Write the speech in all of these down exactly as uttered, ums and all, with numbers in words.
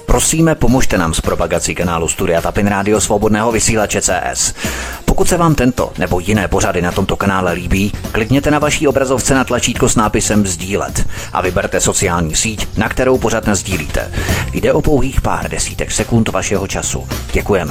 Prosíme, pomožte nám s propagací kanálu Studia Tapin Rádio Svobodného vysílače C S. Pokud se vám tento nebo jiné pořady na tomto kanále líbí, klikněte na vaší obrazovce na tlačítko s nápisem sdílet a vyberte sociální síť, na kterou pořad nasdílíte. Jde o pouhých pár desítek sekund vašeho času. Děkujeme.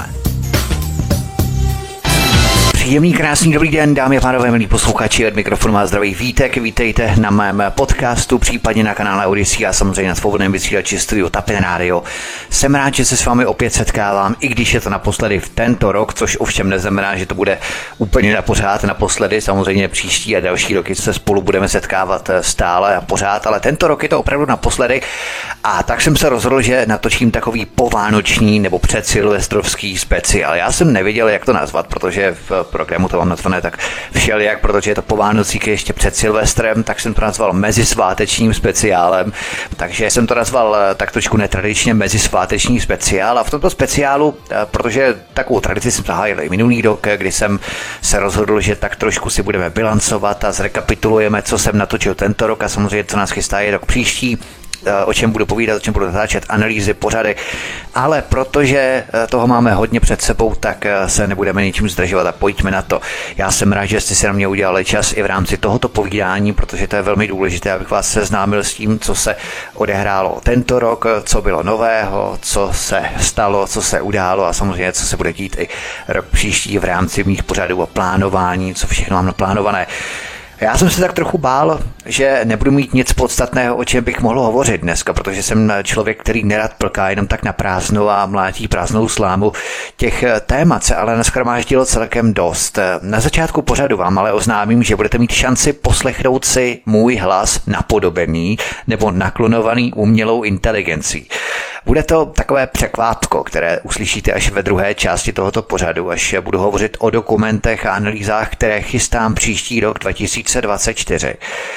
Příjemný, krásný, dobrý den, dámy a pánové, milí posluchači, od mikrofonu vás zdraví Vítek, vítejte na mém podcastu, případně na kanále Odyssey a samozřejmě na svobodném vysílači Studio Tapin Radio. Jsem rád, že se s vámi opět setkávám, i když je to naposledy v tento rok, což ovšem neznamená, že to bude úplně na pořád naposledy, samozřejmě příští a další roky se spolu budeme setkávat stále a pořád, ale tento rok je to opravdu naposledy a tak jsem se rozhodl, že natočím takový povánoční nebo předsilvestrovský speciál. Já jsem nevěděl, jak to nazvat, protože v programu to mám nazvané tak všelijak, protože je to po Vánocích ještě před Silvestrem, tak jsem to nazval mezisvátečním speciálem, takže jsem to nazval tak trošku netradičně mezisváteční speciál a v tomto speciálu, protože takovou tradici jsem zahájil i minulý rok, kdy jsem se rozhodl, že tak trošku si budeme bilancovat a zrekapitulujeme, co jsem natočil tento rok a samozřejmě co nás chystá je rok příští, o čem budu povídat, o čem budu natáčet, analýzy, pořady, ale protože toho máme hodně před sebou, tak se nebudeme ničím zdržovat a pojďme na to. Já jsem rád, že jste si na mě udělali čas i v rámci tohoto povídání, protože to je velmi důležité, abych vás seznámil s tím, co se odehrálo tento rok, co bylo nového, co se stalo, co se událo a samozřejmě, co se bude dít i rok příští v rámci mých pořadů a plánování, co všechno mám naplánované. Já jsem se tak trochu bál, že nebudu mít nic podstatného, o čem bych mohl hovořit dneska, protože jsem člověk, který nerad plká jenom tak na prázdno a mlátí prázdnou slámu. Těch témat se ale nashromáždilo celkem dost. Na začátku pořadu vám ale oznámím, že budete mít šanci poslechnout si můj hlas napodobený nebo naklonovaný umělou inteligencí. Bude to takové překvápko, které uslyšíte až ve druhé části tohoto pořadu, až budu hovořit o dokumentech a analýzách, které chystám příští rok dva tisíce dvacet čtyři.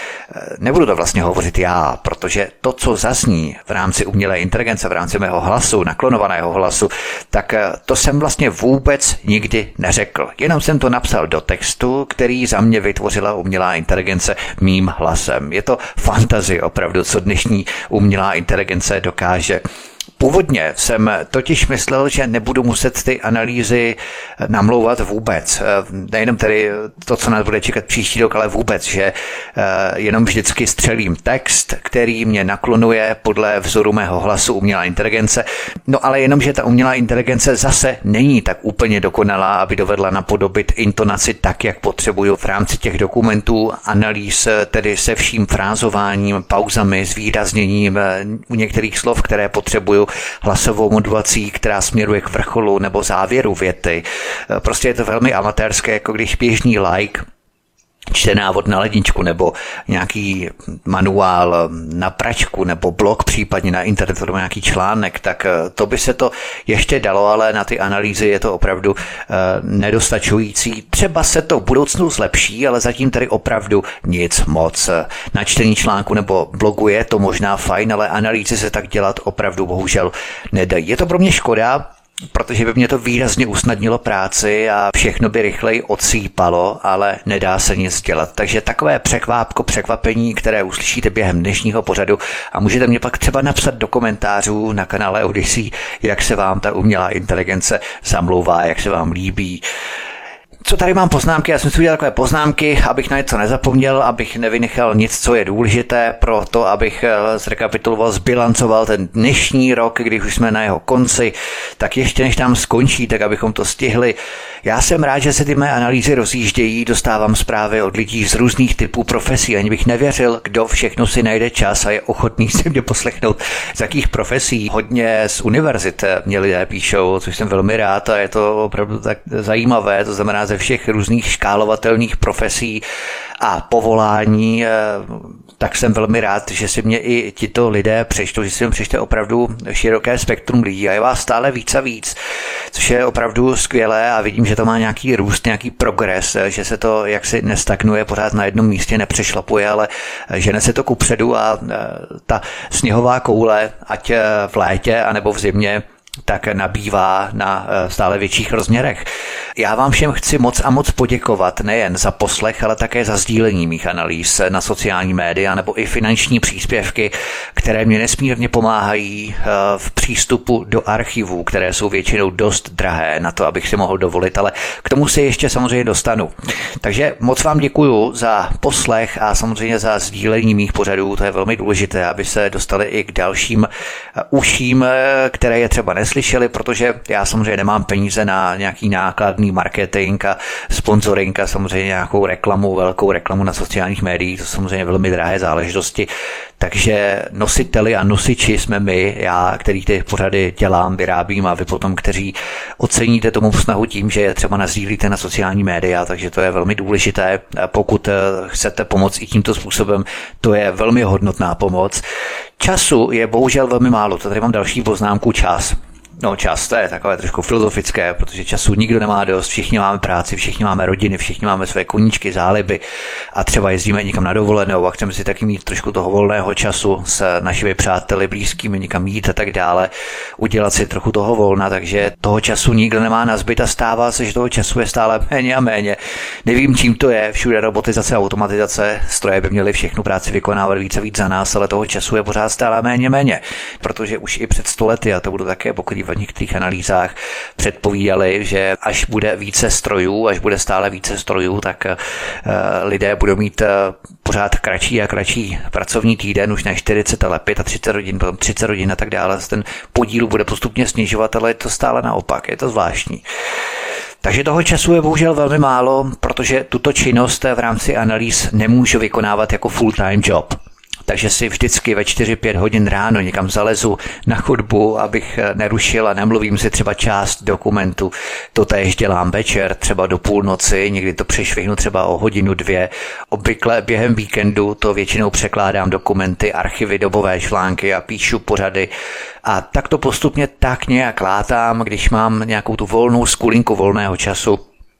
Nebudu to vlastně hovořit já, protože to, co zazní v rámci umělé inteligence, v rámci mého hlasu, naklonovaného hlasu, tak to jsem vlastně vůbec nikdy neřekl. Jenom jsem to napsal do textu, který za mě vytvořila umělá inteligence mým hlasem. Je to fantazie opravdu, co dnešní umělá inteligence dokáže. Původně jsem totiž myslel, že nebudu muset ty analýzy namlouvat vůbec. Nejenom tedy to, co nás bude čekat příští rok, ale vůbec, že jenom vždycky střelím text, který mě naklonuje podle vzoru mého hlasu umělá inteligence. No ale jenom, že ta umělá inteligence zase není tak úplně dokonalá, aby dovedla napodobit intonaci tak, jak potřebuju v rámci těch dokumentů, analýz, tedy se vším frázováním, pauzami, zvýrazněním u některých slov, které potřebuju, hlasovou modulací, která směruje k vrcholu nebo závěru věty. Prostě je to velmi amatérské, jako když běžný like čte návod na ledničku nebo nějaký manuál na pračku nebo blog případně na internetu nebo nějaký článek, tak to by se to ještě dalo, ale na ty analýzy je to opravdu uh, nedostačující. Třeba se to v budoucnu zlepší, ale zatím tady opravdu nic moc. Na čtení článku nebo blogu je to možná fajn, ale analýzy se tak dělat opravdu bohužel nedají. Je to pro mě škoda, protože by mě to výrazně usnadnilo práci a všechno by rychleji odsýpalo, ale nedá se nic dělat. Takže takové překvápko, překvapení, které uslyšíte během dnešního pořadu a můžete mě pak třeba napsat do komentářů na kanále Odyssey, jak se vám ta umělá inteligence zamlouvá, jak se vám líbí. Co tady mám poznámky? Já jsem si udělal takové poznámky, abych na něco nezapomněl, abych nevynechal nic, co je důležité pro to, abych zrekapituloval, zbilancoval ten dnešní rok, když už jsme na jeho konci, tak ještě než tam skončí, tak abychom to stihli. Já jsem rád, že se ty mé analýzy rozjíždějí, dostávám zprávy od lidí z různých typů profesí, ani bych nevěřil, kdo všechno si najde čas a je ochotný si mě poslechnout, z jakých profesí. Hodně z univerzit mě lidé píšou, což jsem velmi rád a je to opravdu tak zajímavé, to znamená ze všech různých škálovatelných profesí a povolání, tak jsem velmi rád, že si mě i tito lidé přečtou, že si mě přečte opravdu široké spektrum lidí a je vás stále víc a víc, což je opravdu skvělé a vidím, že to má nějaký růst, nějaký progres, že se to jaksi nestagnuje, pořád na jednom místě nepřešlapuje, ale žene se to kupředu a ta sněhová koule, ať v létě anebo v zimě, tak nabývá na stále větších rozměrech. Já vám všem chci moc a moc poděkovat nejen za poslech, ale také za sdílení mých analýz na sociální média nebo i finanční příspěvky, které mě nesmírně pomáhají v přístupu do archivů, které jsou většinou dost drahé na to, abych si mohl dovolit, ale k tomu se ještě samozřejmě dostanu. Takže moc vám děkuju za poslech a samozřejmě za sdílení mých pořadů. To je velmi důležité, aby se dostali i k dalším uším, které je třeba neslyšeli, protože já samozřejmě nemám peníze na nějaký nákladný marketing a sponsoring a samozřejmě nějakou reklamu, velkou reklamu na sociálních médiích, to jsou samozřejmě velmi drahé záležitosti. Takže nositeli a nosiči jsme my, já, který ty pořady dělám, vyrábím a vy potom, kteří oceníte tomu snahu tím, že je třeba nasdílíte na sociální média, takže to je velmi důležité. Pokud chcete pomoct i tímto způsobem, to je velmi hodnotná pomoc. Času je bohužel velmi málo, to tady mám další poznámku čas. No čas, to je takové trošku filozofické, protože času nikdo nemá dost, všichni máme práci, všichni máme rodiny, všichni máme své koníčky, záliby a třeba jezdíme někam na dovolenou a chceme si taky mít trošku toho volného času s našimi přáteli, blízkými, někam jít a tak dále, udělat si trochu toho volna, takže toho času nikdo nemá nazbyt a stává se, že toho času je stále méně a méně. Nevím, čím to je, všude robotizace, automatizace, stroje by měly všechnu práci vykonávat víc a víc za nás, ale toho času je pořád stále méně méně, protože už i před sto lety, a to budu také pokrývat v některých analýzách, předpovídali, že až bude více strojů, až bude stále více strojů, tak uh, lidé budou mít uh, pořád kratší a kratší pracovní týden, už ne čtyřicet, ale třicet pět hodin, potom třicet hodin a tak dále. Ten podíl bude postupně snižovat, ale je to stále naopak, je to zvláštní. Takže toho času je bohužel velmi málo, protože tuto činnost v rámci analýz nemůžu vykonávat jako full-time job. Takže si vždycky ve čtyři pět hodin ráno někam zalezu na chodbu, abych nerušil a nemluvím si třeba část dokumentu. To též dělám večer, třeba do půlnoci, někdy to přešvihnu třeba o hodinu, dvě. Obvykle během víkendu to většinou překládám dokumenty, archivy, dobové články a píšu pořady. A tak to postupně tak nějak látám, když mám nějakou tu volnou skulinku volného času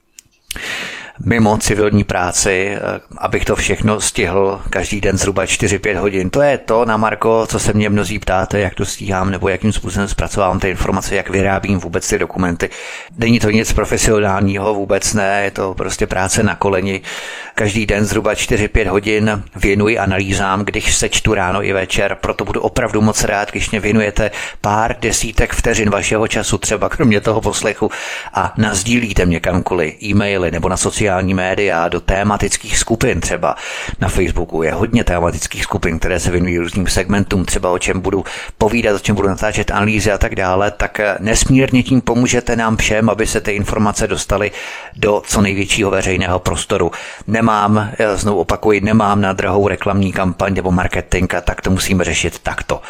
mimo civilní práci, abych to všechno stihl každý den zhruba čtyři pět hodin. To je to, na Marko, co se mě mnozí ptáte, jak to stíhám, nebo jakým způsobem zpracovám ty informace, jak vyrábím vůbec ty dokumenty. Není to nic profesionálního, vůbec ne, je to prostě práce na koleni. Každý den zhruba čtyři pět hodin věnuji analýzám, když se čtu ráno i večer, proto budu opravdu moc rád, když mě věnujete pár desítek vteřin vašeho času, třeba kromě toho poslechu, a nasdílíte mě kamkoliv, e-maily nebo na sociální média, do tématických skupin, třeba na Facebooku je hodně tématických skupin, které se věnují různým segmentům, třeba o čem budu povídat, o čem budu natáčet analýzy a tak dále, tak nesmírně tím pomůžete nám všem, aby se ty informace dostaly do co největšího veřejného prostoru. Nemám, znovu opakuji, nemám na drahou reklamní kampaň nebo marketing, a tak to musíme řešit takto.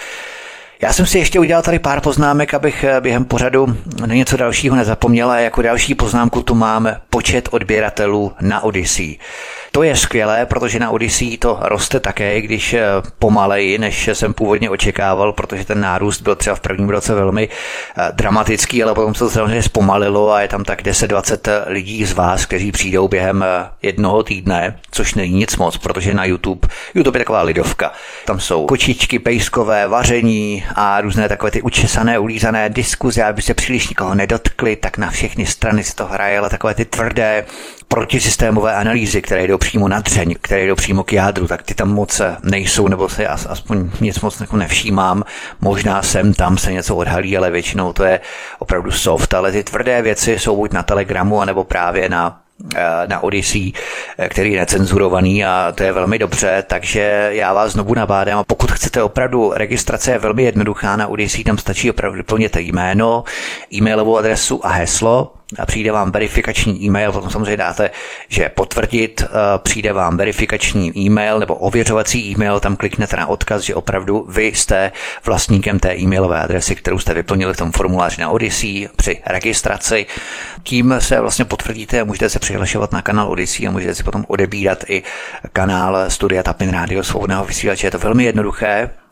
Já jsem si ještě udělal tady pár poznámek, abych během pořadu na něco dalšího nezapomněl, a jako další poznámku tu mám počet odběratelů na Odyssey. To je skvělé, protože na Odyssey to roste také, i když pomaleji, než jsem původně očekával, protože ten nárůst byl třeba v prvním roce velmi dramatický, ale potom se to samozřejmě zpomalilo a je tam tak deset dvacet lidí z vás, kteří přijdou během jednoho týdne, což není nic moc, protože na YouTube, YouTube je taková lidovka. Tam jsou kočičky pejskové, vaření a různé takové ty učesané, ulízané diskuze, aby se příliš nikoho nedotkli, tak na všechny strany se to hraje, ale takové ty tvrdé protisystémové analýzy, které jdou přímo na dřeň, které jdou přímo k jádru, tak ty tam moc nejsou, nebo se aspoň nic moc nevšímám. Možná sem tam se něco odhalí, ale většinou to je opravdu soft, ale ty tvrdé věci jsou buď na Telegramu, anebo právě na na Odyssey, který je necenzurovaný, a to je velmi dobře, takže já vás znovu nabádám, a pokud chcete opravdu, registrace je velmi jednoduchá na Odyssey, tam stačí opravdu vyplnit jméno, e-mailovou adresu a heslo, a přijde vám verifikační e-mail, potom samozřejmě dáte, že potvrdit, přijde vám verifikační e-mail nebo ověřovací e-mail, tam kliknete na odkaz, že opravdu vy jste vlastníkem té e-mailové adresy, kterou jste vyplnili v tom formuláři na Odyssey při registraci. Tím se vlastně potvrdíte a můžete se přihlašovat na kanál Odyssey a můžete si potom odebírat i kanál Studia Tapin Rádio Svobodného vysílače. Je to velmi jednoduché.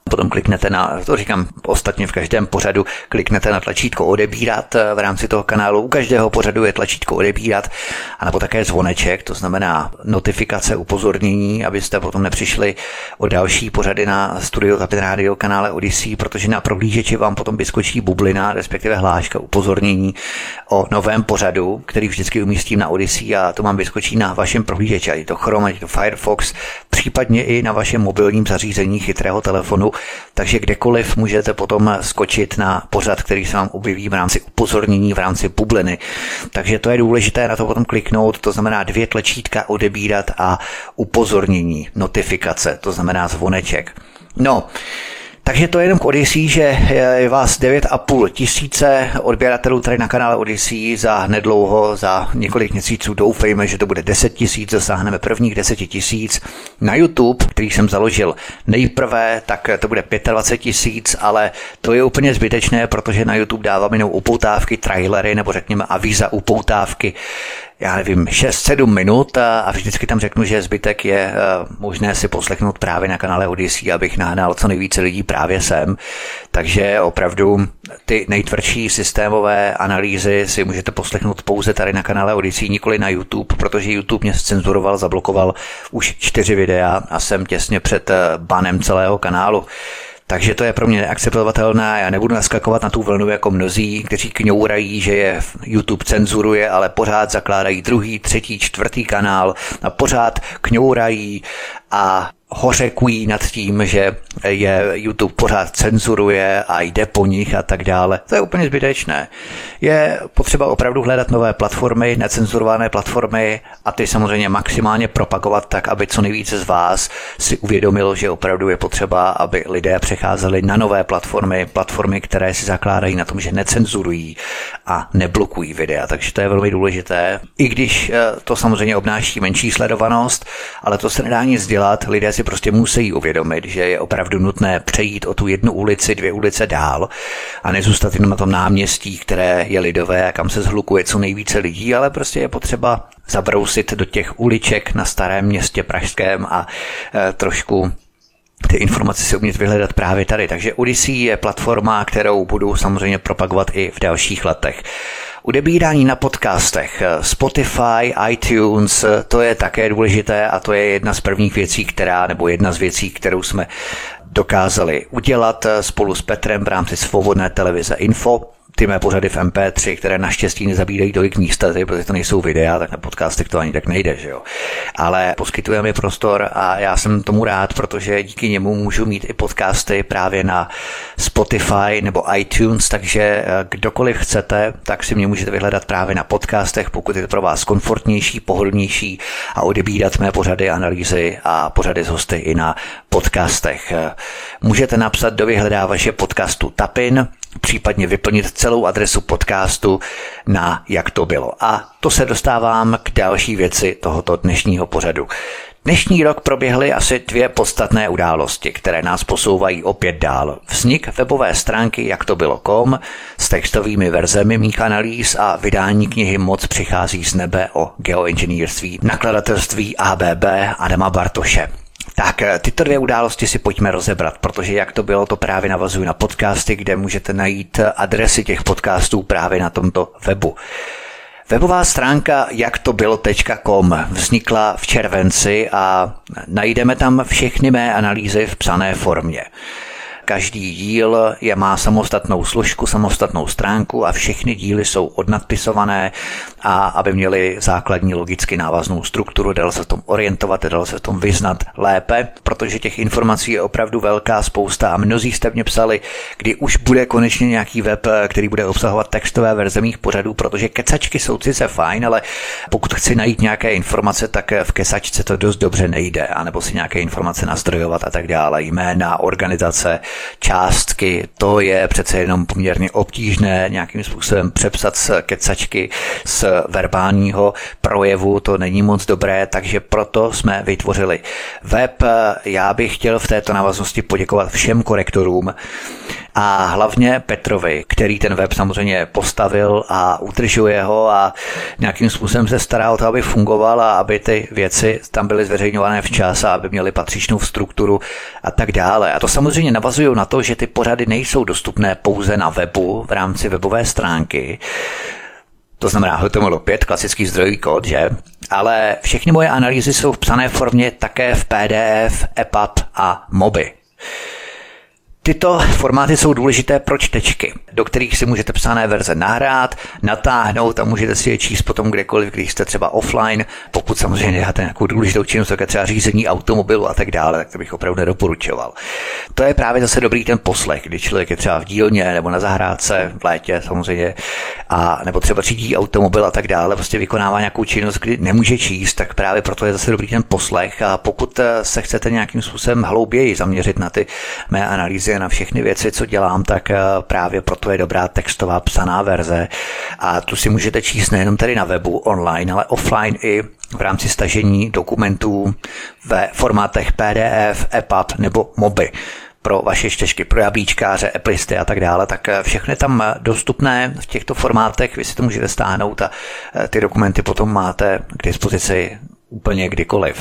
Potom kliknete na, to říkám ostatně v každém pořadu, kliknete na tlačítko odebírat v rámci toho kanálu. U každého pořadu je tlačítko odebírat, anebo také zvoneček, to znamená notifikace, upozornění, abyste potom nepřišli o další pořady na Studio Tapin Radio kanále Odyssey, protože na prohlížeči vám potom vyskočí bublina, respektive hláška, upozornění o novém pořadu, který vždycky umístím na Odyssey a to vám vyskočí na vašem prohlížeči, ať je to Chrome, ať je to Firefox, případně i na vašem mobilním zařízení chytrého telefonu, takže kdekoliv můžete potom skočit na pořad, který se vám objeví v rámci upozornění, v rámci bubliny. Takže to je důležité na to potom kliknout, to znamená dvě tlačítka odebírat a upozornění, notifikace, to znamená zvoneček. No, takže to je jenom k Odyssey, že je vás devět a půl tisíce odběratelů tady na kanále Odyssey za nedlouho, za několik měsíců doufejme, že to bude deset tisíc, dosáhneme prvních deset tisíc. Na YouTube, který jsem založil nejprve, tak to bude dvacet pět tisíc, ale to je úplně zbytečné, protože na YouTube dávám jenom upoutávky, trailery nebo řekněme avíza upoutávky, já nevím, šest sedm minut a vždycky tam řeknu, že zbytek je možné si poslechnout právě na kanále Odyssey, abych nahnal co nejvíce lidí právě sem. Takže opravdu ty nejtvrdší systémové analýzy si můžete poslechnout pouze tady na kanále Odyssey, nikoli na YouTube, protože YouTube mě cenzuroval, zablokoval už čtyři videa a jsem těsně před banem celého kanálu. Takže to je pro mě neakceptovatelné, já nebudu naskakovat na tu vlnu jako mnozí, kteří kňourají, že je YouTube cenzuruje, ale pořád zakládají druhý, třetí, čtvrtý kanál a pořád kňourají a hořekují nad tím, že je YouTube pořád cenzuruje a jde po nich a tak dále. To je úplně zbytečné. Je potřeba opravdu hledat nové platformy, necenzurované platformy a ty samozřejmě maximálně propagovat tak, aby co nejvíce z vás si uvědomilo, že opravdu je potřeba, aby lidé přecházeli na nové platformy, platformy, které si zakládají na tom, že necenzurují a neblokují videa. Takže to je velmi důležité. I když to samozřejmě obnáší menší sledovanost, ale to se nedá nic dělat. Lidé si prostě musí uvědomit, že je opravdu nutné přejít o tu jednu ulici, dvě ulice dál a nezůstat jenom na tom náměstí, které je lidové a kam se zhlukuje co nejvíce lidí, ale prostě je potřeba zabrousit do těch uliček na Starém Městě pražském a e, trošku ty informace si umět vyhledat právě tady. Takže Odyssey je platforma, kterou budu samozřejmě propagovat i v dalších letech. Odebírání na podcastech, Spotify, iTunes, to je také důležité a to je jedna z prvních věcí, která, nebo jedna z věcí, kterou jsme dokázali udělat spolu s Petrem v rámci Svobodné televize Info. Ty mé pořady v em pé tři, které naštěstí nezabírají tolik místa, protože to nejsou videa, tak na podcastech to ani tak nejde, že jo. Ale poskytujeme prostor a já jsem tomu rád, protože díky němu můžu mít i podcasty právě na Spotify nebo iTunes, takže kdokoliv chcete, tak si mě můžete vyhledat právě na podcastech, pokud je to pro vás komfortnější, pohodlnější a odebírat mé pořady, analýzy a pořady z hosty i na podcastech. Můžete napsat do vyhledávače podcastu Tapin, případně vyplnit celou adresu podcastu na Jak to bylo. A to se dostávám k další věci tohoto dnešního pořadu. Dnešní rok proběhly asi dvě podstatné události, které nás posouvají opět dál. Vznik webové stránky jak to bylo tečka com s textovými verzemi mých analýz a vydání knihy Moc přichází z nebe o geoinženýrství nakladatelství á bé bé Adama Bartoše. Tak tyto dvě události si pojďme rozebrat, protože jak to bylo, to právě navazují na podcasty, kde můžete najít adresy těch podcastů právě na tomto webu. Webová stránka jak to bylo tečka com vznikla v červenci a najdeme tam všechny mé analýzy v psané formě. Každý díl je má samostatnou složku, samostatnou stránku a všechny díly jsou odnadpisované a aby měly základní logicky návaznou strukturu, dalo se v tom orientovat, dalo se v tom vyznat lépe, protože těch informací je opravdu velká spousta a mnozí jste mě psali, kdy už bude konečně nějaký web, který bude obsahovat textové verze mých pořadů, protože kecačky jsou sice fajn, ale pokud chci najít nějaké informace, tak v kecačce to dost dobře nejde, anebo si nějaké informace nastrojovat a tak dále, jména, organizace, částky, to je přece jenom poměrně obtížné nějakým způsobem přepsat z kecačky, z verbálního projevu, to není moc dobré, takže proto jsme vytvořili web. Já bych chtěl v této návaznosti poděkovat všem korektorům a hlavně Petrovi, který ten web samozřejmě postavil a udržuje ho a nějakým způsobem se stará o to, aby fungoval a aby ty věci tam byly zveřejňované včas a aby měly patřičnou strukturu a tak dále. A to samozřejmě navazují na to, že ty pořady nejsou dostupné pouze na webu v rámci webové stránky. To znamená H T M L pět, klasický zdrojový kód, že? Ale všechny moje analýzy jsou v psané formě také v P D F, E P U B a Mobi. Tyto formáty jsou důležité pro čtečky, do kterých si můžete psané verze nahrát, natáhnout a můžete si je číst potom kdekoliv, když jste třeba offline. Pokud samozřejmě nedáte nějakou důležitou činnost, jako třeba řízení automobilu a tak dále, tak to bych opravdu nedoporučoval. To je právě zase dobrý ten poslech, kdy člověk je třeba v dílně nebo na zahrádce v létě samozřejmě, a nebo třeba řídí automobil a tak dále, prostě vykonává nějakou činnost, kdy nemůže číst, tak právě proto je zase dobrý ten poslech. A pokud se chcete nějakým způsobem hlouběji zaměřit na ty mé analýzy, na všechny věci, co dělám, tak právě proto je dobrá textová psaná verze a tu si můžete číst nejenom tady na webu online, ale offline i v rámci stažení dokumentů ve formátech P D F, E P U B nebo Mobi pro vaše čtečky, pro jablíčkáře, applisty a tak dále, tak všechno je tam dostupné v těchto formátech, vy si to můžete stáhnout a ty dokumenty potom máte k dispozici úplně kdykoliv.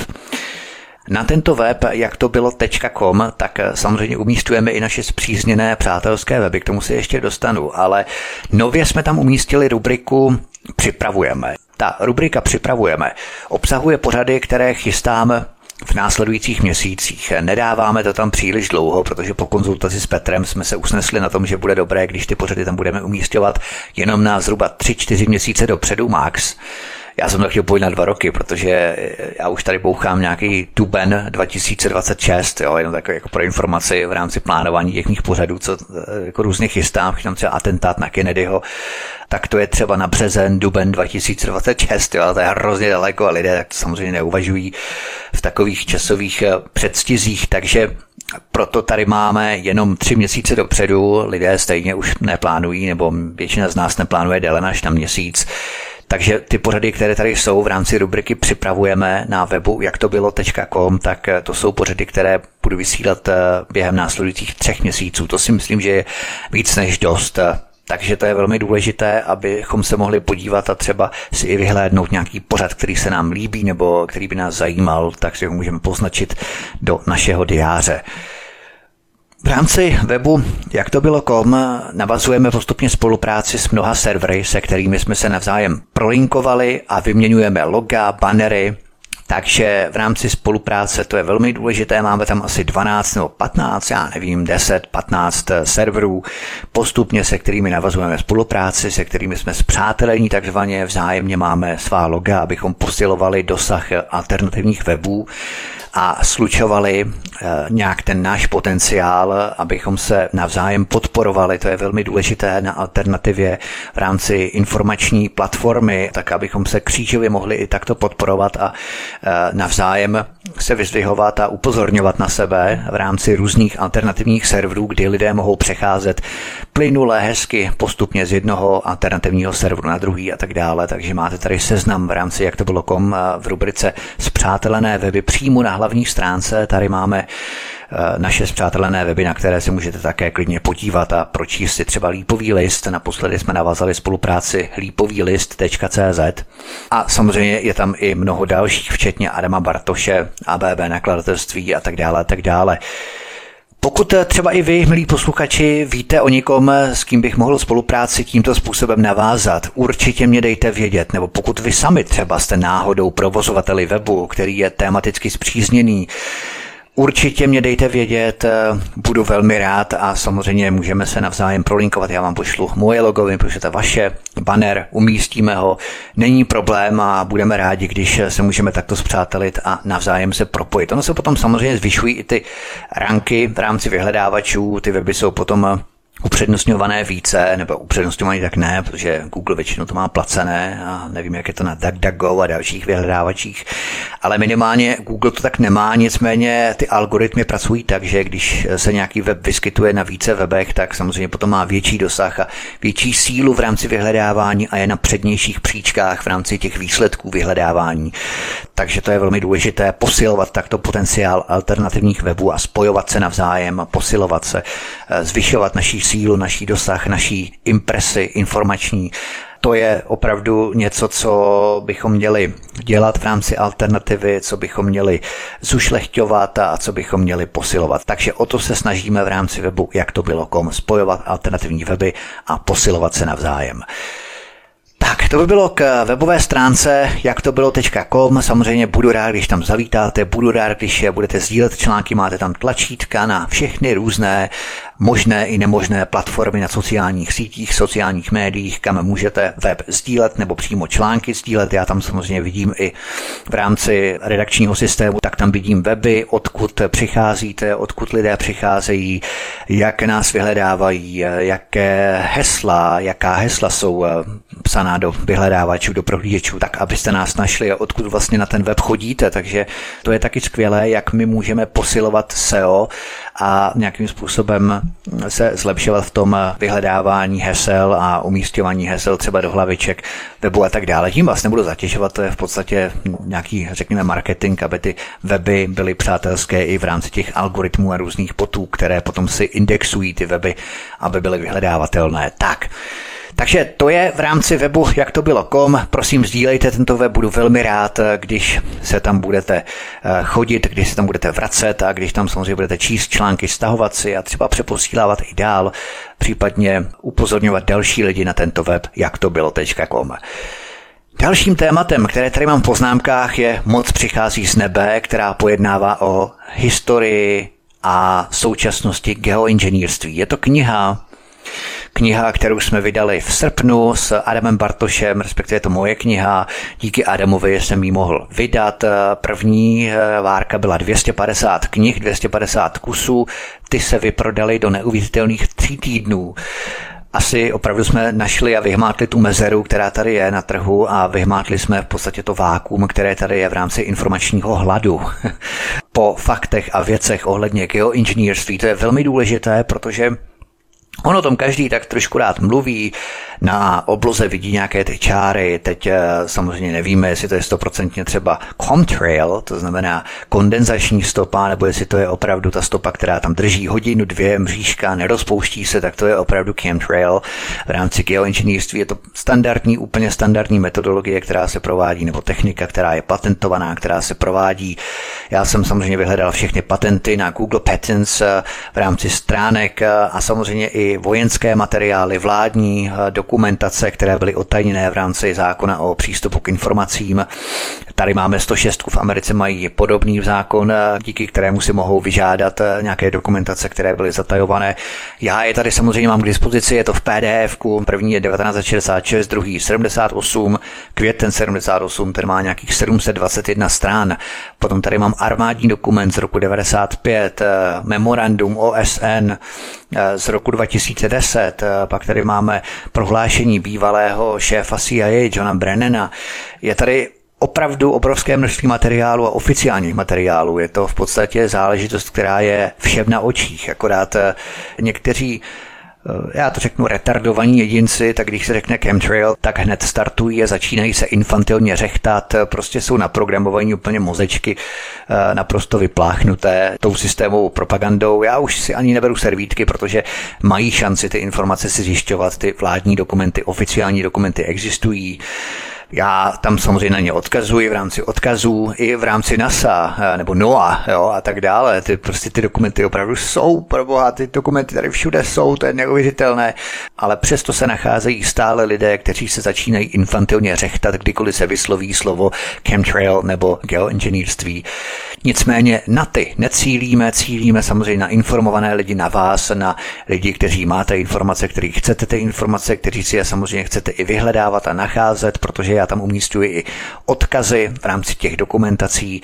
Na tento web, jak to bylo .com, tak samozřejmě umístujeme i naše spřízněné přátelské weby, k tomu se ještě dostanu, ale nově jsme tam umístili rubriku Připravujeme. Ta rubrika Připravujeme obsahuje pořady, které chystáme v následujících měsících. Nedáváme to tam příliš dlouho, protože po konzultaci s Petrem jsme se usnesli na tom, že bude dobré, když ty pořady tam budeme umísťovat jenom na zhruba tři čtyři měsíce dopředu max. Já jsem to chtěl pojít na dva roky, protože já už tady bouchám nějaký duben dva tisíce dvacet šest, jo, jenom takové jako pro informaci v rámci plánování těch mých pořadů, co jako různě chystám, chystám třeba atentát na Kennedyho, tak to je třeba na březen, duben dva tisíce dvacet šest, jo, to je hrozně daleko a lidé tak to samozřejmě neuvažují v takových časových předstizích, takže proto tady máme jenom tři měsíce dopředu, lidé stejně už neplánují, nebo většina z nás neplánuje déle než na měsíc. Takže ty pořady, které tady jsou v rámci rubriky Připravujeme na webu jak to bylo .com, tak to jsou pořady, které budu vysílat během následujících třech měsíců. To si myslím, že je víc než dost. Takže to je velmi důležité, abychom se mohli podívat a třeba si i vyhlédnout nějaký pořad, který se nám líbí nebo který by nás zajímal, tak si ho můžeme poznačit do našeho diáře. V rámci webu jak to bylo .com navazujeme postupně spolupráci s mnoha servery, se kterými jsme se navzájem prolinkovali a vyměňujeme loga, bannery, takže v rámci spolupráce to je velmi důležité, máme tam asi dvanáct nebo patnáct, já nevím, deset, patnáct serverů, postupně se kterými navazujeme spolupráci, se kterými jsme spřátelení, takzvaně vzájemně máme svá loga, abychom posilovali dosah alternativních webů a slučovali nějak ten náš potenciál, abychom se navzájem podporovali. To je velmi důležité na alternativě v rámci informační platformy, tak abychom se křížově mohli i takto podporovat a navzájem se vyzdvihovat a upozorňovat na sebe v rámci různých alternativních serverů, kdy lidé mohou přecházet plynule, hezky, postupně z jednoho alternativního serveru na druhý a tak dále. Takže máte tady seznam v rámci jak to bylo .com v rubrice Spřátelené weby přímo na hlavní stránce. Tady máme naše spřátelené weby, na které se můžete také klidně podívat a pročíst si třeba Lípový list. Naposledy jsme navázali spolupráci lípový list tečka cé zet a samozřejmě je tam i mnoho dalších, včetně Adama Bartoše, A B B nakladatelství a tak dále a tak dále. Pokud třeba i vy, milí posluchači, víte o někom, s kým bych mohl spolupráci tímto způsobem navázat, určitě mě dejte vědět, nebo pokud vy sami třeba jste náhodou provozovateli webu, který je tematicky spřízněný, určitě mě dejte vědět, budu velmi rád a samozřejmě můžeme se navzájem prolinkovat. Já vám pošlu moje logo, vy pošlete vaše, banner, umístíme ho, není problém a budeme rádi, když se můžeme takto spřátelit a navzájem se propojit. Ono se potom samozřejmě zvyšují i ty ranky v rámci vyhledávačů, ty weby jsou potom upřednostňované více, nebo upřednostňované tak ne, protože Google většinou to má placené a nevím, jak je to na DuckDuckGo a dalších vyhledávačích, ale minimálně Google to tak nemá, nicméně ty algoritmy pracují tak, že když se nějaký web vyskytuje na více webech, tak samozřejmě potom má větší dosah a větší sílu v rámci vyhledávání a je na přednějších příčkách v rámci těch výsledků vyhledávání. Takže to je velmi důležité posilovat takto potenciál alternativních webů a spojovat se navzájem, posilovat se, zvyšovat naší sílu, naší dosah, naší impresi informační. To je opravdu něco, co bychom měli dělat v rámci alternativy, co bychom měli zušlechťovat a co bychom měli posilovat. Takže o to se snažíme v rámci webu jak to bylo tečka com, spojovat alternativní weby a posilovat se navzájem. Tak, to by bylo k webové stránce jak to bylo tečka com. Samozřejmě budu rád, když tam zavítáte, budu rád, když budete sdílet články, máte tam tlačítka na všechny různé možné i nemožné platformy na sociálních sítích, sociálních médiích, kam můžete web sdílet nebo přímo články sdílet. Já tam samozřejmě vidím i v rámci redakčního systému, tak tam vidím weby, odkud přicházíte, odkud lidé přicházejí, jak nás vyhledávají, jaké hesla, jaká hesla jsou psaná do vyhledávačů, do prohlížečů, tak abyste nás našli a odkud vlastně na ten web chodíte. Takže to je taky skvělé, jak my můžeme posilovat S E O a nějakým způsobem se zlepšovat v tom vyhledávání hesel a umísťování hesel třeba do hlaviček webu a tak dále. Tím vás nebudu zatěžovat, to je v podstatě nějaký, řekněme, marketing, aby ty weby byly přátelské i v rámci těch algoritmů a různých botů, které potom si indexují ty weby, aby byly vyhledávatelné. Tak. Takže to je v rámci webu jak to bylo tečka com. Prosím, sdílejte tento web, budu velmi rád, když se tam budete chodit, když se tam budete vracet a když tam samozřejmě budete číst články, stahovat si a třeba přeposílávat i dál, případně upozorňovat další lidi na tento web jak to bylo tečka com. Dalším tématem, které tady mám v poznámkách, je Moc přichází z nebe, která pojednává o historii a současnosti geoinženýrství. Je to kniha, Kniha, kterou jsme vydali v srpnu s Adamem Bartošem, respektive je to moje kniha. Díky Adamovi jsem ji mohl vydat. První várka byla dvě stě padesát knih, dvě stě padesát kusů. Ty se vyprodaly do neuvěřitelných tří týdnů. Asi opravdu jsme našli a vyhmátli tu mezeru, která tady je na trhu a vyhmátli jsme v podstatě to vákuum, které tady je v rámci informačního hladu. Po faktech a věcech ohledně geoinženýrství. To je velmi důležité, protože ono o tom každý tak trošku rád mluví, na obloze vidí nějaké ty čáry, teď samozřejmě nevíme, jestli to je stoprocentně třeba chemtrail, to znamená kondenzační stopa, nebo jestli to je opravdu ta stopa, která tam drží hodinu, dvě, mřížka, nerozpouští se, tak to je opravdu chemtrail. V rámci geoinženýrství je to standardní, úplně standardní metodologie, která se provádí, nebo technika, která je patentovaná, která se provádí. Já jsem samozřejmě vyhledal všechny patenty na Google Patents v rámci stránek a samozřejmě i vojenské materiály, vládní dokumentace, které byly otajněné v rámci zákona o přístupu k informacím. Tady máme sto šest, v Americe mají podobný zákon, díky kterému si mohou vyžádat nějaké dokumentace, které byly zatajované. Já je tady samozřejmě mám k dispozici, je to v P D F ku, první je devatenáct set šedesát šest, druhý sedmdesát osm, květen sedmdesát osm, ten má nějakých sedm set dvacet jedna strán. Potom tady mám armádní dokument z roku devadesát pět, memorandum O S N z roku dva tisíce deset, pak tady máme prohlášení bývalého šéfa C I A Johna Brennana. Je tady opravdu obrovské množství materiálu a oficiálních materiálů. Je to v podstatě záležitost, která je všem na očích. Akorát někteří, já to řeknu, retardovaní jedinci, tak když se řekne chemtrail, tak hned startují a začínají se infantilně řechtat, prostě jsou naprogramovaní úplně mozečky naprosto vypláchnuté tou systémovou propagandou. Já už si ani neberu servítky, protože mají šanci ty informace si zjišťovat, ty vládní dokumenty, oficiální dokumenty existují. Já tam samozřejmě na ně odkazuji v rámci odkazů i v rámci NASA nebo NOAA, jo, a tak dále. Ty, prostě ty dokumenty opravdu jsou, proboha, ty dokumenty tady všude jsou, to je neuvěřitelné, ale přesto se nacházejí stále lidé, kteří se začínají infantilně řechtat, kdykoliv se vysloví slovo chemtrail nebo geoinženýrství. Nicméně na ty necílíme, cílíme samozřejmě na informované lidi, na vás, na lidi, kteří máte informace, kteří chcete ty informace, kteří si je samozřejmě chcete i vyhledávat a nacházet, protože já tam umístuji i odkazy v rámci těch dokumentací.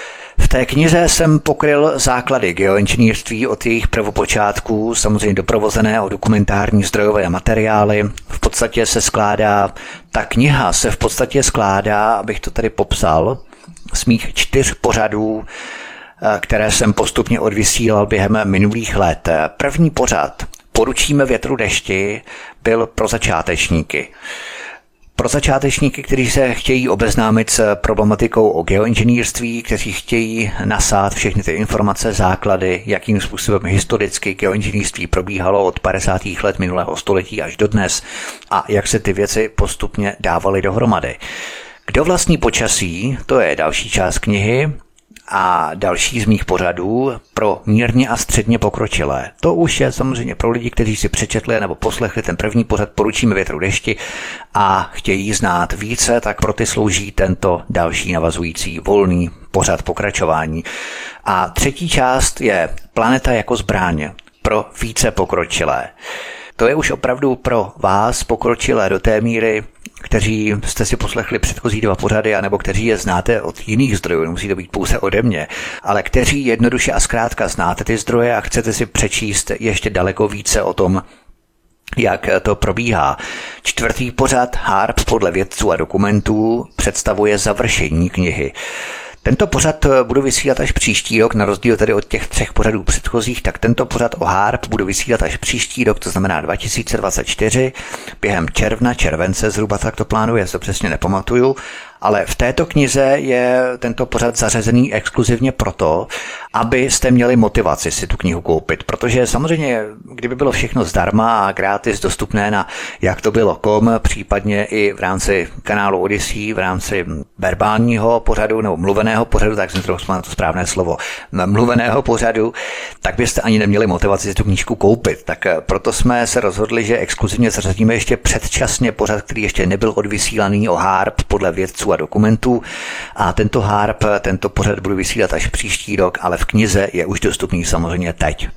V té knize jsem pokryl základy geoinženýrství od jejich prvopočátků, samozřejmě doprovozené o dokumentární zdrojové materiály. V podstatě se skládá, ta kniha se v podstatě skládá, abych to tady popsal, z mých čtyř pořadů, které jsem postupně odvysílal během minulých let. První pořad, Poručíme větru dešti, byl pro začátečníky. Pro začátečníky, kteří se chtějí obeznámit s problematikou o geoinženýrství, kteří chtějí nasát všechny ty informace, základy, jakým způsobem historicky geoinženýrství probíhalo od padesátých let minulého století až do dnes a jak se ty věci postupně dávaly dohromady. Kdo vlastní počasí, to je další část knihy, a další z mých pořadů pro mírně a středně pokročilé. To už je samozřejmě pro lidi, kteří si přečetli nebo poslechli ten první pořad Poručíme větru dešti a chtějí znát více, tak pro ty slouží tento další navazující volný pořad pokračování. A třetí část je Planeta jako zbraň pro více pokročilé. To je už opravdu pro vás pokročilé do té míry, kteří jste si poslechli předchozí dva pořady, anebo kteří je znáte od jiných zdrojů, nemusí to být pouze ode mě, ale kteří jednoduše a zkrátka znáte ty zdroje a chcete si přečíst ještě daleko více o tom, jak to probíhá. Čtvrtý pořad Harp podle vědců a dokumentů představuje završení knihy. Tento pořad budu vysílat až příští rok, na rozdíl tedy od těch třech pořadů předchozích, tak tento pořad o Harp budu vysílat až příští rok, to znamená dva tisíce dvacet čtyři, během června, července, zhruba tak to plánuji, já se přesně nepamatuju, ale v této knize je tento pořad zařazený exkluzivně proto, abyste měli motivaci si tu knihu koupit, protože samozřejmě, kdyby bylo všechno zdarma a gratis dostupné na jak to bylo tečka com, případně i v rámci kanálu Odyssey, v rámci verbálního pořadu nebo mluveného pořadu, tak jsem trochu na to správné slovo, mluveného pořadu, tak byste ani neměli motivaci si tu knížku koupit. Tak proto jsme se rozhodli, že exkluzivně zařadíme ještě předčasně pořad, který ještě nebyl odvysílaný o Harp podle vědců a dokumentů. A tento Harp, tento pořad budu vysílat až příští rok, ale v knize je už dostupný samozřejmě teď.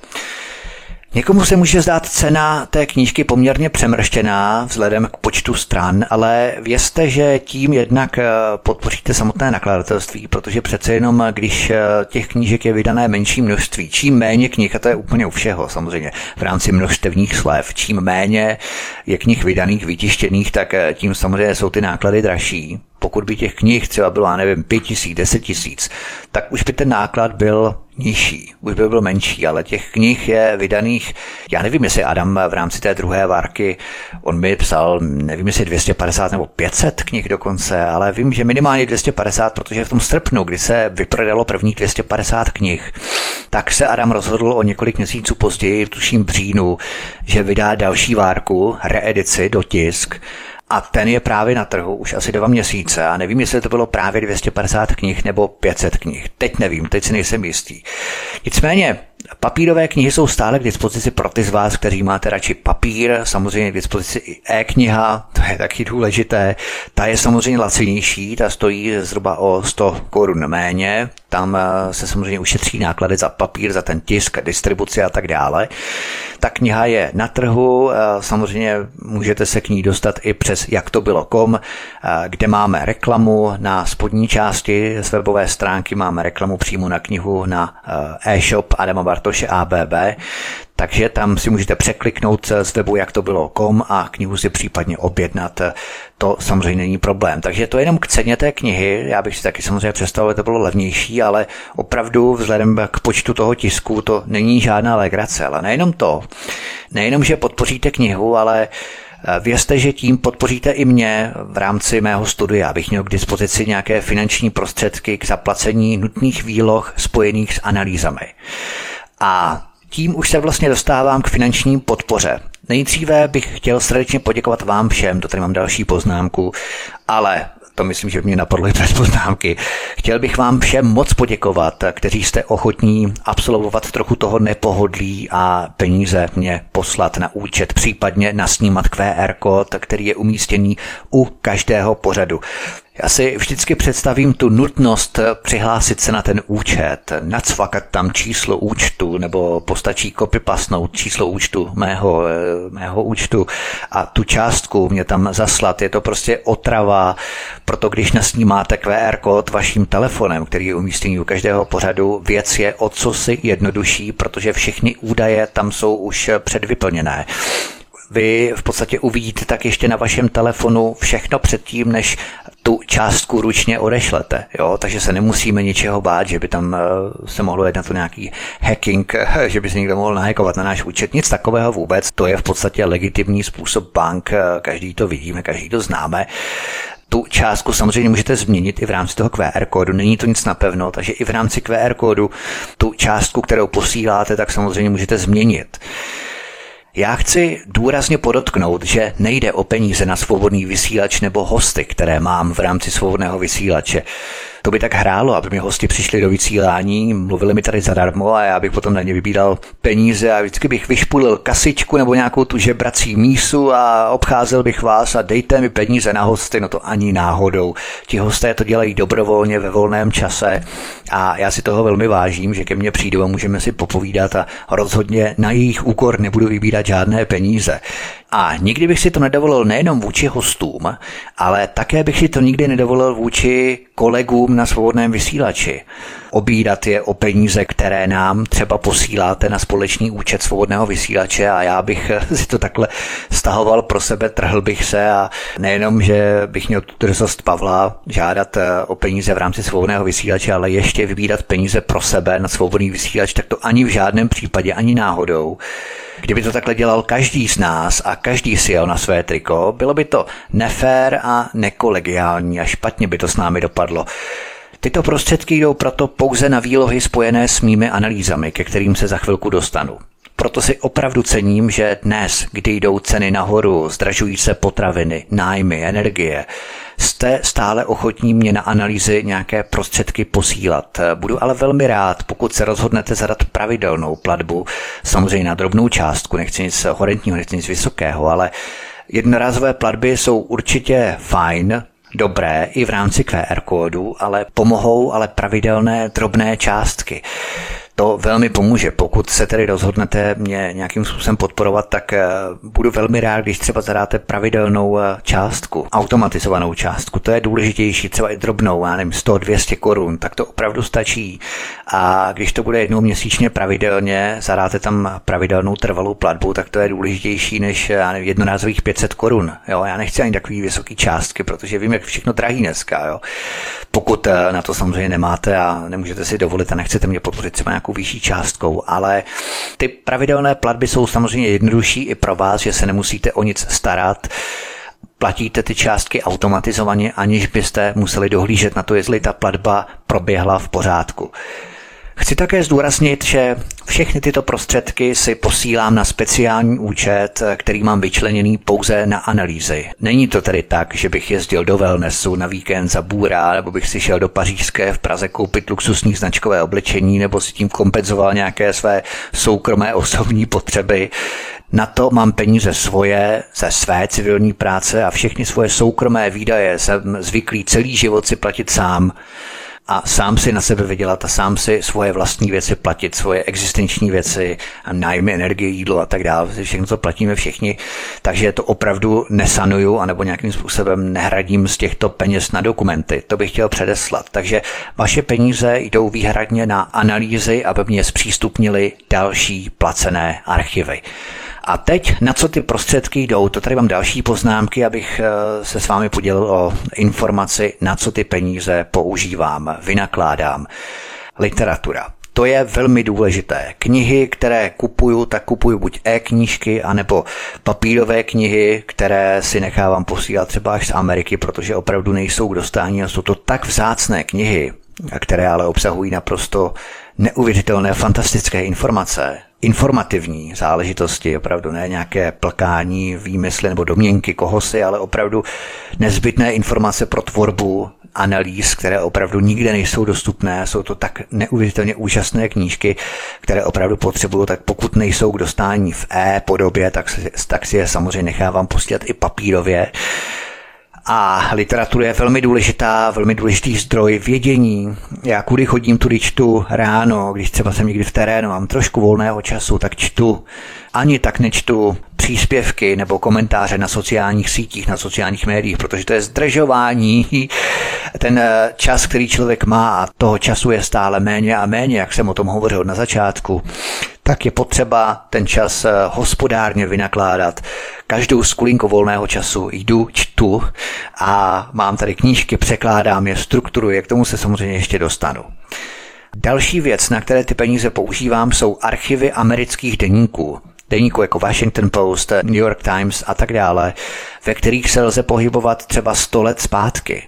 Někomu se může zdát cena té knížky poměrně přemrštěná vzhledem k počtu stran, ale vězte, že tím jednak podpoříte samotné nakladatelství, protože přece jenom, když těch knížek je vydané menší množství, čím méně knih, a to je úplně u všeho samozřejmě, v rámci množstevních slev, čím méně je knih vydaných, vytištěných, tak tím samozřejmě jsou ty náklady dražší. Pokud by těch knih třeba bylo, já nevím, pět tisíc, deset tisíc, tak už by ten náklad byl nižší, už by byl menší, ale těch knih je vydaných, já nevím, jestli Adam v rámci té druhé várky, on mi psal, nevím, jestli dvě stě padesát nebo pět set knih dokonce, ale vím, že minimálně dvě stě padesát, protože v tom srpnu, kdy se vyprodalo prvních dvě stě padesát knih, tak se Adam rozhodl o několik měsíců později, tuším v říjnu, že vydá další várku, reedici, dotisk. A ten je právě na trhu už asi dva měsíce a nevím, jestli to bylo právě dvě stě padesát knih nebo pět set knih. Teď nevím, teď si nejsem jistý. Nicméně papírové knihy jsou stále k dispozici pro ty z vás, kteří máte radši papír, samozřejmě k dispozici i e-kniha, to je taky důležité. Ta je samozřejmě lacinější, ta stojí zhruba o sto korun méně, tam se samozřejmě ušetří náklady za papír, za ten tisk, distribuci a tak dále. Ta kniha je na trhu, samozřejmě můžete se k ní dostat i přes jak to bylo tečka com, kde máme reklamu na spodní části z webové stránky, máme reklamu přímo na knihu na e-shop Adama Bartoše A B B, takže tam si můžete překliknout z webu jak to bylo tečka com a knihu si případně objednat. To samozřejmě není problém. Takže to je jenom k ceně té knihy. Já bych si taky samozřejmě představoval, že to bylo levnější, ale opravdu vzhledem k počtu toho tisku to není žádná legrace. Ale nejenom to, nejenom, že podpoříte knihu, ale vězte, že tím podpoříte i mě v rámci mého studia, abych měl k dispozici nějaké finanční prostředky k zaplacení nutných výloh spojených s analýzami. A tím už se vlastně dostávám k finanční podpoře. Nejdříve bych chtěl srdečně poděkovat vám všem, to tady mám další poznámku, ale to myslím, že mě napadlo i bez poznámky. Chtěl bych vám všem moc poděkovat, kteří jste ochotní absolvovat trochu toho nepohodlí a peníze mě poslat na účet, případně nasnímat Q R kód, který je umístěný u každého pořadu. Já si vždycky představím tu nutnost přihlásit se na ten účet, nacvakat tam číslo účtu, nebo postačí copypastnout číslo účtu mého, mého účtu a tu částku mě tam zaslat. Je to prostě otrava, proto když nasnímáte Q R kód vaším telefonem, který je umístěný u každého pořadu, věc je o co si jednodušší, protože všechny údaje tam jsou už předvyplněné. vy v podstatě uvidíte tak ještě na vašem telefonu všechno předtím, než tu částku ručně odešlete. Jo? Takže se nemusíme ničeho bát, že by tam se mohlo jednat o nějaký hacking, že by se někdo mohl nahackovat na náš účet. Nic takového vůbec. To je v podstatě legitimní způsob bank. Každý to vidíme, každý to známe. Tu částku samozřejmě můžete změnit i v rámci toho Q R kódu. Není to nic napevno, takže i v rámci Q R kódu tu částku, kterou posíláte, tak samozřejmě můžete změnit. Já chci důrazně podotknout, že nejde o peníze na svobodný vysílač nebo hosty, které mám v rámci svobodného vysílače. To by tak hrálo, aby mi hosti přišli do vysílání, mluvili mi tady zadarmo a já bych potom na ně vybíral peníze a vždycky bych vyšpulil kasičku nebo nějakou tu žebrací mísu a obcházel bych vás a dejte mi peníze na hosty, no to ani náhodou. Ti hosté to dělají dobrovolně ve volném čase a já si toho velmi vážím, že ke mně přijdou a můžeme si popovídat a rozhodně na jejich úkor nebudu vybírat žádné peníze. A nikdy bych si to nedovolil nejenom vůči hostům, ale také bych si to nikdy nedovolil vůči kolegům na svobodném vysílači. Obírat je o peníze, které nám třeba posíláte na společný účet svobodného vysílače a já bych si to takhle stahoval pro sebe, trhl bych se a nejenom, že bych měl tu drzost Pavla žádat o peníze v rámci svobodného vysílače, ale ještě vybírat peníze pro sebe na svobodný vysílač, tak to ani v žádném případě, ani náhodou. Kdyby to takhle dělal každý z nás a každý si jel na své triko, bylo by to nefér a nekolegiální a špatně by to s námi dopadlo. Tyto prostředky jdou proto pouze na výlohy spojené s mými analýzami, ke kterým se za chvilku dostanu. Proto si opravdu cením, že dnes, kdy jdou ceny nahoru, zdražují se potraviny, nájmy, energie, jste stále ochotní mě na analýzy nějaké prostředky posílat. Budu ale velmi rád, pokud se rozhodnete zadat pravidelnou platbu, samozřejmě na drobnou částku, nechci nic horentního, nechci nic vysokého, ale jednorázové platby jsou určitě fajn, dobré i v rámci Q R kódu, ale pomohou ale pravidelné drobné částky. To velmi pomůže. Pokud se tedy rozhodnete mě nějakým způsobem podporovat, tak budu velmi rád, když třeba zadáte pravidelnou částku, automatizovanou částku. To je důležitější, třeba i drobnou, já nevím, sto dvě stě korun, tak to opravdu stačí. A když to bude jednou měsíčně pravidelně, zadáte tam pravidelnou trvalou platbu, tak to je důležitější než, já nevím, jednorázových pět set korun. Jo, já nechci ani takový vysoký částky, protože vím, jak všechno drahý dneska. Jo. Pokud na to samozřejmě nemáte a nemůžete si dovolit a nechcete mě podpořit třeba nějakou vyšší částkou, ale ty pravidelné platby jsou samozřejmě jednodušší i pro vás, že se nemusíte o nic starat. Platíte ty částky automatizovaně, aniž byste museli dohlížet na to, jestli ta platba proběhla v pořádku. Chci také zdůraznit, že všechny tyto prostředky si posílám na speciální účet, který mám vyčleněný pouze na analýzy. Není to tedy tak, že bych jezdil do wellnessu na víkend za bůra, nebo bych si šel do Pařížské v Praze koupit luxusní značkové oblečení, nebo si tím kompenzoval nějaké své soukromé osobní potřeby. Na to mám peníze svoje, ze své civilní práce a všechny svoje soukromé výdaje jsem zvyklý celý život si platit sám. A sám si na sebe vydělat a sám si svoje vlastní věci platit, svoje existenční věci, nájmy, energie, jídlo a tak dále. Všechno to platíme všichni, takže to opravdu nesanuju anebo nějakým způsobem nehradím z těchto peněz na dokumenty. To bych chtěl předeslat. Takže vaše peníze jdou výhradně na analýzy, aby mě zpřístupnili další placené archivy. A teď, na co ty prostředky jdou, to tady mám další poznámky, abych se s vámi podělil o informaci, na co ty peníze používám, vynakládám. Literatura. To je velmi důležité. Knihy, které kupuju, tak kupuju buď e-knížky, anebo papírové knihy, které si nechávám posílat třeba až z Ameriky, protože opravdu nejsou k dostání a jsou to tak vzácné knihy, které ale obsahují naprosto neuvěřitelné, fantastické informace, informativní záležitosti, opravdu ne nějaké plkání, výmysly nebo domněnky kohosi, ale opravdu nezbytné informace pro tvorbu analýz, které opravdu nikde nejsou dostupné. Jsou to tak neuvěřitelně úžasné knížky, které opravdu potřebuju, tak pokud nejsou k dostání v e-podobě, tak, si, tak si je samozřejmě nechávám posílat i papírově. A literatura je velmi důležitá, velmi důležitý zdroj vědění. Já kudy chodím, tudy čtu ráno, když třeba jsem někdy v terénu, mám trošku volného času, tak čtu. Ani tak nečtu příspěvky nebo komentáře na sociálních sítích, na sociálních médiích, protože to je zdržování. Ten čas, který člověk má, a toho času je stále méně a méně, jak jsem o tom hovořil na začátku, tak je potřeba ten čas hospodárně vynakládat. každou skulinku volného času jdu, čtu a mám tady knížky, překládám je, strukturuji, k tomu se samozřejmě ještě dostanu. Další věc, na které ty peníze používám, jsou archivy amerických deníků. Deníků jako Washington Post, New York Times a tak dále, ve kterých se lze pohybovat třeba sto let zpátky.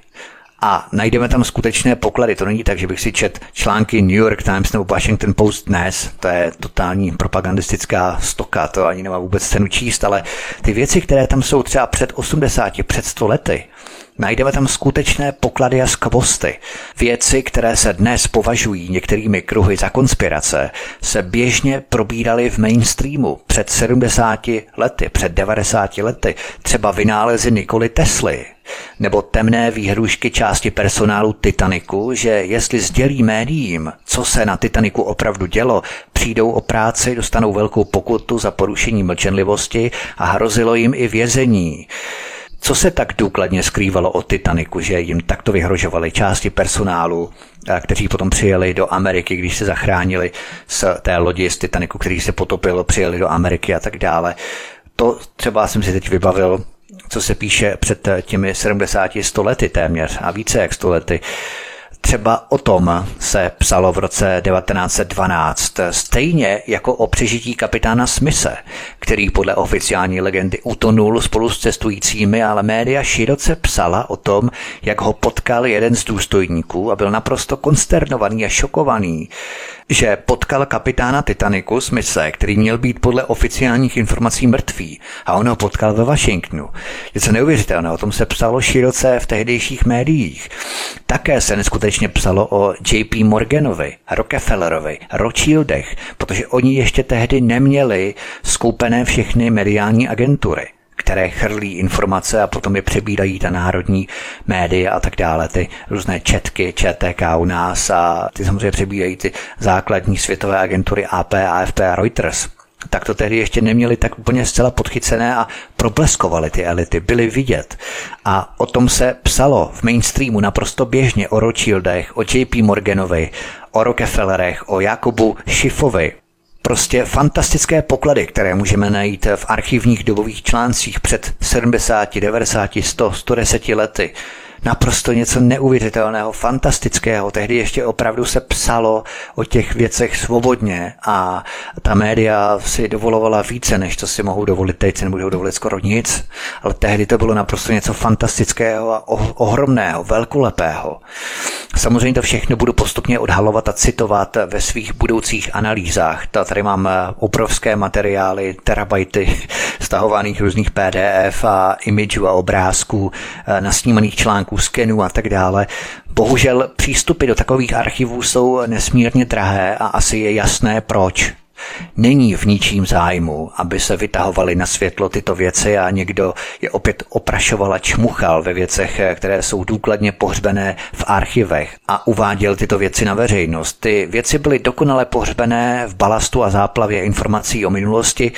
A najdeme tam skutečné poklady. To není tak, že bych si čet články New York Times nebo Washington Post dnes. To je totální propagandistická stoka, to ani nemá vůbec cenu číst, ale ty věci, které tam jsou třeba před osmdesáti, před sto lety, najdeme tam skutečné poklady a skvosty. Věci, které se dnes považují některými kruhy za konspirace, se běžně probíraly v mainstreamu před sedmdesáti lety, před devadesáti lety. Třeba vynálezy Nikoli Tesly, nebo temné výhrušky části personálu Titaniku, že jestli sdělí médiím, co se na Titaniku opravdu dělo, přijdou o práci, dostanou velkou pokutu za porušení mlčenlivosti a hrozilo jim i vězení. Co se tak důkladně skrývalo o Titaniku, že jim takto vyhrožovali části personálu, kteří potom přijeli do Ameriky, když se zachránili z té lodi z Titaniku, který se potopil, přijeli do Ameriky a tak dále. To třeba jsem si teď vybavil, co se píše před těmi sedmdesáti sto lety téměř a více jak sto lety. Třeba o tom se psalo v roce devatenáct set dvanáct, stejně jako o přežití kapitána Smithe, který podle oficiální legendy utonul spolu s cestujícími, ale média široce psala o tom, jak ho potkal jeden z důstojníků a byl naprosto konsternovaný a šokovaný, že potkal kapitána Titaniku Smithe, který měl být podle oficiálních informací mrtvý, a on ho potkal ve Washingtonu. Něco neuvěřitelného, o tom se psalo široce v tehdejších médiích. Také se neskutečně psalo o J P Morganovi, Rockefellerovi, Rothschildech, protože oni ještě tehdy neměli skoupené všechny mediální agentury, které chrlí informace a potom je přebírají ta národní média a tak dále, ty různé četky, Č T K u nás a ty samozřejmě přebírají ty základní světové agentury A P, A F P a Reuters. Tak to tehdy ještě neměli tak úplně zcela podchycené a probleskovaly ty elity, byly vidět. A o tom se psalo v mainstreamu naprosto běžně o Rothschildech, o J P Morganovi, o Rockefellerech, o Jakobu Schiffovi. Prostě fantastické poklady, které můžeme najít v archivních dobových článcích před sedmdesáti, devadesáti, sto, sto deseti lety. Naprosto něco neuvěřitelného, fantastického. Tehdy ještě opravdu se psalo o těch věcech svobodně a ta média si dovolovala více, než to si mohou dovolit teď, si nebudou dovolit skoro nic. Ale tehdy to bylo naprosto něco fantastického a ohromného, velkolepého. Samozřejmě to všechno budu postupně odhalovat a citovat ve svých budoucích analýzách. Tady mám obrovské materiály, terabajty stahovaných různých P D F a imageů a obrázků, nasnímaných článků, skenů a tak dále. Bohužel přístupy do takových archivů jsou nesmírně drahé a asi je jasné proč. Není v ničím zájmu, aby se vytahovaly na světlo tyto věci a někdo je opět oprašoval a čmuchal ve věcech, které jsou důkladně pohřbené v archivech a uváděl tyto věci na veřejnost. Ty věci byly dokonale pohřbené v balastu a záplavě informací o minulosti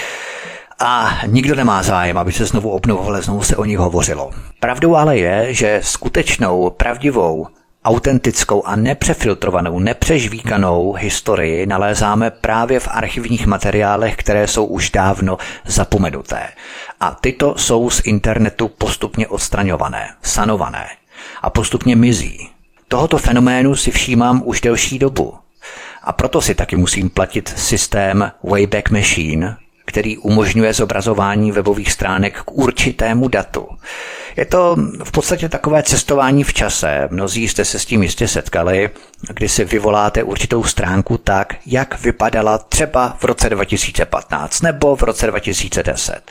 a nikdo nemá zájem, aby se znovu obnovovaly, znovu se o nich hovořilo. Pravdou ale je, že skutečnou, pravdivou, autentickou a nepřefiltrovanou, nepřežvíkanou historii nalézáme právě v archivních materiálech, které jsou už dávno zapomenuté. A tyto jsou z internetu postupně odstraňované, sanované a postupně mizí. Tohoto fenoménu si všímám už delší dobu. A proto si taky musím platit systém Wayback Machine, který umožňuje zobrazování webových stránek k určitému datu. Je to v podstatě takové cestování v čase. Mnozí jste se s tím jistě setkali, kdy si vyvoláte určitou stránku tak, jak vypadala třeba v roce dva tisíce patnáct nebo v roce dva tisíce deset.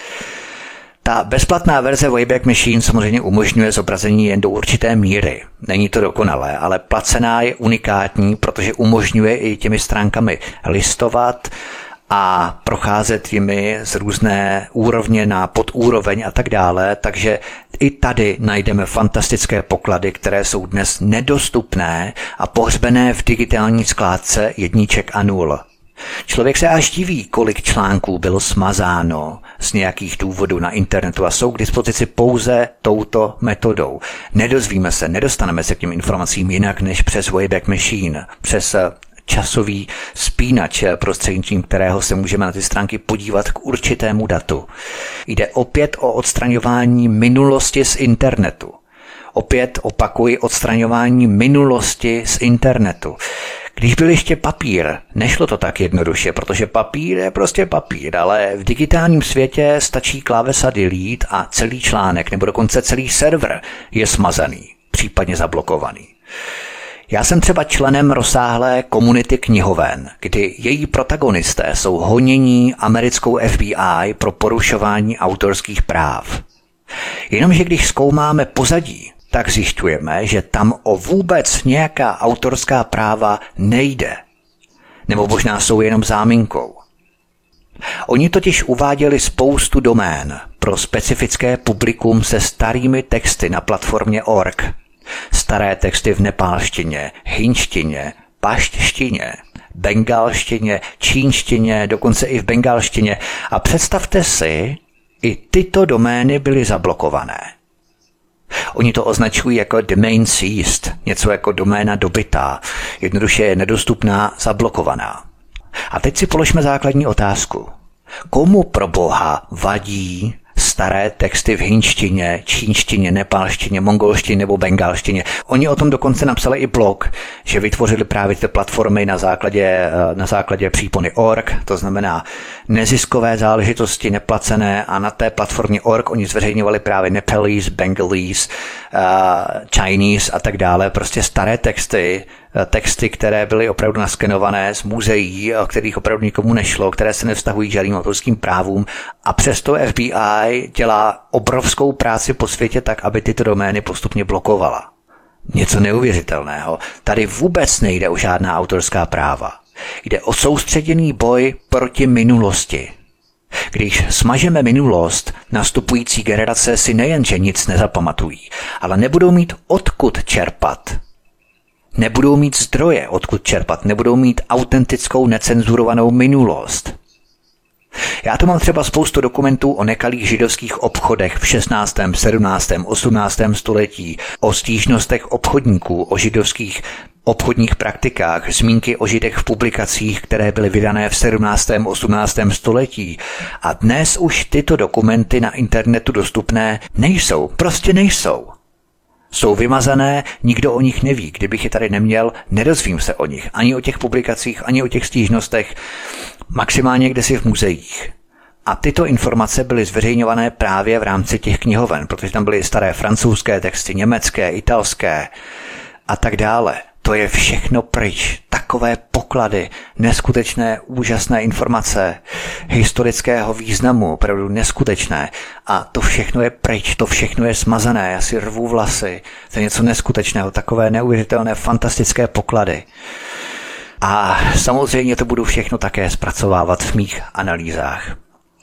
Ta bezplatná verze Wayback Machine samozřejmě umožňuje zobrazení jen do určité míry. Není to dokonalé, ale placená je unikátní, protože umožňuje i těmi stránkami listovat a procházet jimi z různé úrovně na podúroveň a tak dále, takže i tady najdeme fantastické poklady, které jsou dnes nedostupné a pohřbené v digitální skládce jedniček a nul. Člověk se až diví, kolik článků bylo smazáno z nějakých důvodů na internetu a jsou k dispozici pouze touto metodou. Nedozvíme se, nedostaneme se k těm informacím jinak než přes Wayback Machine, přes časový spínač, prostřednictvím kterého se můžeme na ty stránky podívat k určitému datu. Jde opět o odstraňování minulosti z internetu. Opět opakuji, odstraňování minulosti z internetu. Když byl ještě papír, nešlo to tak jednoduše, protože papír je prostě papír, ale v digitálním světě stačí klávesa delete a celý článek nebo dokonce celý server je smazaný, případně zablokovaný. Já jsem třeba členem rozsáhlé komunity knihoven, kdy její protagonisté jsou honění americkou F B I pro porušování autorských práv. Jenomže když zkoumáme pozadí, tak zjišťujeme, že tam o vůbec nějaká autorská práva nejde. Nebo možná jsou jenom záminkou. Oni totiž uváděli spoustu domén pro specifické publikum se starými texty na platformě org. Staré texty v nepálštině, hindštině, paštštině, bengalštině, čínštině, dokonce i v bengalštině. A představte si, i tyto domény byly zablokované. Oni to označují jako domain seized, něco jako doména dobytá, jednoduše je nedostupná, zablokovaná. A teď si položme základní otázku. Komu pro boha vadí staré texty v hindštině, čínštině, nepálštině, mongolštině nebo bengalštině? Oni o tom dokonce napsali i blog, že vytvořili právě ty platformy na základě, na základě přípony org, to znamená neziskové záležitosti neplacené, a na té platformě org oni zveřejňovali právě Nepalese, Bengalese, uh, Chinese a tak dále, prostě staré texty, texty, které byly opravdu naskenované z muzeí, o kterých opravdu nikomu nešlo, které se nevztahují k žádným autorským právům, a přesto F B I dělá obrovskou práci po světě tak, aby tyto domény postupně blokovala. Něco neuvěřitelného. Tady vůbec nejde o žádná autorská práva. Jde o soustředěný boj proti minulosti. Když smažeme minulost, nastupující generace si nejenže nic nezapamatují, ale nebudou mít odkud čerpat. Nebudou mít zdroje, odkud čerpat, nebudou mít autentickou necenzurovanou minulost. Já tu mám třeba spoustu dokumentů o nekalých židovských obchodech v šestnáctém, sedmnáctém, osmnáctém století, o stížnostech obchodníků, o židovských obchodních praktikách, zmínky o židech v publikacích, které byly vydané v sedmnáctém, osmnáctém století. A dnes už tyto dokumenty na internetu dostupné nejsou, prostě nejsou. Jsou vymazané, nikdo o nich neví. Kdybych je tady neměl, nedozvím se o nich. Ani o těch publikacích, ani o těch stížnostech. Maximálně kdesi v muzeích. A tyto informace byly zveřejňované právě v rámci těch knihoven, protože tam byly staré francouzské texty, německé, italské a tak dále. To je všechno pryč. Takové poklady, neskutečné, úžasné informace, historického významu, opravdu neskutečné. A to všechno je pryč, to všechno je smazané. Já si rvu vlasy. To je něco neskutečného, takové neuvěřitelné, fantastické poklady. A samozřejmě to budu všechno také zpracovávat v mých analýzách.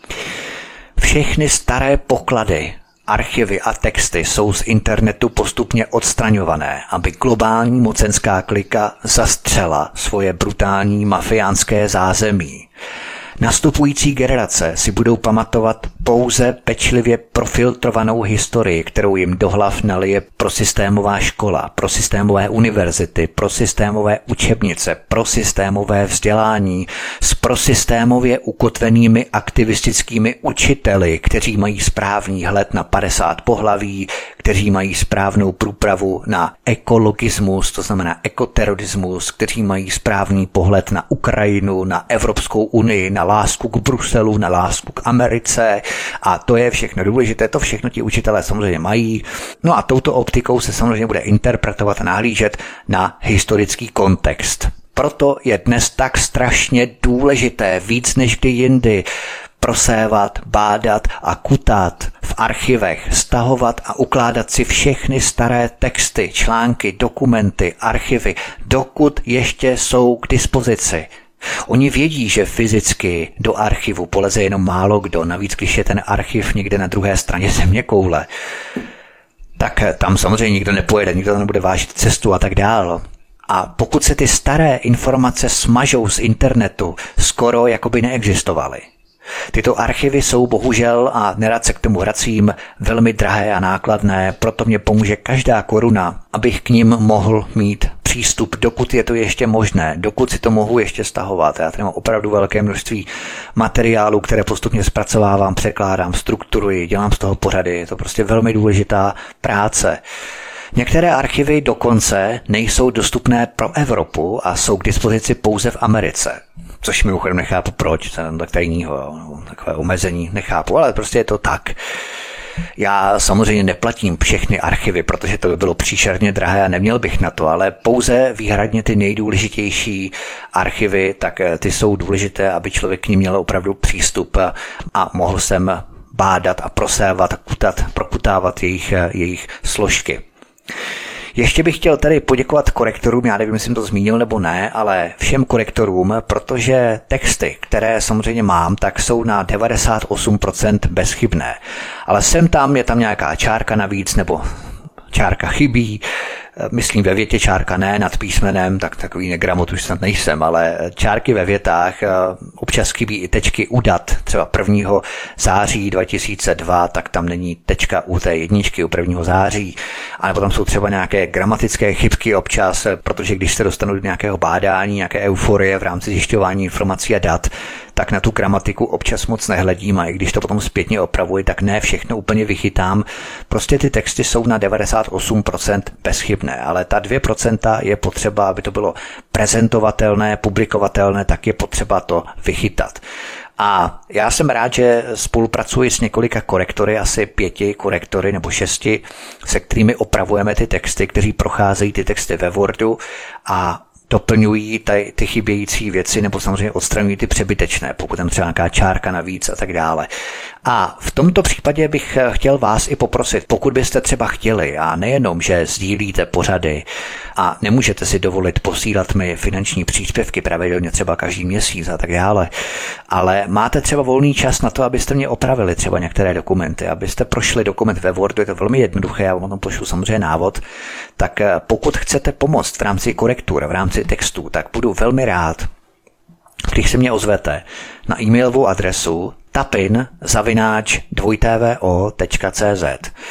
Všechny staré poklady, archivy a texty jsou z internetu postupně odstraňované, aby globální mocenská klika zastřela svoje brutální mafiánské zázemí. Nastupující generace si budou pamatovat pouze pečlivě profiltrovanou historii, kterou jim do hlav nalije prosystémová škola, prosystémové univerzity, prosystémové učebnice, prosystémové vzdělání s prosystémově ukotvenými aktivistickými učiteli, kteří mají správný hled na padesát pohlaví, kteří mají správnou průpravu na ekologismus, to znamená ekoterorismus, kteří mají správný pohled na Ukrajinu, na Evropskou unii, na lásku k Bruselu, na lásku k Americe, a to je všechno důležité, to všechno ti učitelé samozřejmě mají. No a touto optikou se samozřejmě bude interpretovat a nahlížet na historický kontext. Proto je dnes tak strašně důležité, víc než kdy jindy, prosévat, bádat a kutat v archivech, stahovat a ukládat si všechny staré texty, články, dokumenty, archivy, dokud ještě jsou k dispozici. Oni vědí, že fyzicky do archivu poleze jenom málo kdo, navíc když je ten archiv někde na druhé straně zeměkoule, tak tam samozřejmě nikdo nepojede, nikdo tam nebude vážit cestu a tak dál. A pokud se ty staré informace smažou z internetu, skoro jako by neexistovaly. Tyto archivy jsou bohužel, a nerad se k tomu vracím, velmi drahé a nákladné, proto mě pomůže každá koruna, abych k ním mohl mít přístup. přístup, dokud je to ještě možné, dokud si to mohu ještě stahovat. Já tady mám opravdu velké množství materiálu, které postupně zpracovávám, překládám, strukturuji, dělám z toho pořady. Je to prostě velmi důležitá práce. Některé archivy dokonce nejsou dostupné pro Evropu a jsou k dispozici pouze v Americe. Což mimochodem nechápu proč, to je tak tajného, takové omezení nechápu, ale prostě je to tak. Já samozřejmě neplatím všechny archivy, protože to by bylo příšerně drahé a neměl bych na to, ale pouze výhradně ty nejdůležitější archivy, tak ty jsou důležité, aby člověk k nim měl opravdu přístup a mohl jsem bádat a prosévat, kutat, prokutávat jejich, jejich složky. Ještě bych chtěl tady poděkovat korektorům, já nevím, jestli jsem to zmínil nebo ne, ale všem korektorům, protože texty, které samozřejmě mám, tak jsou na devadesát osm procent bezchybné. Ale sem tam je tam nějaká čárka navíc nebo čárka chybí, myslím ve větě čárka ne, nad písmenem, tak takový negramot už snad nejsem, ale čárky ve větách, občas chybí i tečky u dat, třeba prvního září dva tisíce dva, tak tam není tečka u té jedničky u prvního září, ale potom jsou třeba nějaké gramatické chybky občas, protože když se dostanu do nějakého bádání, nějaké euforie v rámci zjišťování informací a dat, tak na tu gramatiku občas moc nehledím a i když to potom zpětně opravuji, tak ne všechno úplně vychytám. Prostě ty texty jsou na devadesát osm procent bezchybné, ale ta dvě procenta je potřeba, aby to bylo prezentovatelné, publikovatelné, tak je potřeba to vychytat. A já jsem rád, že spolupracuji s několika korektory, asi pěti korektory nebo šesti, se kterými opravujeme ty texty, kteří procházejí ty texty ve Wordu a doplňují ty, ty chybějící věci nebo samozřejmě odstraňují ty přebytečné, pokud tam třeba nějaká čárka navíc a tak dále. A v tomto případě bych chtěl vás i poprosit, pokud byste třeba chtěli a nejenom, že sdílíte pořady a nemůžete si dovolit posílat mi finanční příspěvky pravidelně třeba každý měsíc a tak dále, ale máte třeba volný čas na to, abyste mě opravili třeba některé dokumenty, abyste prošli dokument ve Wordu, je to velmi jednoduché, já vám o tom pošlu samozřejmě návod, tak pokud chcete pomoct v rámci korektur, v rámci textů, tak budu velmi rád, když se mě ozvete na e-mailovou adresu tapin zavináč dvojtvo tečka cz.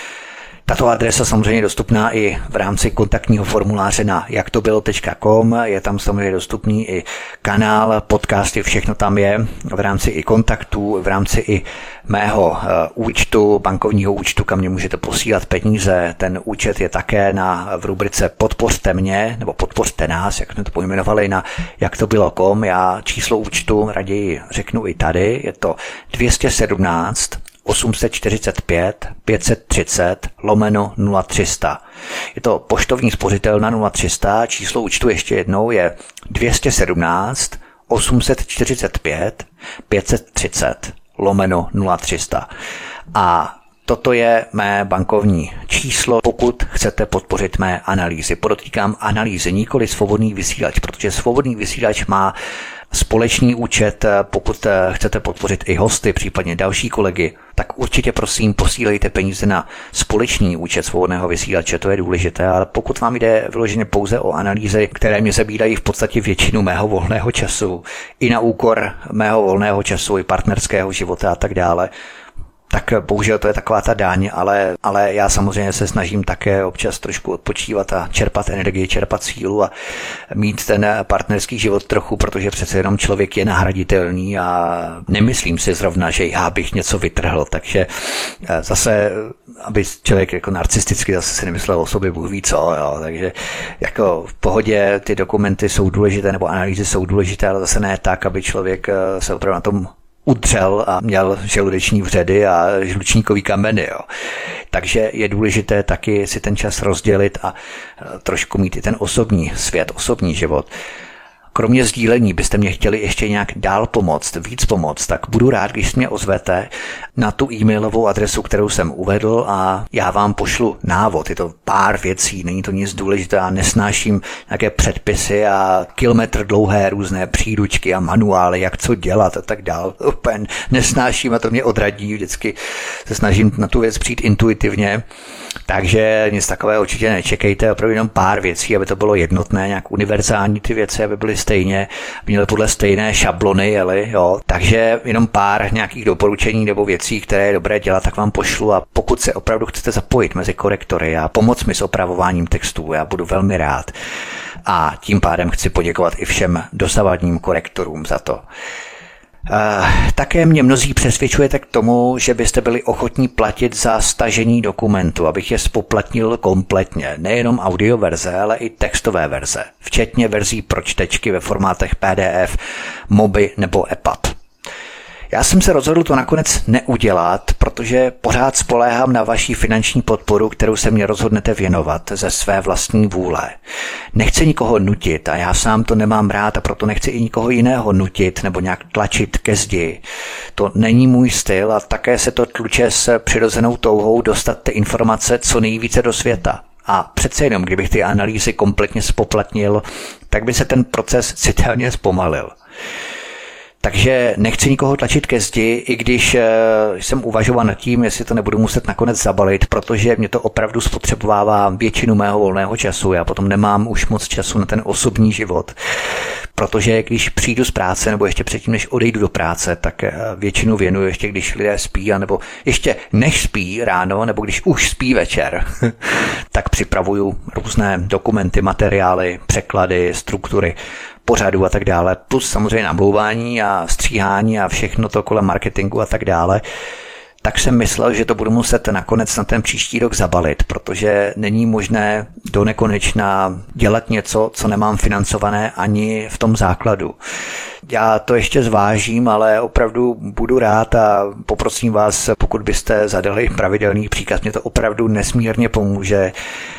Tato adresa samozřejmě je dostupná i v rámci kontaktního formuláře na jaktobylo tečka com, je tam samozřejmě dostupný i kanál, podcasty, všechno tam je, v rámci i kontaktů, v rámci i mého uh, účtu, bankovního účtu, kam mě můžete posílat peníze. Ten účet je také na, v rubrice Podpořte mě, nebo Podpořte nás, jak jsme to pojmenovali, na jaktobylo tečka com. Já číslo účtu raději řeknu i tady, je to dvě stě sedmnáct osm set čtyřicet pět pět set třicet lomeno nula tři sta. Je to poštovní spořitelna nula tři sta, číslo účtu ještě jednou je dvě stě sedmnáct osm set čtyřicet pět pět set třicet lomeno nula tři sta. A toto je mé bankovní číslo, pokud chcete podpořit mé analýzy. Podotýkám analýzy, nikoli svobodný vysílač, protože svobodný vysílač má společný účet, pokud chcete podpořit i hosty, případně další kolegy, tak určitě prosím posílejte peníze na společný účet svobodného vysílače, to je důležité, ale pokud vám jde vyloženě pouze o analýzy, které mě zabírají v podstatě většinu mého volného času, i na úkor mého volného času, i partnerského života a tak dále, tak bohužel to je taková ta daň, ale, ale já samozřejmě se snažím také občas trošku odpočívat a čerpat energii, čerpat sílu a mít ten partnerský život trochu, protože přece jenom člověk je nahraditelný a nemyslím si zrovna, že já bych něco vytrhl, takže zase, aby člověk jako narcisticky zase si nemyslel o sobě, Bůh ví co, jo, takže jako v pohodě ty dokumenty jsou důležité nebo analýzy jsou důležité, ale zase ne tak, aby člověk se opravdu na tom udřel a měl žaludeční vředy a žlučníkový kameny. Jo. Takže je důležité taky si ten čas rozdělit a trošku mít i ten osobní svět, osobní život. Kromě sdílení byste mě chtěli ještě nějak dál pomoct, víc pomoct, tak budu rád, když mě ozvete na tu e-mailovou adresu, kterou jsem uvedl a já vám pošlu návod. Je to pár věcí, není to nic důležitého, nesnáším nějaké předpisy a kilometr dlouhé různé příručky a manuály, jak co dělat a tak dál. Úplně nesnáším a to mě odradí, vždycky se snažím na tu věc přijít intuitivně. Takže nic takového určitě nečekejte, opravdu jenom pár věcí, aby to bylo jednotné, nějak univerzální ty věci, aby byly stejně, měly podle stejné šablony, jeli, jo. Takže jenom pár nějakých doporučení nebo věcí, které je dobré dělat, tak vám pošlu a pokud se opravdu chcete zapojit mezi korektory a pomoct mi s opravováním textů, já budu velmi rád. A tím pádem chci poděkovat i všem dosavadním korektorům za to. Uh, také mě mnozí přesvědčujete k tomu, že byste byli ochotní platit za stažení dokumentu, abych je spoplatnil kompletně, nejenom audio verze, ale i textové verze, včetně verzí pro čtečky ve formátech P D F, Mobi nebo E P U B. Já jsem se rozhodl to nakonec neudělat, protože pořád spoléhám na vaši finanční podporu, kterou se mě rozhodnete věnovat ze své vlastní vůle. Nechci nikoho nutit a já sám to nemám rád a proto nechci i nikoho jiného nutit nebo nějak tlačit ke zdi. To není můj styl a také se to tluče s přirozenou touhou dostat ty informace co nejvíce do světa. A přece jenom, kdybych ty analýzy kompletně spoplatnil, tak by se ten proces citelně zpomalil. Takže nechci nikoho tlačit ke zdi, i když jsem uvažoval nad tím, jestli to nebudu muset nakonec zabalit, protože mě to opravdu spotřebovává většinu mého volného času. Já potom nemám už moc času na ten osobní život, protože když přijdu z práce nebo ještě předtím, než odejdu do práce, tak většinu věnuju ještě, když lidé spí, anebo ještě než spí ráno, nebo když už spí večer, tak připravuju různé dokumenty, materiály, překlady, struktury pořadu a tak dále, plus samozřejmě namlouvání a stříhání a všechno to kolem marketingu a tak dále, tak jsem myslel, že to budu muset nakonec na ten příští rok zabalit, protože není možné do nekonečna dělat něco, co nemám financované ani v tom základu. Já to ještě zvážím, ale opravdu budu rád a poprosím vás, pokud byste zadali pravidelný příkaz, mě to opravdu nesmírně pomůže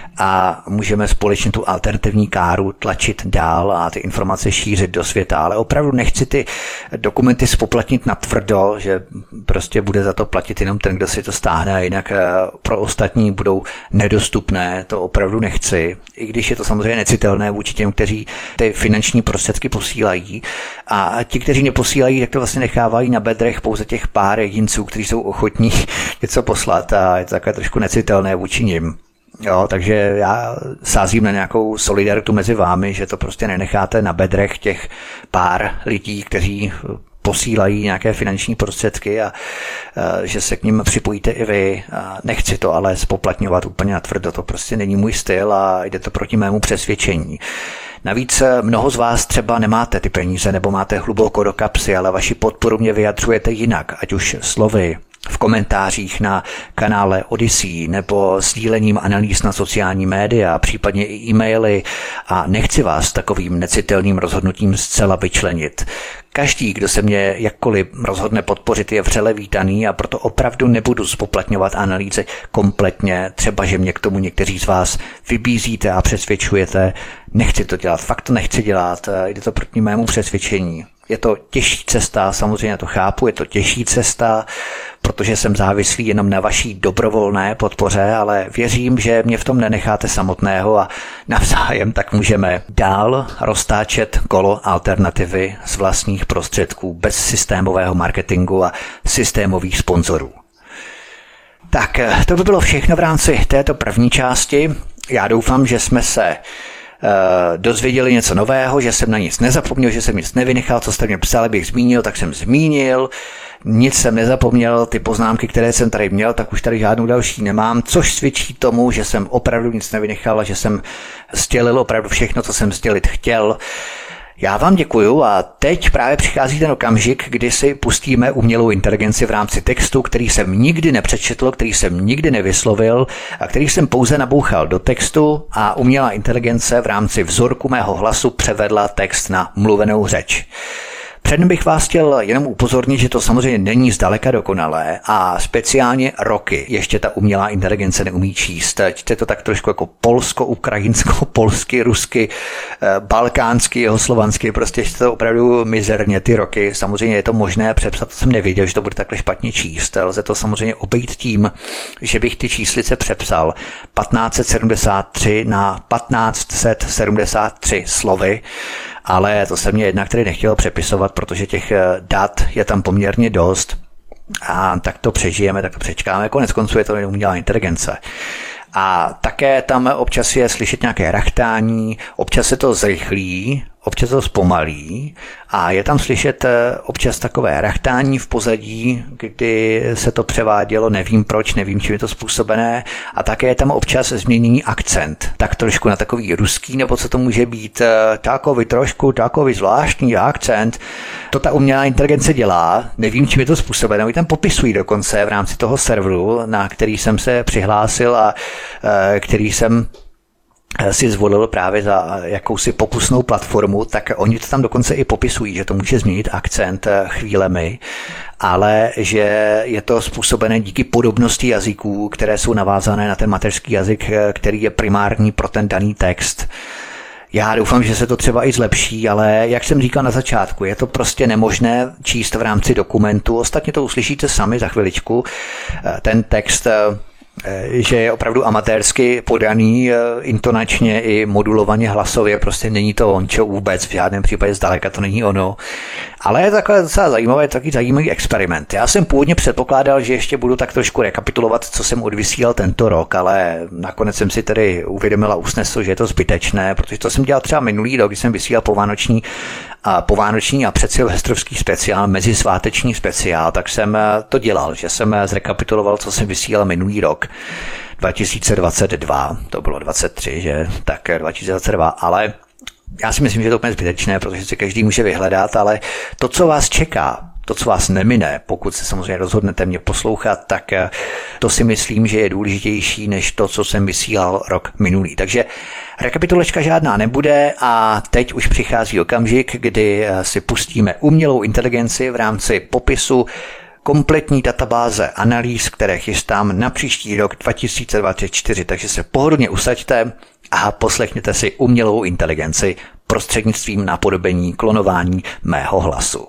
a můžeme společně tu alternativní káru tlačit dál a ty informace šířit do světa. Ale opravdu nechci ty dokumenty spoplatnit natvrdo, že prostě bude za to platit jenom ten, kdo si to stáhne a jinak pro ostatní budou nedostupné. To opravdu nechci, i když je to samozřejmě necitelné vůči těm, kteří ty finanční prostředky posílají. A ti, kteří neposílají, tak to vlastně nechávají na bedrech pouze těch pár jedinců, kteří jsou ochotní něco poslat a je to takové trošku necitelné vůči nim. Jo, takže já sázím na nějakou solidaritu mezi vámi, že to prostě nenecháte na bedrech těch pár lidí, kteří posílají nějaké finanční prostředky a, a že se k nim připojíte i vy. A nechci to ale spoplatňovat úplně natvrdo, to prostě není můj styl a jde to proti mému přesvědčení. Navíc mnoho z vás třeba nemáte ty peníze nebo máte hluboko do kapsy, ale vaši podporu mě vyjadřujete jinak, ať už slovy, v komentářích na kanále Odyssey nebo sdílením analýz na sociální média, případně i e-maily a nechci vás takovým necitelným rozhodnutím zcela vyčlenit. Každý, kdo se mě jakkoliv rozhodne podpořit, je vřele vítaný a proto opravdu nebudu spoplatňovat analýzy kompletně, třeba že mě k tomu někteří z vás vybízíte a přesvědčujete. Nechci to dělat, fakt to nechci dělat, jde to proti mému přesvědčení. Je to těžší cesta, samozřejmě to chápu, je to těžší cesta, protože jsem závislý jenom na vaší dobrovolné podpoře, ale věřím, že mě v tom nenecháte samotného a navzájem tak můžeme dál roztáčet kolo alternativy z vlastních prostředků bez systémového marketingu a systémových sponzorů. Tak, to by bylo všechno v rámci této první části. Já doufám, že jsme se dozvěděli něco nového, že jsem na nic nezapomněl, že jsem nic nevynechal, co jste mě psali, bych zmínil, tak jsem zmínil. Nic jsem nezapomněl, ty poznámky, které jsem tady měl, tak už tady žádnou další nemám, což svědčí tomu, že jsem opravdu nic nevynechal a že jsem sdělil opravdu všechno, co jsem sdělit chtěl. Já vám děkuju a teď právě přichází ten okamžik, kdy si pustíme umělou inteligenci v rámci textu, který jsem nikdy nepřečetl, který jsem nikdy nevyslovil a který jsem pouze nabouchal do textu a umělá inteligence v rámci vzorku mého hlasu převedla text na mluvenou řeč. Předem bych vás chtěl jenom upozornit, že to samozřejmě není zdaleka dokonalé a speciálně roky ještě ta umělá inteligence neumí číst. Čte to tak trošku jako polsko, ukrajinsko, polsky, rusky, balkánsky, jihoslovansky, prostě čte to opravdu mizerně ty roky. Samozřejmě je to možné přepsat, to jsem nevěděl, že to bude takhle špatně číst. Lze to samozřejmě obejít tím, že bych ty číslice přepsal patnáct set sedmdesát tři na patnáct set sedmdesát tři slovy, ale to se mě jednak tedy nechtělo přepisovat, protože těch dat je tam poměrně dost a tak to přežijeme, tak to přečkáme. Konec konců je to umělá inteligence. A také tam občas je slyšet nějaké rachtání, občas se to zrychlí, občas to zpomalí a je tam slyšet občas takové rachtání v pozadí, kdy se to převádělo, nevím proč, nevím, čím je to způsobené, a také je tam občas změněný akcent, tak trošku na takový ruský, nebo co to může být, takový trošku, takový zvláštní akcent. To ta umělá inteligence dělá, nevím, čím je to způsobené, oni tam popisují dokonce v rámci toho serveru, na který jsem se přihlásil a který jsem si zvolil právě za jakousi pokusnou platformu, tak oni to tam dokonce i popisují, že to může změnit akcent chvílemi, ale že je to způsobené díky podobnosti jazyků, které jsou navázané na ten mateřský jazyk, který je primární pro ten daný text. Já doufám, že se to třeba i zlepší, ale jak jsem říkal na začátku, je to prostě nemožné číst v rámci dokumentu. Ostatně to uslyšíte sami za chviličku. Ten text, že je opravdu amatérsky podaný, intonačně i modulovaně hlasově, prostě není to ončo vůbec, v žádném případě zdaleka to není ono. Ale je takové docela zajímavé, taky zajímavý experiment. Já jsem původně předpokládal, že ještě budu tak trošku rekapitulovat, co jsem odvysílal tento rok, ale nakonec jsem si tedy uvědomila usnesl, že je to zbytečné, protože to jsem dělal třeba minulý rok, když jsem vysílal povánoční a povánoční a předsilvestrovský speciál, mezisváteční speciál, tak jsem to dělal, že jsem zrekapituloval, co jsem vysílal minulý rok. dva tisíce dvacet dva, to bylo dvacet tři, že? Tak dva tisíce dvacet dva, ale já si myslím, že je to úplně zbytečné, protože si každý může vyhledat, ale to, co vás čeká, to, co vás nemine, pokud se samozřejmě rozhodnete mě poslouchat, tak to si myslím, že je důležitější než to, co jsem vysílal rok minulý. Takže rekapitulačka žádná nebude a teď už přichází okamžik, kdy si pustíme umělou inteligenci v rámci popisu kompletní databáze analýz, které chystám na příští rok dva tisíce dvacet čtyři, takže se pohodlně usaďte a poslechněte si umělou inteligenci prostřednictvím napodobení klonování mého hlasu.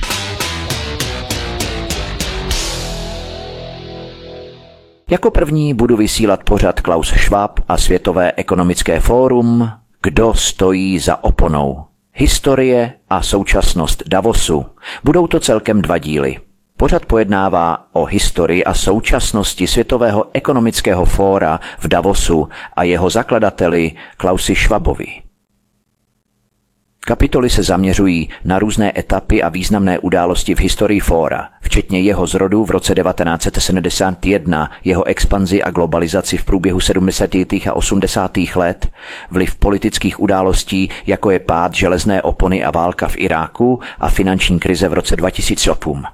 Jako první budu vysílat pořad Klaus Schwab a Světové ekonomické fórum Kdo stojí za oponou? Historie a současnost Davosu. Budou to celkem dva díly. Pořad pojednává o historii a současnosti Světového ekonomického fóra v Davosu a jeho zakladateli Klausi Schwabovi. Kapitoly se zaměřují na různé etapy a významné události v historii fóra, včetně jeho zrodu v roce devatenáct set sedmdesát jedna, jeho expanzi a globalizaci v průběhu sedmdesátých a osmdesátých let, vliv politických událostí, jako je pád železné opony a válka v Iráku a finanční krize v roce dva tisíce osm.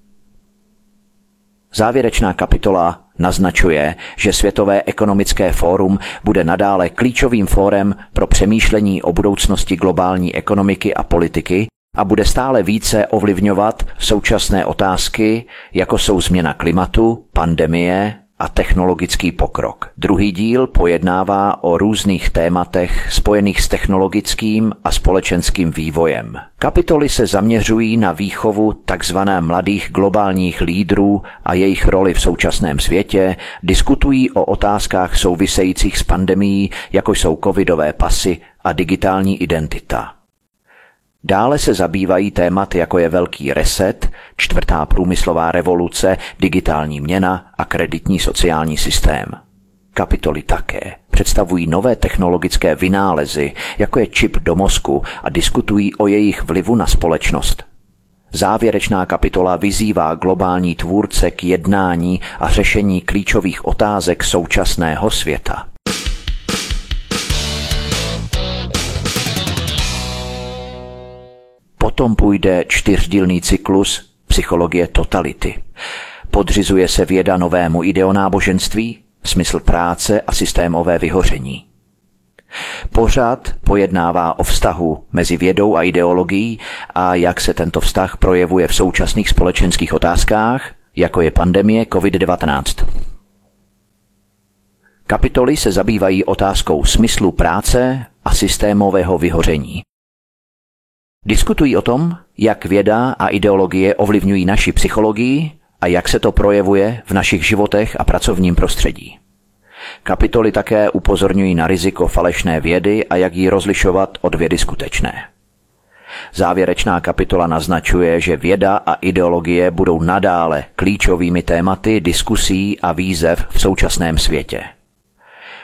Závěrečná kapitola naznačuje, že Světové ekonomické fórum bude nadále klíčovým fórem pro přemýšlení o budoucnosti globální ekonomiky a politiky a bude stále více ovlivňovat současné otázky, jako jsou změna klimatu, pandemie a technologický pokrok. Druhý díl pojednává o různých tématech spojených s technologickým a společenským vývojem. Kapitoly se zaměřují na výchovu takzvané mladých globálních lídrů a jejich roli v současném světě, diskutují o otázkách souvisejících s pandemií, jako jsou covidové pasy a digitální identita. Dále se zabývají tématy, jako je velký reset, čtvrtá průmyslová revoluce, digitální měna a kreditní sociální systém. Kapitoly také představují nové technologické vynálezy, jako je čip do mozku, a diskutují o jejich vlivu na společnost. Závěrečná kapitola vyzývá globální tvůrce k jednání a řešení klíčových otázek současného světa. Potom půjde čtyřdílný cyklus Psychologie totality. Podřizuje se věda novému ideonáboženství, smysl práce a systémové vyhoření. Pořad pojednává o vztahu mezi vědou a ideologií a jak se tento vztah projevuje v současných společenských otázkách, jako je pandemie covid devatenáct. Kapitoly se zabývají otázkou smyslu práce a systémového vyhoření. Diskutují o tom, jak věda a ideologie ovlivňují naši psychologii a jak se to projevuje v našich životech a pracovním prostředí. Kapitoly také upozorňují na riziko falešné vědy a jak ji rozlišovat od vědy skutečné. Závěrečná kapitola naznačuje, že věda a ideologie budou nadále klíčovými tématy diskusí a výzev v současném světě.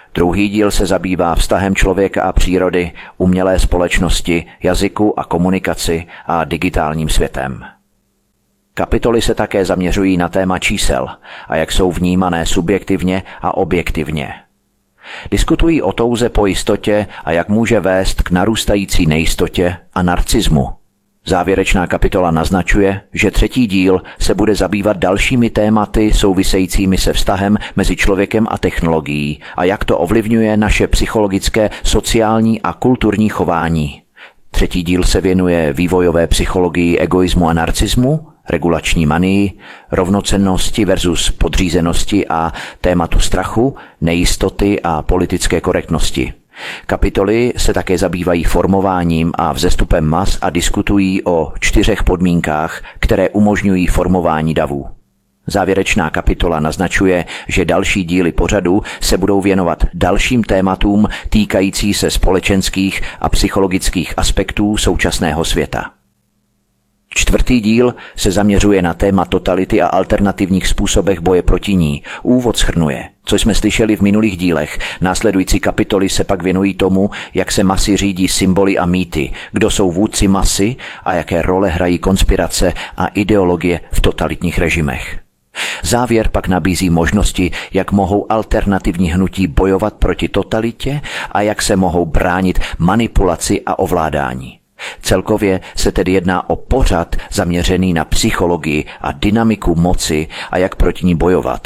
Druhý díl se zabývá vztahem člověka a přírody, umělé společnosti, jazyku a komunikaci a digitálním světem. Kapitoly se také zaměřují na téma čísel a jak jsou vnímané subjektivně a objektivně. Diskutují o touze po jistotě a jak může vést k narůstající nejistotě a narcismu. Závěrečná kapitola naznačuje, že třetí díl se bude zabývat dalšími tématy souvisejícími se vztahem mezi člověkem a technologií a jak to ovlivňuje naše psychologické, sociální a kulturní chování. Třetí díl se věnuje vývojové psychologii egoismu a narcismu, regulační manii, rovnocennosti versus podřízenosti a tématu strachu, nejistoty a politické korektnosti. Kapitoly se také zabývají formováním a vzestupem mas a diskutují o čtyřech podmínkách, které umožňují formování davů. Závěrečná kapitola naznačuje, že další díly pořadu se budou věnovat dalším tématům týkající se společenských a psychologických aspektů současného světa. Čtvrtý díl se zaměřuje na téma totality a alternativních způsobech boje proti ní. Úvod shrnuje, co jsme slyšeli v minulých dílech. Následující kapitoly se pak věnují tomu, jak se masy řídí symboly a mýty, kdo jsou vůdci masy a jaké role hrají konspirace a ideologie v totalitních režimech. Závěr pak nabízí možnosti, jak mohou alternativní hnutí bojovat proti totalitě a jak se mohou bránit manipulaci a ovládání. Celkově se tedy jedná o pořad zaměřený na psychologii a dynamiku moci a jak proti ní bojovat.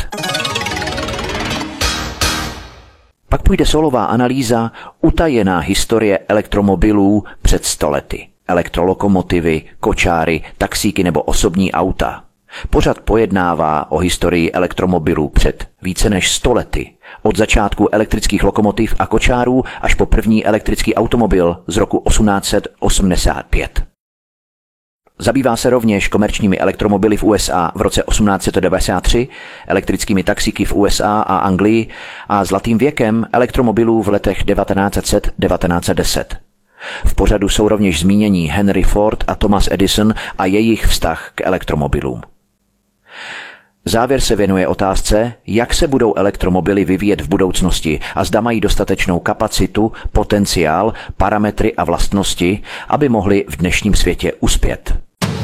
Pak půjde solová analýza utajená historie elektromobilů před sto lety. Elektrolokomotivy, kočáry, taxíky nebo osobní auta. Pořad pojednává o historii elektromobilů před více než sto lety. Od začátku elektrických lokomotiv a kočárů až po první elektrický automobil z roku osmnáct set osmdesát pět. Zabývá se rovněž komerčními elektromobily v U S A v roce osmnáct set devadesát tři, elektrickými taxíky v U S A a Anglii a zlatým věkem elektromobilů v letech devatenáct set až devatenáct set deset. V pořadu jsou rovněž zmíněni Henry Ford a Thomas Edison a jejich vztah k elektromobilům. Závěr se věnuje otázce, jak se budou elektromobily vyvíjet v budoucnosti a zda mají dostatečnou kapacitu, potenciál, parametry a vlastnosti, aby mohly v dnešním světě uspět.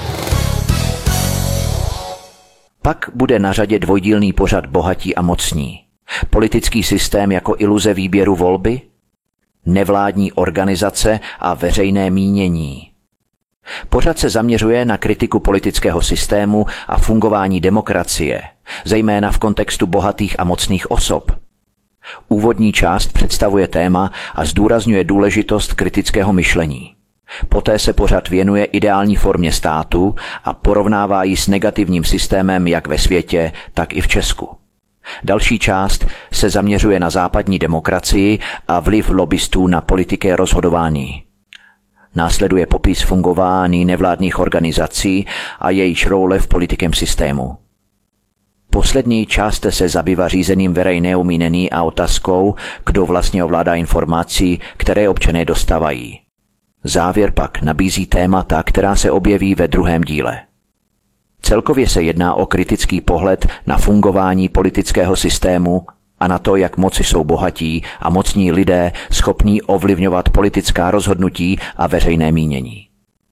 Pak bude na řadě dvojdílný pořad Bohatí a mocní. Politický systém jako iluze výběru volby, nevládní organizace a veřejné mínění. Pořad se zaměřuje na kritiku politického systému a fungování demokracie, zejména v kontextu bohatých a mocných osob. Úvodní část představuje téma a zdůrazňuje důležitost kritického myšlení. Poté se pořad věnuje ideální formě státu a porovnává ji s negativním systémem jak ve světě, tak i v Česku. Další část se zaměřuje na západní demokracii a vliv lobbystů na politické rozhodování. Následuje popis fungování nevládních organizací a jejich role v politickém systému. Poslední část se zabývá řízením veřejného mínění a otázkou, kdo vlastně ovládá informací, které občané dostávají. Závěr pak nabízí témata, která se objeví ve druhém díle. Celkově se jedná o kritický pohled na fungování politického systému a na to, jak moci jsou bohatí a mocní lidé schopní ovlivňovat politická rozhodnutí a veřejné mínění.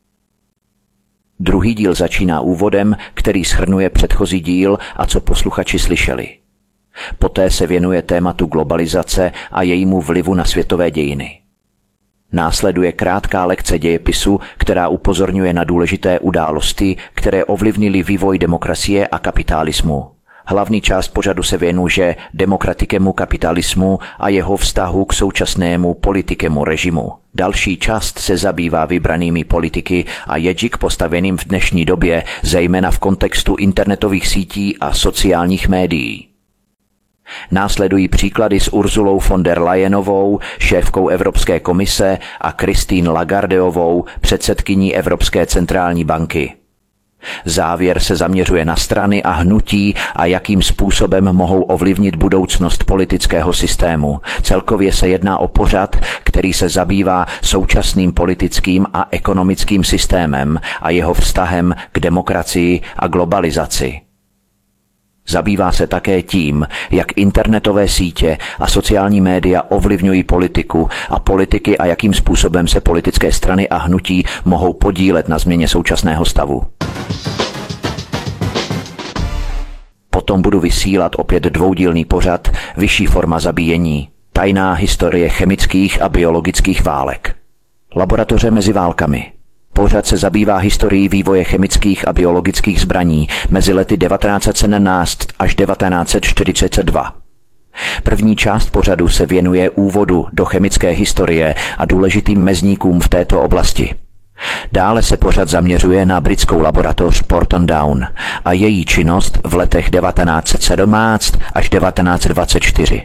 Druhý díl začíná úvodem, který shrnuje předchozí díl a co posluchači slyšeli. Poté se věnuje tématu globalizace a jejímu vlivu na světové dějiny. Následuje krátká lekce dějepisu, která upozorňuje na důležité události, které ovlivnily vývoj demokracie a kapitalismu. Hlavní část pořadu se věnuje demokratickému kapitalismu a jeho vztahu k současnému politikému režimu. Další část se zabývá vybranými politiky a jedžik postaveným v dnešní době, zejména v kontextu internetových sítí a sociálních médií. Následují příklady s Urzulou von der Leyenovou, šéfkou Evropské komise, a Christine Lagardeovou, předsedkyní Evropské centrální banky. Závěr se zaměřuje na strany a hnutí a jakým způsobem mohou ovlivnit budoucnost politického systému. Celkově se jedná o pořad, který se zabývá současným politickým a ekonomickým systémem a jeho vztahem k demokracii a globalizaci. Zabývá se také tím, jak internetové sítě a sociální média ovlivňují politiku a politiky a jakým způsobem se politické strany a hnutí mohou podílet na změně současného stavu. Potom budu vysílat opět dvoudílný pořad Vyšší forma zabíjení. Tajná historie chemických a biologických válek. Laboratoře mezi válkami. Pořad se zabývá historií vývoje chemických a biologických zbraní mezi lety devatenáct set sedmnáct až devatenáct set čtyřicet dva. První část pořadu se věnuje úvodu do chemické historie a důležitým mezníkům v této oblasti. Dále se pořad zaměřuje na britskou laboratoř Porton Down a její činnost v letech devatenáct set sedmnáct až devatenáct set dvacet čtyři.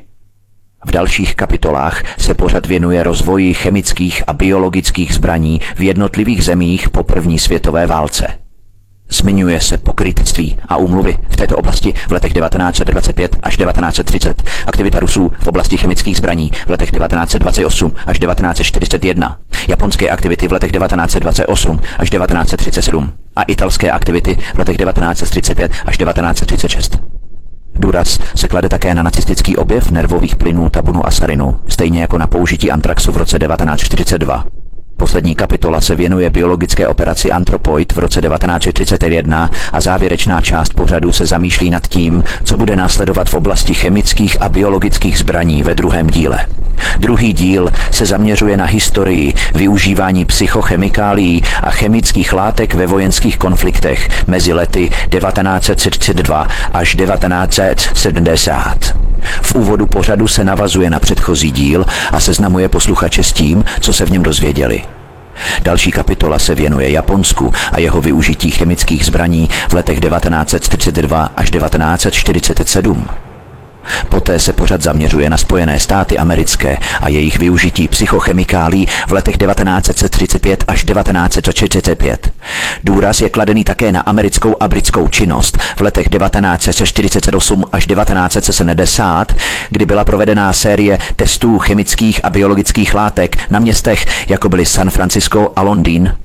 V dalších kapitolách se pořad věnuje rozvoji chemických a biologických zbraní v jednotlivých zemích po první světové válce. Zmiňuje se pokrytectví a úmluvy v této oblasti v letech devatenáct set dvacet pět až devatenáct set třicet, aktivita Rusů v oblasti chemických zbraní v letech devatenáct set dvacet osm až devatenáct set čtyřicet jedna, japonské aktivity v letech devatenáct set dvacet osm až devatenáct set třicet sedm a italské aktivity v letech devatenáct set třicet pět až devatenáct set třicet šest. Důraz se klade také na nacistický objev nervových plynů tabunu a sarinu, stejně jako na použití antraxu v roce devatenáct set čtyřicet dva. Poslední kapitola se věnuje biologické operaci Anthropoid v roce devatenáct set třicet jedna a závěrečná část pořadu se zamýšlí nad tím, co bude následovat v oblasti chemických a biologických zbraní ve druhém díle. Druhý díl se zaměřuje na historii využívání psychochemikálií a chemických látek ve vojenských konfliktech mezi lety devatenáct set třicet dva až devatenáct set sedmdesát. V úvodu pořadu se navazuje na předchozí díl a seznamuje posluchače s tím, co se v něm dozvěděli. Další kapitola se věnuje Japonsku a jeho využití chemických zbraní v letech devatenáct set třicet dva až devatenáct set čtyřicet sedm. Poté se pořad zaměřuje na Spojené státy americké a jejich využití psychochemikálí v letech devatenáct set třicet pět až devatenáct set čtyřicet pět. Důraz je kladený také na americkou a britskou činnost v letech devatenáct set čtyřicet osm až devatenáct set sedmdesát, kdy byla provedená série testů chemických a biologických látek na městech, jako byly San Francisco a Londýn.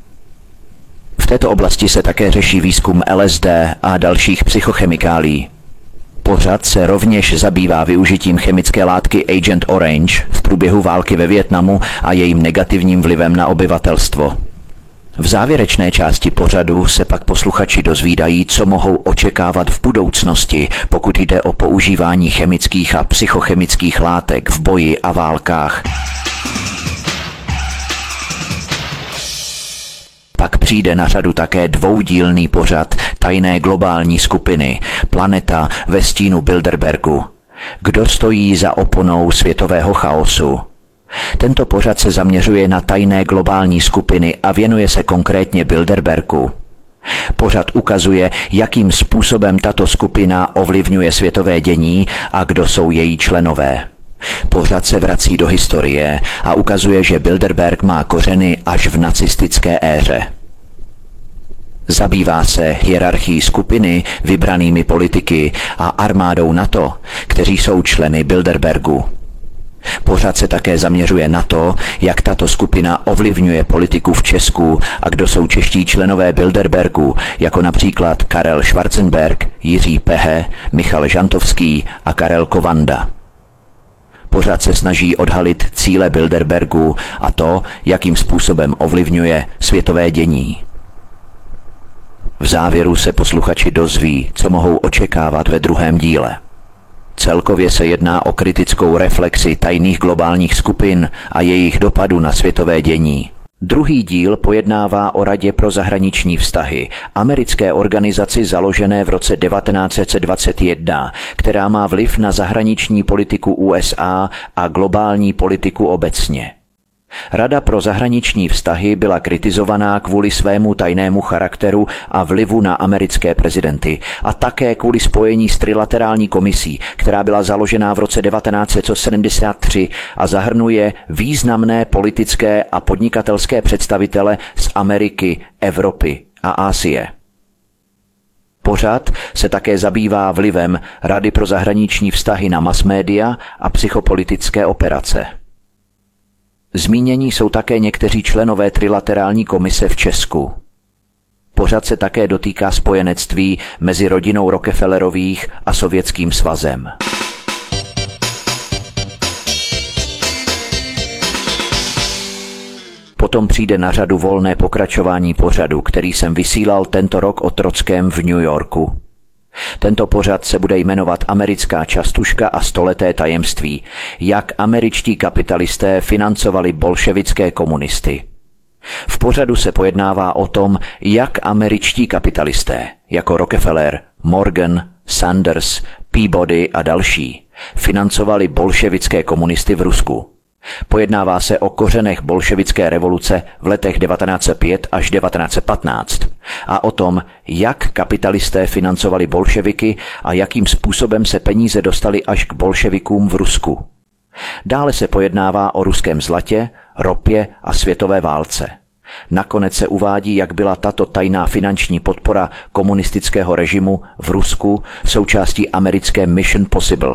V této oblasti se také řeší výzkum L S D a dalších psychochemikálí. Pořad se rovněž zabývá využitím chemické látky Agent Orange v průběhu války ve Vietnamu a jejím negativním vlivem na obyvatelstvo. V závěrečné části pořadu se pak posluchači dozvídají, co mohou očekávat v budoucnosti, pokud jde o používání chemických a psychochemických látek v boji a válkách. Pak přijde na řadu také dvoudílný pořad tajné globální skupiny Planeta ve stínu Bilderbergu. Kdo stojí za oponou světového chaosu? Tento pořad se zaměřuje na tajné globální skupiny a věnuje se konkrétně Bilderbergu. Pořad ukazuje, jakým způsobem tato skupina ovlivňuje světové dění a kdo jsou její členové. Pořad se vrací do historie a ukazuje, že Bilderberg má kořeny až v nacistické éře. Zabývá se hierarchií skupiny, vybranými politiky a armádou NATO, kteří jsou členy Bilderbergu. Pořad se také zaměřuje na to, jak tato skupina ovlivňuje politiku v Česku a kdo jsou čeští členové Bilderbergu, jako například Karel Schwarzenberg, Jiří Pehe, Michal Žantovský a Karel Kovanda. Pořad se snaží odhalit cíle Bilderbergu a to, jakým způsobem ovlivňuje světové dění. V závěru se posluchači dozví, co mohou očekávat ve druhém díle. Celkově se jedná o kritickou reflexi tajných globálních skupin a jejich dopadu na světové dění. Druhý díl pojednává o Radě pro zahraniční vztahy, americké organizaci založené v roce devatenáct set dvacet jedna, která má vliv na zahraniční politiku U S A a globální politiku obecně. Rada pro zahraniční vztahy byla kritizovaná kvůli svému tajnému charakteru a vlivu na americké prezidenty a také kvůli spojení s trilaterální komisí, která byla založena v roce devatenáct set sedmdesát tři a zahrnuje významné politické a podnikatelské představitele z Ameriky, Evropy a Asie. Pořad se také zabývá vlivem Rady pro zahraniční vztahy na masmédia a psychopolitické operace. Zmínění jsou také někteří členové trilaterální komise v Česku. Pořad se také dotýká spojenectví mezi rodinou Rockefellerových a Sovětským svazem. Potom přijde na řadu volné pokračování pořadu, který jsem vysílal tento rok o Trockém v New Yorku. Tento pořad se bude jmenovat Americká častuška a stoleté tajemství, jak američtí kapitalisté financovali bolševické komunisty. V pořadu se pojednává o tom, jak američtí kapitalisté, jako Rockefeller, Morgan, Sanders, Peabody a další, financovali bolševické komunisty v Rusku. Pojednává se o kořenech bolševické revoluce v letech devatenáct set pět až devatenáct set patnáct a o tom, jak kapitalisté financovali bolševiky a jakým způsobem se peníze dostaly až k bolševikům v Rusku. Dále se pojednává o ruském zlatě, ropě a světové válce. Nakonec se uvádí, jak byla tato tajná finanční podpora komunistického režimu v Rusku součástí americké Mission Possible.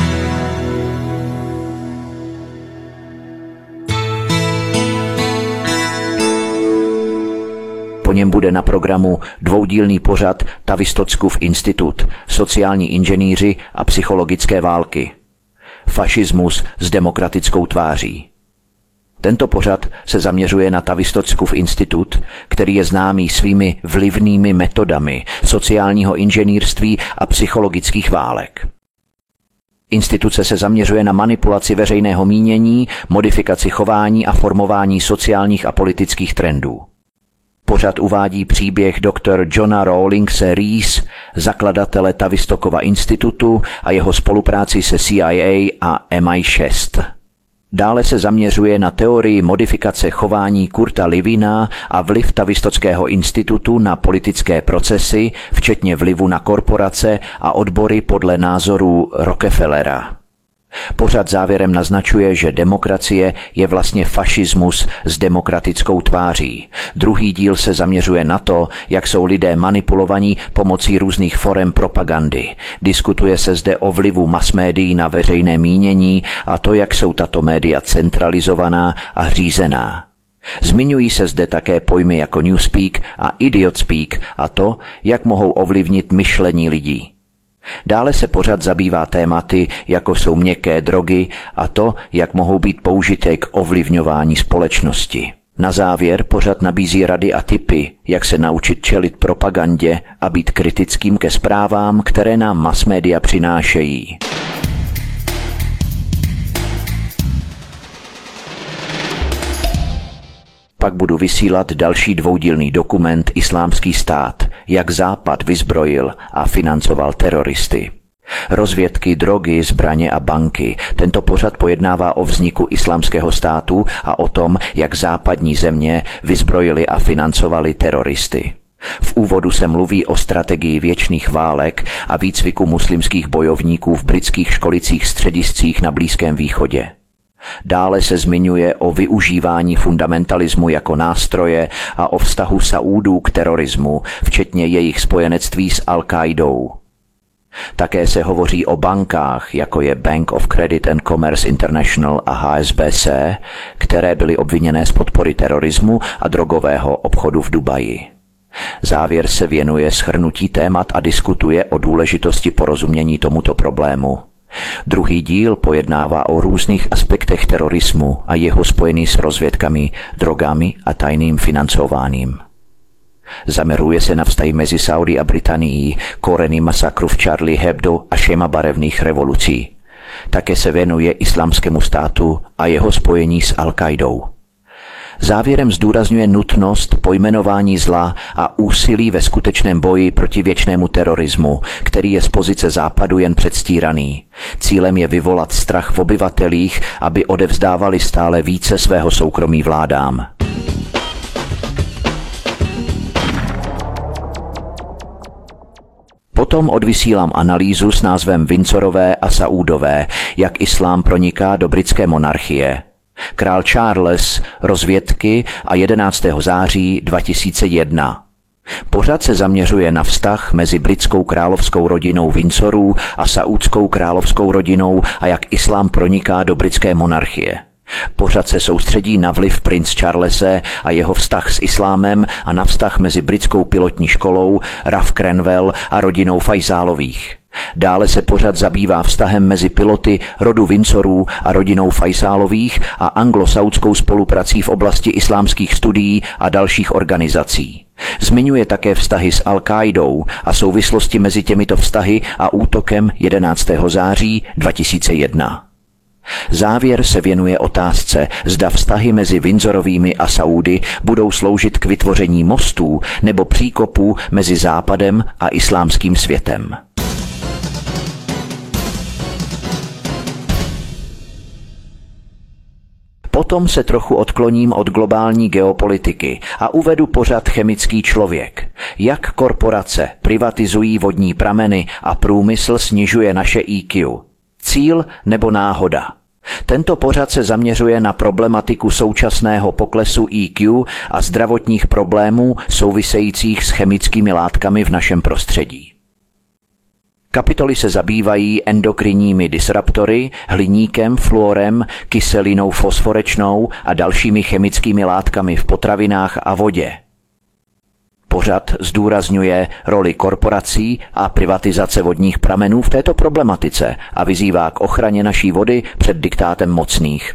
Po něm bude na programu dvoudílný pořad Tavistockův institut, sociální inženýři a psychologické války. Fašismus s demokratickou tváří. Tento pořad se zaměřuje na Tavistockův institut, který je známý svými vlivnými metodami sociálního inženýrství a psychologických válek. Instituce se zaměřuje na manipulaci veřejného mínění, modifikaci chování a formování sociálních a politických trendů. Pořad uvádí příběh doktor Johna Rawlingse Rees, zakladatele Tavistokova institutu a jeho spolupráci se C I A a M I šest. Dále se zaměřuje na teorii modifikace chování Kurta Lewina a vliv Tavistockého institutu na politické procesy, včetně vlivu na korporace a odbory podle názorů Rockefellera. Pořad závěrem naznačuje, že demokracie je vlastně fašismus s demokratickou tváří. Druhý díl se zaměřuje na to, jak jsou lidé manipulovaní pomocí různých forem propagandy. Diskutuje se zde o vlivu masmédií na veřejné mínění a to, jak jsou tato média centralizovaná a řízená. Zmiňují se zde také pojmy jako newspeak a idiotspeak a to, jak mohou ovlivnit myšlení lidí. Dále se pořad zabývá tématy, jako jsou měkké drogy a to, jak mohou být použity k ovlivňování společnosti. Na závěr pořad nabízí rady a tipy, jak se naučit čelit propagandě a být kritickým ke zprávám, které nám masmédia přinášejí. Pak budu vysílat další dvoudílný dokument Islámský stát, jak Západ vyzbrojil a financoval teroristy. Rozvědky, drogy, zbraně a banky. Tento pořad pojednává o vzniku Islámského státu a o tom, jak západní země vyzbrojili a financovali teroristy. V úvodu se mluví o strategii věčných válek a výcviku muslimských bojovníků v britských školicích střediscích na Blízkém východě. Dále se zmiňuje o využívání fundamentalismu jako nástroje a o vztahu Saúdů k terorismu, včetně jejich spojenectví s Al-Qaidou. Také se hovoří o bankách, jako je Bank of Credit and Commerce International a H S B C, které byly obviněné z podpory terorismu a drogového obchodu v Dubaji. Závěr se věnuje shrnutí témat a diskutuje o důležitosti porozumění tomuto problému. Druhý díl pojednává o různých aspektech terorismu a jeho spojený s rozvědkami, drogami a tajným financováním. Zaměřuje se na vztahy mezi Saudi a Británií, koreny masakru v Charlie Hebdo a šema barevných revolucí. Také se věnuje Islámskému státu a jeho spojení s Al-Qaidou. Závěrem zdůrazňuje nutnost pojmenování zla a úsilí ve skutečném boji proti věčnému terorismu, který je z pozice západu jen předstíraný. Cílem je vyvolat strach v obyvatelích, aby odevzdávali stále více svého soukromí vládám. Potom odvysílám analýzu s názvem Windsorové a Saúdové, jak islám proniká do britské monarchie. Král Charles, rozvědky a jedenáctého září dva tisíce jedna. Pořad se zaměřuje na vztah mezi britskou královskou rodinou Windsorů a saúdskou královskou rodinou a jak islám proniká do britské monarchie. Pořad se soustředí na vliv prince Charlese a jeho vztah s islámem a na vztah mezi britskou pilotní školou Ralph Cranwell a rodinou Fajsálových. Dále se pořad zabývá vztahem mezi piloty rodu Windsorů a rodinou Fajsálových a anglo-saudskou spoluprací v oblasti islámských studií a dalších organizací. Zmiňuje také vztahy s Al-Qaidou a souvislosti mezi těmito vztahy a útokem jedenáctého září dva tisíce jedna. Závěr se věnuje otázce, zda vztahy mezi Windsorovými a Saúdy budou sloužit k vytvoření mostů nebo příkopů mezi Západem a islámským světem. Potom se trochu odkloním od globální geopolitiky a uvedu pořad Chemický člověk. Jak korporace privatizují vodní prameny a průmysl snižuje naše í kvé. Cíl nebo náhoda? Tento pořad se zaměřuje na problematiku současného poklesu í kvé a zdravotních problémů souvisejících s chemickými látkami v našem prostředí. Kapitoly se zabývají endokrinními disruptory, hliníkem, fluorem, kyselinou fosforečnou a dalšími chemickými látkami v potravinách a vodě. Pořad zdůrazňuje roli korporací a privatizace vodních pramenů v této problematice a vyzývá k ochraně naší vody před diktátem mocných.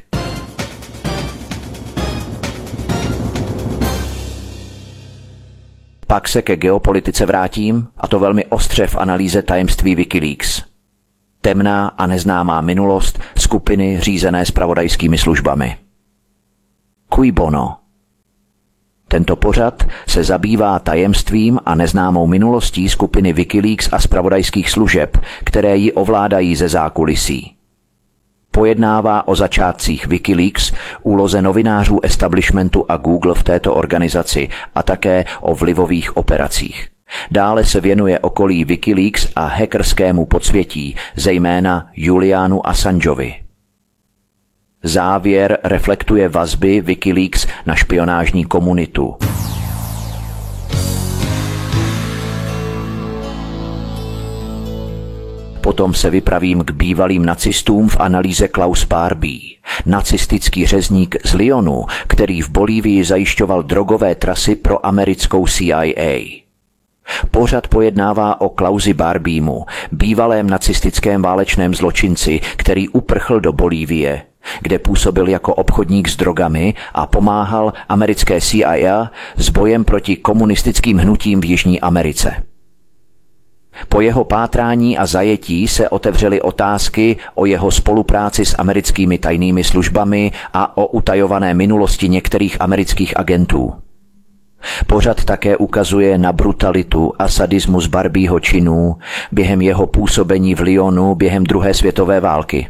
Pak se ke geopolitice vrátím, a to velmi ostře v analýze tajemství Wikileaks. Temná a neznámá minulost skupiny řízené zpravodajskými službami. Cui bono? Tento pořad se zabývá tajemstvím a neznámou minulostí skupiny Wikileaks a zpravodajských služeb, které ji ovládají ze zákulisí. Pojednává o začátcích Wikileaks, úloze novinářů establishmentu a Google v této organizaci a také o vlivových operacích. Dále se věnuje okolí Wikileaks a hackerskému podsvětí, zejména Julianu Assangeovi. Závěr reflektuje vazby Wikileaks na špionážní komunitu. Potom se vypravím k bývalým nacistům v analýze Klaus Barbie, nacistický řezník z Lyonu, který v Bolívii zajišťoval drogové trasy pro americkou C I A. Pořad pojednává o Klausi Barbiemu, bývalém nacistickém válečném zločinci, který uprchl do Bolívie, kde působil jako obchodník s drogami a pomáhal americké C I A s bojem proti komunistickým hnutím v Jižní Americe. Po jeho pátrání a zajetí se otevřely otázky o jeho spolupráci s americkými tajnými službami a o utajované minulosti některých amerických agentů. Pořad také ukazuje na brutalitu a sadismus Barbieho činů během jeho působení v Lyonu během druhé světové války.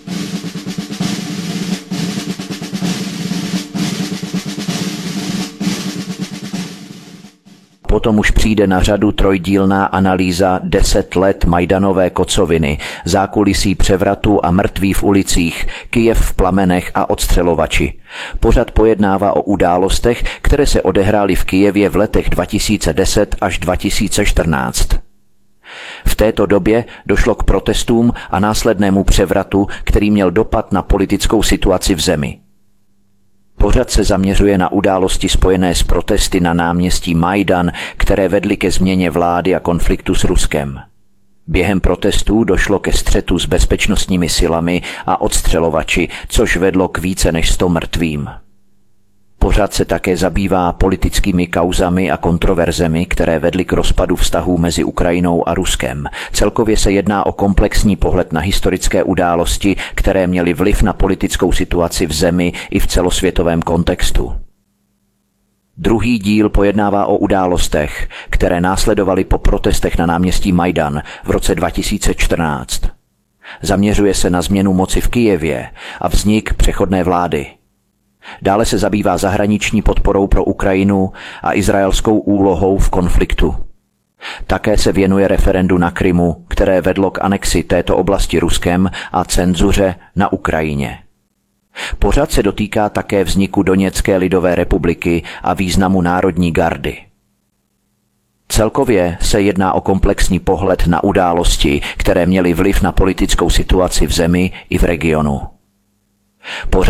Potom už přijde na řadu trojdílná analýza deset let Majdanové kocoviny, zákulisí převratu a mrtví v ulicích, Kyjev v plamenech a odstřelovači. Pořad pojednává o událostech, které se odehrály v Kyjevě v letech dva tisíce deset až dva tisíce čtrnáct. V této době došlo k protestům a následnému převratu, který měl dopad na politickou situaci v zemi. Pořad se zaměřuje na události spojené s protesty na náměstí Majdan, které vedly ke změně vlády a konfliktu s Ruskem. Během protestů došlo ke střetu s bezpečnostními silami a odstřelovači, což vedlo k více než sto mrtvým. Pořad se také zabývá politickými kauzami a kontroverzemi, které vedly k rozpadu vztahů mezi Ukrajinou a Ruskem. Celkově se jedná o komplexní pohled na historické události, které měly vliv na politickou situaci v zemi i v celosvětovém kontextu. Druhý díl pojednává o událostech, které následovaly po protestech na náměstí Majdan v roce dva tisíce čtrnáct. Zaměřuje se na změnu moci v Kyjevě a vznik přechodné vlády. Dále se zabývá zahraniční podporou pro Ukrajinu a izraelskou úlohou v konfliktu. Také se věnuje referendu na Krymu, které vedlo k anexi této oblasti Ruskem a cenzuře na Ukrajině. Pořad se dotýká také vzniku Doněcké lidové republiky a významu národní gardy. Celkově se jedná o komplexní pohled na události, které měly vliv na politickou situaci v zemi i v regionu. Pořad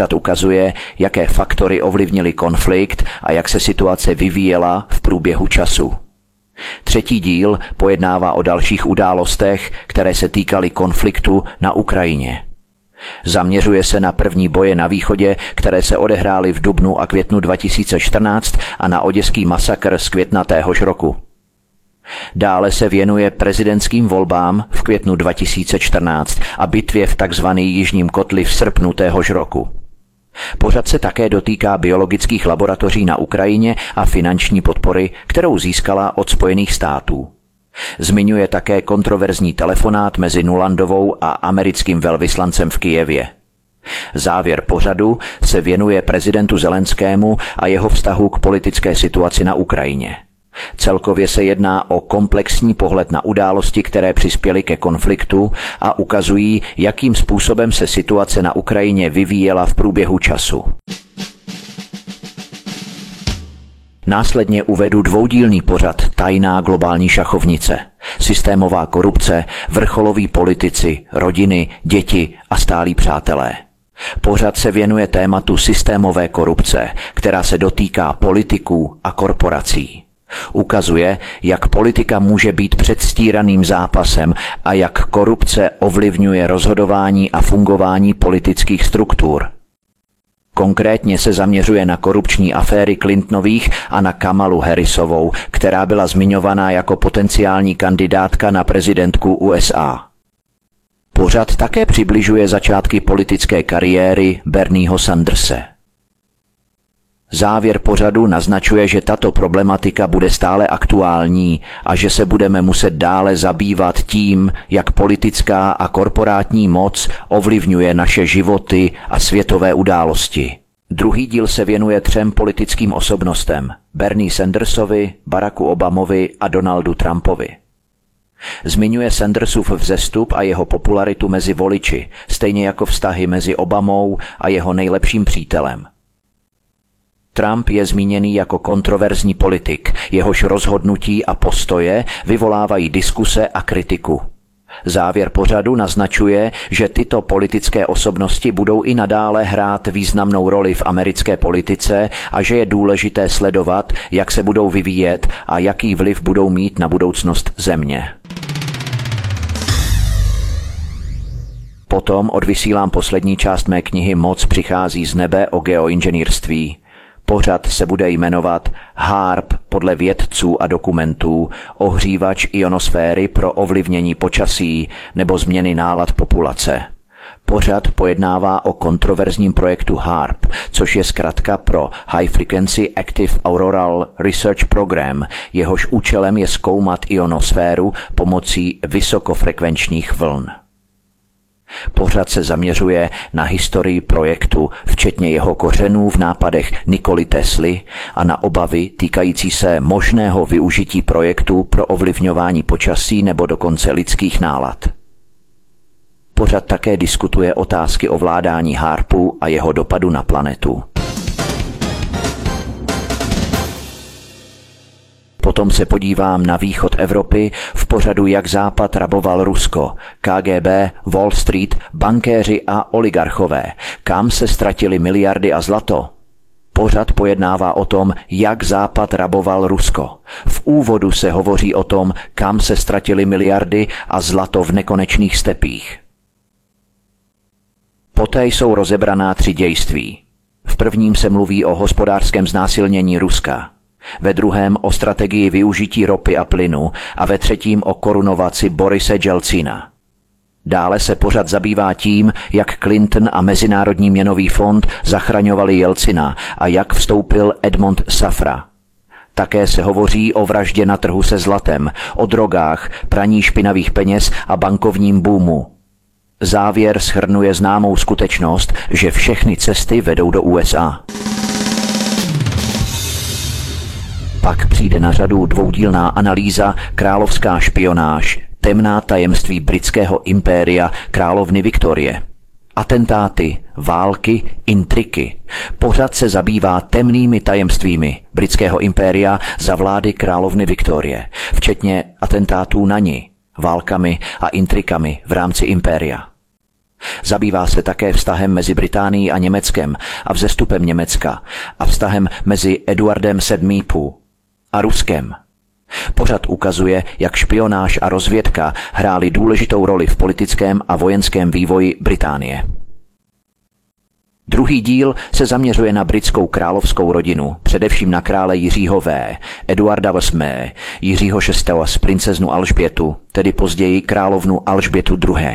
Pořad ukazuje, jaké faktory ovlivnily konflikt a jak se situace vyvíjela v průběhu času. Třetí díl pojednává o dalších událostech, které se týkaly konfliktu na Ukrajině. Zaměřuje se na první boje na východě, které se odehrály v dubnu a květnu dva tisíce čtrnáct a na oděský masakr z května téhož roku. Dále se věnuje prezidentským volbám v květnu dva tisíce čtrnáct a bitvě v tzv. Jižním kotli v srpnu téhož roku. Pořad se také dotýká biologických laboratoří na Ukrajině a finanční podpory, kterou získala od Spojených států. Zmiňuje také kontroverzní telefonát mezi Nulandovou a americkým velvyslancem v Kyjevě. Závěr pořadu se věnuje prezidentu Zelenskému a jeho vztahu k politické situaci na Ukrajině. Celkově se jedná o komplexní pohled na události, které přispěly ke konfliktu a ukazují, jakým způsobem se situace na Ukrajině vyvíjela v průběhu času. Následně uvedu dvoudílný pořad Tajná globální šachovnice. Systémová korupce, vrcholoví politici, rodiny, děti a stálí přátelé. Pořad se věnuje tématu systémové korupce, která se dotýká politiků a korporací. Ukazuje, jak politika může být předstíraným zápasem a jak korupce ovlivňuje rozhodování a fungování politických struktur. Konkrétně se zaměřuje na korupční aféry Clintonových a na Kamalu Harrisovou, která byla zmiňovaná jako potenciální kandidátka na prezidentku U S A. Pořad také přibližuje začátky politické kariéry Bernieho Sanderse. Závěr pořadu naznačuje, že tato problematika bude stále aktuální a že se budeme muset dále zabývat tím, jak politická a korporátní moc ovlivňuje naše životy a světové události. Druhý díl se věnuje třem politickým osobnostem – Bernie Sandersovi, Baracku Obamovi a Donaldu Trumpovi. Zmiňuje Sandersův vzestup a jeho popularitu mezi voliči, stejně jako vztahy mezi Obamou a jeho nejlepším přítelem. Trump je zmíněný jako kontroverzní politik, jehož rozhodnutí a postoje vyvolávají diskuse a kritiku. Závěr pořadu naznačuje, že tyto politické osobnosti budou i nadále hrát významnou roli v americké politice a že je důležité sledovat, jak se budou vyvíjet a jaký vliv budou mít na budoucnost země. Potom odvysílám poslední část mé knihy Moc přichází z nebe o geoinženýrství. Pořad se bude jmenovat HAARP podle vědců a dokumentů, ohřívač ionosféry pro ovlivnění počasí nebo změny nálad populace. Pořad pojednává o kontroverzním projektu HAARP, což je zkratka pro High Frequency Active Auroral Research Program, jehož účelem je zkoumat ionosféru pomocí vysokofrekvenčních vln. Pořad se zaměřuje na historii projektu, včetně jeho kořenů v nápadech Nikoli Tesly a na obavy týkající se možného využití projektu pro ovlivňování počasí nebo dokonce lidských nálad. Pořad také diskutuje otázky ovládání HAARPu a jeho dopadu na planetu. Potom se podívám na východ Evropy v pořadu Jak Západ raboval Rusko, K G B, Wall Street, bankéři a oligarchové, kam se ztratily miliardy a zlato. Pořad pojednává o tom, jak Západ raboval Rusko. V úvodu se hovoří o tom, kam se ztratily miliardy a zlato v nekonečných stepích. Poté jsou rozebraná tři dějství. V prvním se mluví o hospodářském znásilnění Ruska, ve druhém o strategii využití ropy a plynu a ve třetím o korunovaci Borise Jelcina. Dále se pořad zabývá tím, jak Clinton a Mezinárodní měnový fond zachraňovali Jelcina a jak vstoupil Edmond Safra. Také se hovoří o vraždě na trhu se zlatem, o drogách, praní špinavých peněz a bankovním boomu. Závěr shrnuje známou skutečnost, že všechny cesty vedou do U S A. Pak přijde na řadu dvoudílná analýza Královská špionáž, temná tajemství britského impéria královny Viktorie. Atentáty, války, intriky. Pořad se zabývá temnými tajemstvími britského impéria za vlády královny Viktorie, včetně atentátů na ni, válkami a intrikami v rámci impéria. Zabývá se také vztahem mezi Británií a Německem a vzestupem Německa a vztahem mezi Eduardem sedmým a Ruskem. Pořad ukazuje, jak špionáž a rozvědka hrály důležitou roli v politickém a vojenském vývoji Británie. Druhý díl se zaměřuje na britskou královskou rodinu, především na krále Jiřího V., Eduarda osmého., Jiřího šestého. s princeznu Alžbětu, tedy později královnu Alžbětu druhou.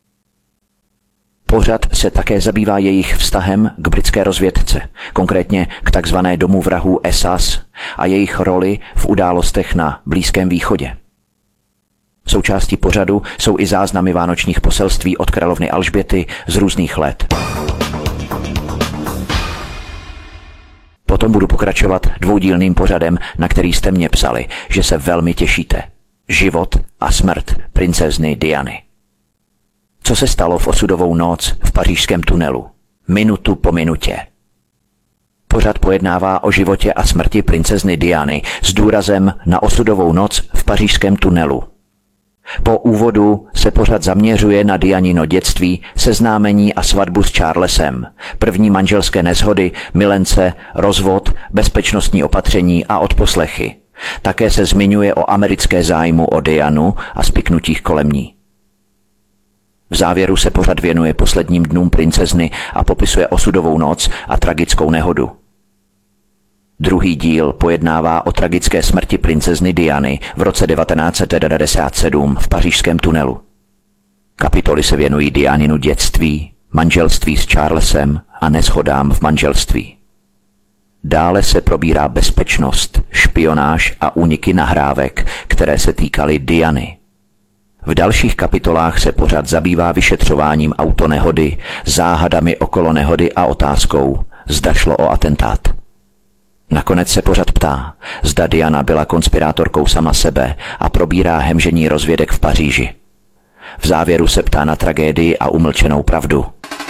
Pořad se také zabývá jejich vztahem k britské rozvědce, konkrétně k takzvané domu vrahů S A S a jejich roli v událostech na Blízkém východě. Součástí pořadu jsou i záznamy vánočních poselství od královny Alžběty z různých let. Potom budu pokračovat dvoudílným pořadem, na který jste mě psali, že se velmi těšíte. Život a smrt princezny Diany. Co se stalo v osudovou noc v pařížském tunelu? Minutu po minutě. Pořad pojednává o životě a smrti princezny Diany s důrazem na osudovou noc v pařížském tunelu. Po úvodu se pořad zaměřuje na Dianino dětství, seznámení a svatbu s Charlesem, první manželské neshody, milence, rozvod, bezpečnostní opatření a odposlechy. Také se zmiňuje o americké zájmu o Dianu a spiknutích kolem ní. V závěru se pořad věnuje posledním dnům princezny a popisuje osudovou noc a tragickou nehodu. Druhý díl pojednává o tragické smrti princezny Diany v roce devatenáct set devadesát sedm v pařížském tunelu. Kapitoly se věnují Dianinu dětství, manželství s Charlesem a neshodám v manželství. Dále se probírá bezpečnost, špionáž a úniky nahrávek, které se týkaly Diany. V dalších kapitolách se pořad zabývá vyšetřováním autonehody, záhadami okolo nehody a otázkou, zda šlo o atentát. Nakonec se pořad ptá, zda Diana byla konspirátorkou sama sebe a probírá hemžení rozvědek v Paříži. V závěru se ptá na tragédii a umlčenou pravdu.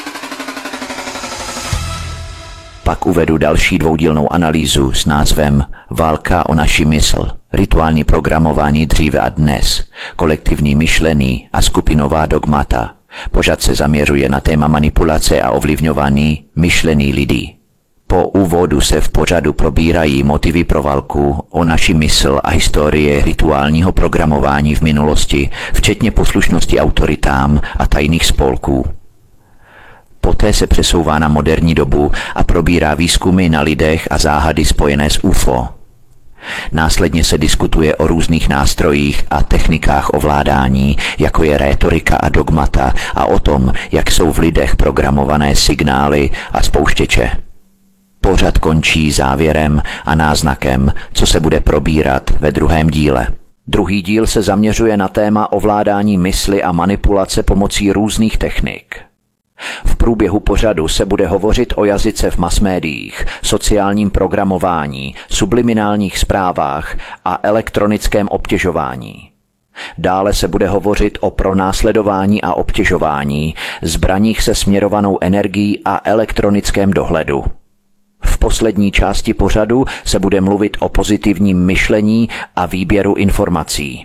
Pak uvedu další dvoudílnou analýzu s názvem Válka o naši mysl, rituální programování dříve a dnes, kolektivní myšlení a skupinová dogmata. Pořad se zaměřuje na téma manipulace a ovlivňování myšlení lidí. Po úvodu se v pořadu probírají motivy pro válku o naši mysl a historie rituálního programování v minulosti, včetně poslušnosti autoritám a tajných spolků. Poté se přesouvá na moderní dobu a probírá výzkumy na lidech a záhady spojené s U F O. Následně se diskutuje o různých nástrojích a technikách ovládání, jako je rétorika a dogmata, a o tom, jak jsou v lidech programované signály a spouštěče. Pořad končí závěrem a náznakem, co se bude probírat ve druhém díle. Druhý díl se zaměřuje na téma ovládání mysli a manipulace pomocí různých technik. V průběhu pořadu se bude hovořit o jazyce v masmédiích, sociálním programování, subliminálních zprávách a elektronickém obtěžování. Dále se bude hovořit o pronásledování a obtěžování, zbraních se směrovanou energií a elektronickém dohledu. V poslední části pořadu se bude mluvit o pozitivním myšlení a výběru informací.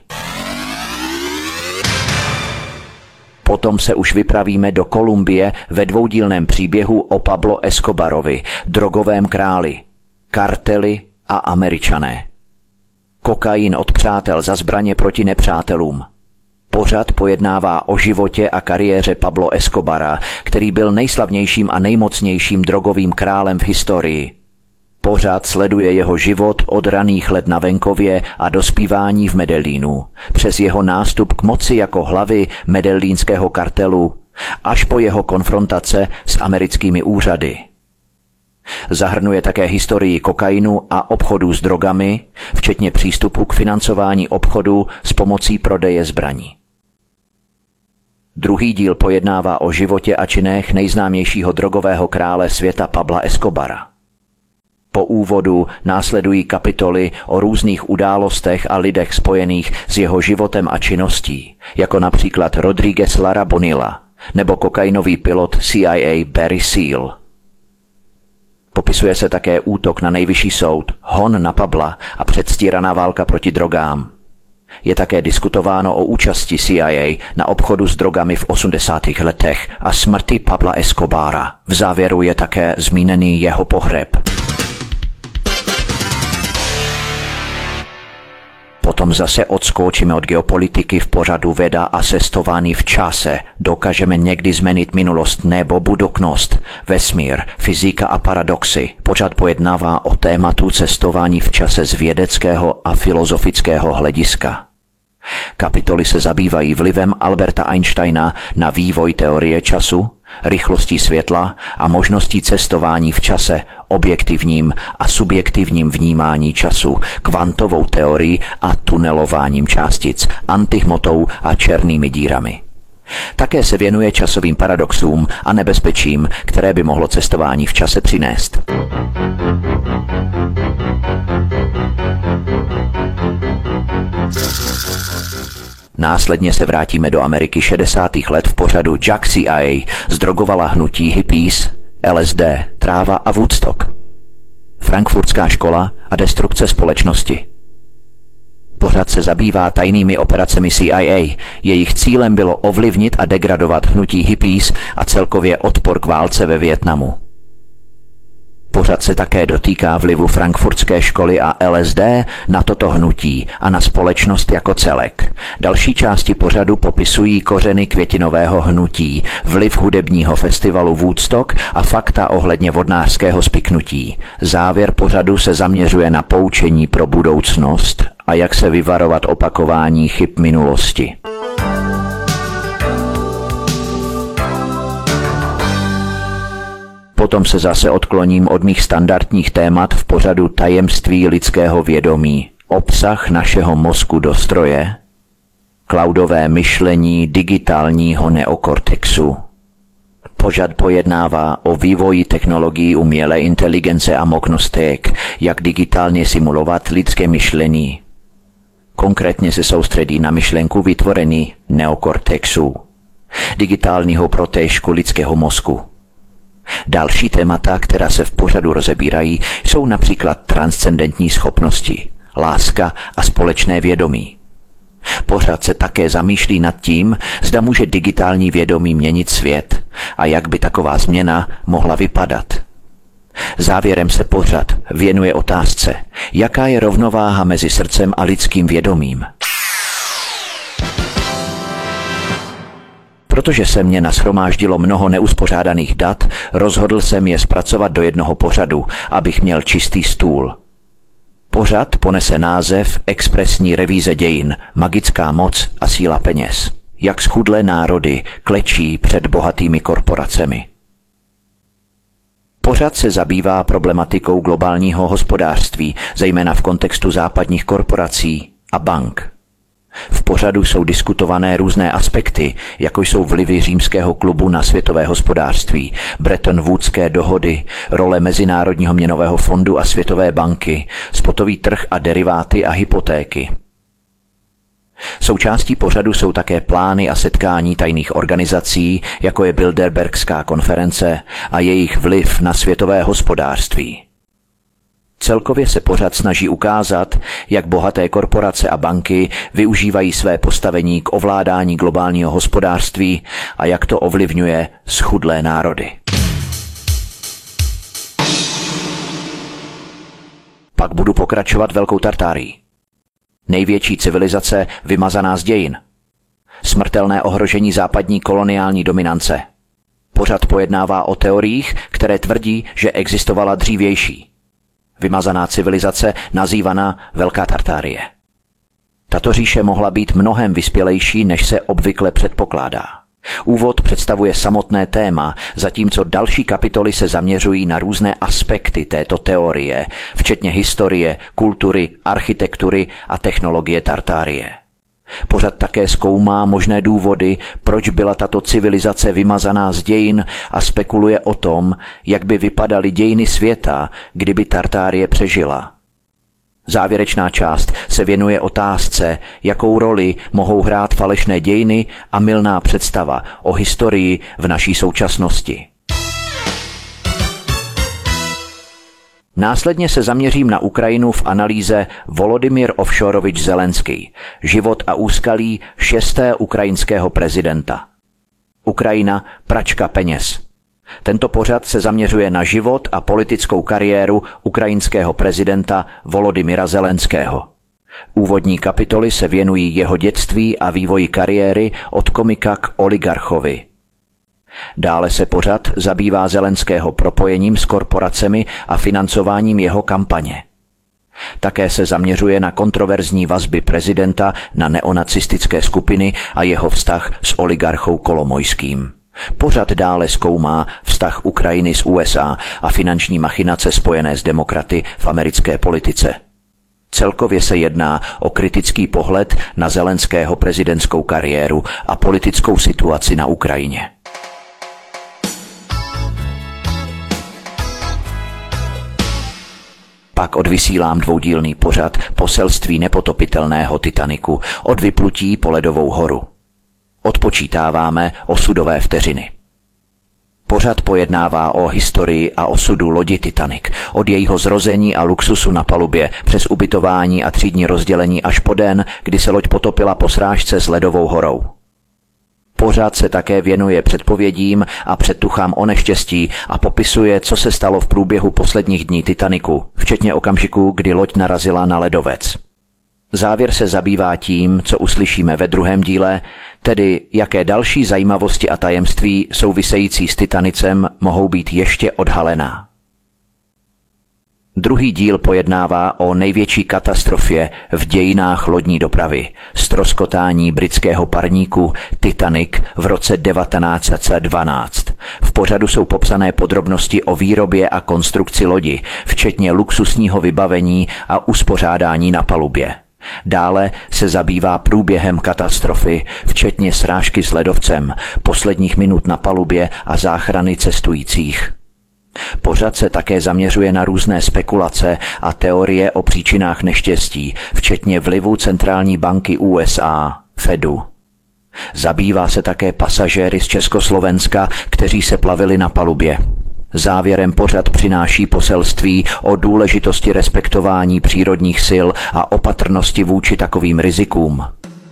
Potom se už vypravíme do Kolumbie ve dvoudílném příběhu o Pablo Escobarovi, drogovém králi, kartely a Američané. Kokain od přátel za zbraně proti nepřátelům. Pořad pojednává o životě a kariéře Pablo Escobara, který byl nejslavnějším a nejmocnějším drogovým králem v historii. Pořad sleduje jeho život od raných let na venkově a dospívání v Medellínu, přes jeho nástup k moci jako hlavy medellínského kartelu, až po jeho konfrontace s americkými úřady. Zahrnuje také historii kokainu a obchodu s drogami, včetně přístupu k financování obchodu s pomocí prodeje zbraní. Druhý díl pojednává o životě a činech nejznámějšího drogového krále světa Pabla Escobara. Po úvodu následují kapitoly o různých událostech a lidech spojených s jeho životem a činností, jako například Rodríguez Lara Bonilla nebo kokainový pilot C I A Barry Seal. Popisuje se také útok na nejvyšší soud, hon na Pabla a předstíraná válka proti drogám. Je také diskutováno o účasti C I A na obchodu s drogami v osmdesátých letech a smrti Pabla Escobara. V závěru je také zmíněný jeho pohřeb. Potom zase odskočíme od geopolitiky v pořadu Věda a cestování v čase. Dokážeme někdy změnit minulost nebo budoucnost, vesmír, fyzika a paradoxy. Pořad pojednává o tématu cestování v čase z vědeckého a filozofického hlediska. Kapitoly se zabývají vlivem Alberta Einsteina na vývoj teorie času, rychlostí světla a možností cestování v čase, objektivním a subjektivním vnímání času, kvantovou teorií a tunelováním částic, antihmotou a černými dírami. Také se věnuje časovým paradoxům a nebezpečím, které by mohlo cestování v čase přinést. Následně se vrátíme do Ameriky šedesátých let v pořadu Jack C I A zdrogovala hnutí hippies, L S D, tráva a Woodstock. Frankfurtská škola a destrukce společnosti. Pořad se zabývá tajnými operacemi C I A. Jejich cílem bylo ovlivnit a degradovat hnutí hippies a celkově odpor k válce ve Vietnamu. Pořad se také dotýká vlivu frankfurtské školy a L S D na toto hnutí a na společnost jako celek. Další části pořadu popisují kořeny květinového hnutí, vliv hudebního festivalu Woodstock a fakta ohledně vodnářského spiknutí. Závěr pořadu se zaměřuje na poučení pro budoucnost a jak se vyvarovat opakování chyb minulosti. Potom se zase odkloním od mých standardních témat v pořadu Tajemství lidského vědomí, obsah našeho mozku do stroje, cloudové myšlení digitálního neokortexu. Pořad pojednává o vývoji technologií umělé inteligence a možnostech, jak digitálně simulovat lidské myšlení. Konkrétně se soustředí na myšlenku vytvoření neokortexu, digitálního protéžku lidského mozku. Další témata, která se v pořadu rozebírají, jsou například transcendentní schopnosti, láska a společné vědomí. Pořad se také zamýšlí nad tím, zda může digitální vědomí měnit svět a jak by taková změna mohla vypadat. Závěrem se pořad věnuje otázce, jaká je rovnováha mezi srdcem a lidským vědomím. Protože se mě nashromáždilo mnoho neuspořádaných dat, rozhodl jsem je zpracovat do jednoho pořadu, abych měl čistý stůl. Pořad ponese název Expresní revíze dějin, magická moc a síla peněz. Jak schudlé národy klečí před bohatými korporacemi. Pořad se zabývá problematikou globálního hospodářství, zejména v kontextu západních korporací a bank. V pořadu jsou diskutované různé aspekty, jako jsou vlivy římského klubu na světové hospodářství, Bretton Woodské dohody, role Mezinárodního měnového fondu a Světové banky, spotový trh a deriváty a hypotéky. Součástí pořadu jsou také plány a setkání tajných organizací, jako je Bilderbergská konference a jejich vliv na světové hospodářství. Celkově se pořad snaží ukázat, jak bohaté korporace a banky využívají své postavení k ovládání globálního hospodářství a jak to ovlivňuje schudlé národy. Pak budu pokračovat Velkou Tartárií. Největší civilizace vymazaná z dějin. Smrtelné ohrožení západní koloniální dominance. Pořad pojednává o teoriích, které tvrdí, že existovala dřívější. Vymazaná civilizace nazývaná Velká Tartárie. Tato říše mohla být mnohem vyspělejší, než se obvykle předpokládá. Úvod představuje samotné téma, zatímco další kapitoly se zaměřují na různé aspekty této teorie, včetně historie, kultury, architektury a technologie Tartárie. Pořad také zkoumá možné důvody, proč byla tato civilizace vymazaná z dějin a spekuluje o tom, jak by vypadaly dějiny světa, kdyby Tartárie přežila. Závěrečná část se věnuje otázce, jakou roli mohou hrát falešné dějiny a mylná představa o historii v naší současnosti. Následně se zaměřím na Ukrajinu v analýze Volodymyr Ovšorovič Zelenský, život a úskalí šesté ukrajinského prezidenta. Ukrajina, pračka peněz. Tento pořad se zaměřuje na život a politickou kariéru ukrajinského prezidenta Volodymyra Zelenského. Úvodní kapitoly se věnují jeho dětství a vývoji kariéry od komika k oligarchovi. Dále se pořad zabývá Zelenského propojením s korporacemi a financováním jeho kampaně. Také se zaměřuje na kontroverzní vazby prezidenta na neonacistické skupiny a jeho vztah s oligarchou Kolomojským. Pořad dále zkoumá vztah Ukrajiny s U S A a finanční machinace spojené s demokraty v americké politice. Celkově se jedná o kritický pohled na Zelenského prezidentskou kariéru a politickou situaci na Ukrajině. Pak odvysílám dvoudílný pořad Poselství nepotopitelného Titaniku od vyplutí po ledovou horu. Odpočítáváme osudové vteřiny. Pořad pojednává o historii a osudu lodi Titanic, od jejího zrození a luxusu na palubě přes ubytování a třídní rozdělení až po den, kdy se loď potopila po srážce s ledovou horou. Pořad se také věnuje předpovědím a předtuchám o neštěstí a popisuje, co se stalo v průběhu posledních dní Titaniku, včetně okamžiku, kdy loď narazila na ledovec. Závěr se zabývá tím, co uslyšíme ve druhém díle, tedy jaké další zajímavosti a tajemství související s Titanicem mohou být ještě odhalená. Druhý díl pojednává o největší katastrofě v dějinách lodní dopravy, ztroskotání britského parníku Titanic v roce devatenáct set dvanáct. V pořadu jsou popsané podrobnosti o výrobě a konstrukci lodi, včetně luxusního vybavení a uspořádání na palubě. Dále se zabývá průběhem katastrofy, včetně srážky s ledovcem, posledních minut na palubě a záchrany cestujících. Pořad se také zaměřuje na různé spekulace a teorie o příčinách neštěstí, včetně vlivu centrální banky U S A, Fedu. Zabývá se také pasažéry z Československa, kteří se plavili na palubě. Závěrem pořad přináší poselství o důležitosti respektování přírodních sil a opatrnosti vůči takovým rizikům.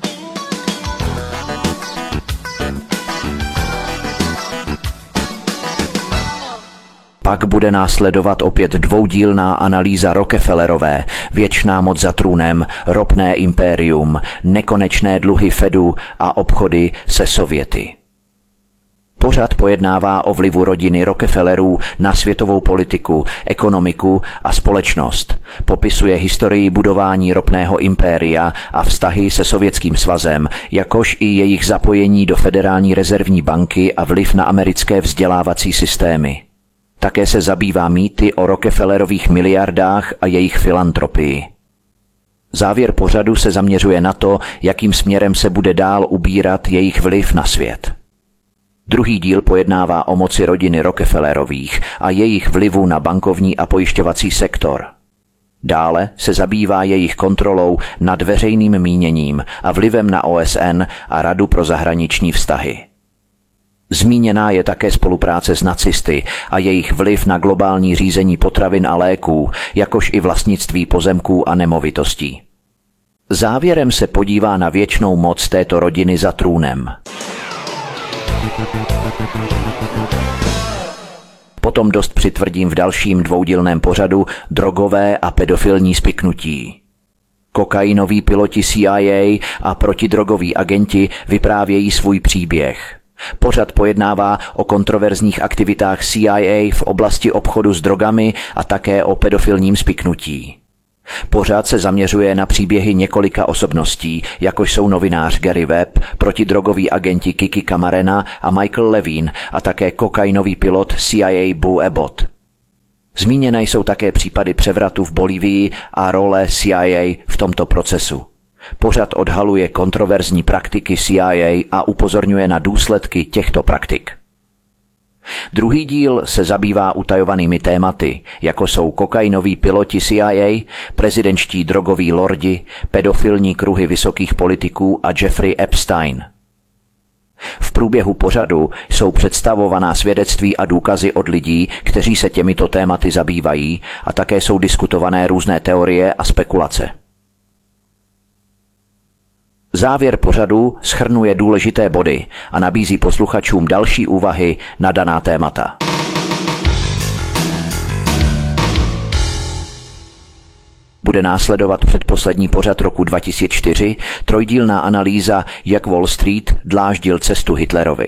Pak bude následovat opět dvoudílná analýza Rockefellerové, věčná moc za trůnem, ropné impérium, nekonečné dluhy Fedu a obchody se Sověty. Pořad pojednává o vlivu rodiny Rockefellerů na světovou politiku, ekonomiku a společnost. Popisuje historii budování ropného impéria a vztahy se Sovětským svazem, jakož i jejich zapojení do Federální rezervní banky a vliv na americké vzdělávací systémy. Také se zabývá mýty o Rockefellerových miliardách a jejich filantropii. Závěr pořadu se zaměřuje na to, jakým směrem se bude dál ubírat jejich vliv na svět. Druhý díl pojednává o moci rodiny Rockefellerových a jejich vlivu na bankovní a pojišťovací sektor. Dále se zabývá jejich kontrolou nad veřejným míněním a vlivem na O S N a Radu pro zahraniční vztahy. Zmíněná je také spolupráce s nacisty a jejich vliv na globální řízení potravin a léků, jakož i vlastnictví pozemků a nemovitostí. Závěrem se podívá na věčnou moc této rodiny za trůnem. Potom dost přitvrdím v dalším dvoudílném pořadu drogové a pedofilní spiknutí. Kokainoví piloti C I A a protidrogoví agenti vyprávějí svůj příběh. Pořad pojednává o kontroverzních aktivitách C I A v oblasti obchodu s drogami a také o pedofilním spiknutí. Pořad se zaměřuje na příběhy několika osobností, jakož jsou novinář Gary Webb, protidrogoví agenti Kiki Camarena a Michael Levine a také kokainový pilot C I A Beau Abbott. Zmíněné jsou také případy převratu v Bolívii a role C I A v tomto procesu. Pořad odhaluje kontroverzní praktiky C I A a upozorňuje na důsledky těchto praktik. Druhý díl se zabývá utajovanými tématy, jako jsou kokainoví piloti C I A, prezidentští drogoví lordi, pedofilní kruhy vysokých politiků a Jeffrey Epstein. V průběhu pořadu jsou představovaná svědectví a důkazy od lidí, kteří se těmito tématy zabývají, a také jsou diskutované různé teorie a spekulace. Závěr pořadu shrnuje důležité body a nabízí posluchačům další úvahy na daná témata. Bude následovat předposlední pořad roku dva tisíce čtyři, trojdílná analýza, jak Wall Street dláždil cestu Hitlerovi.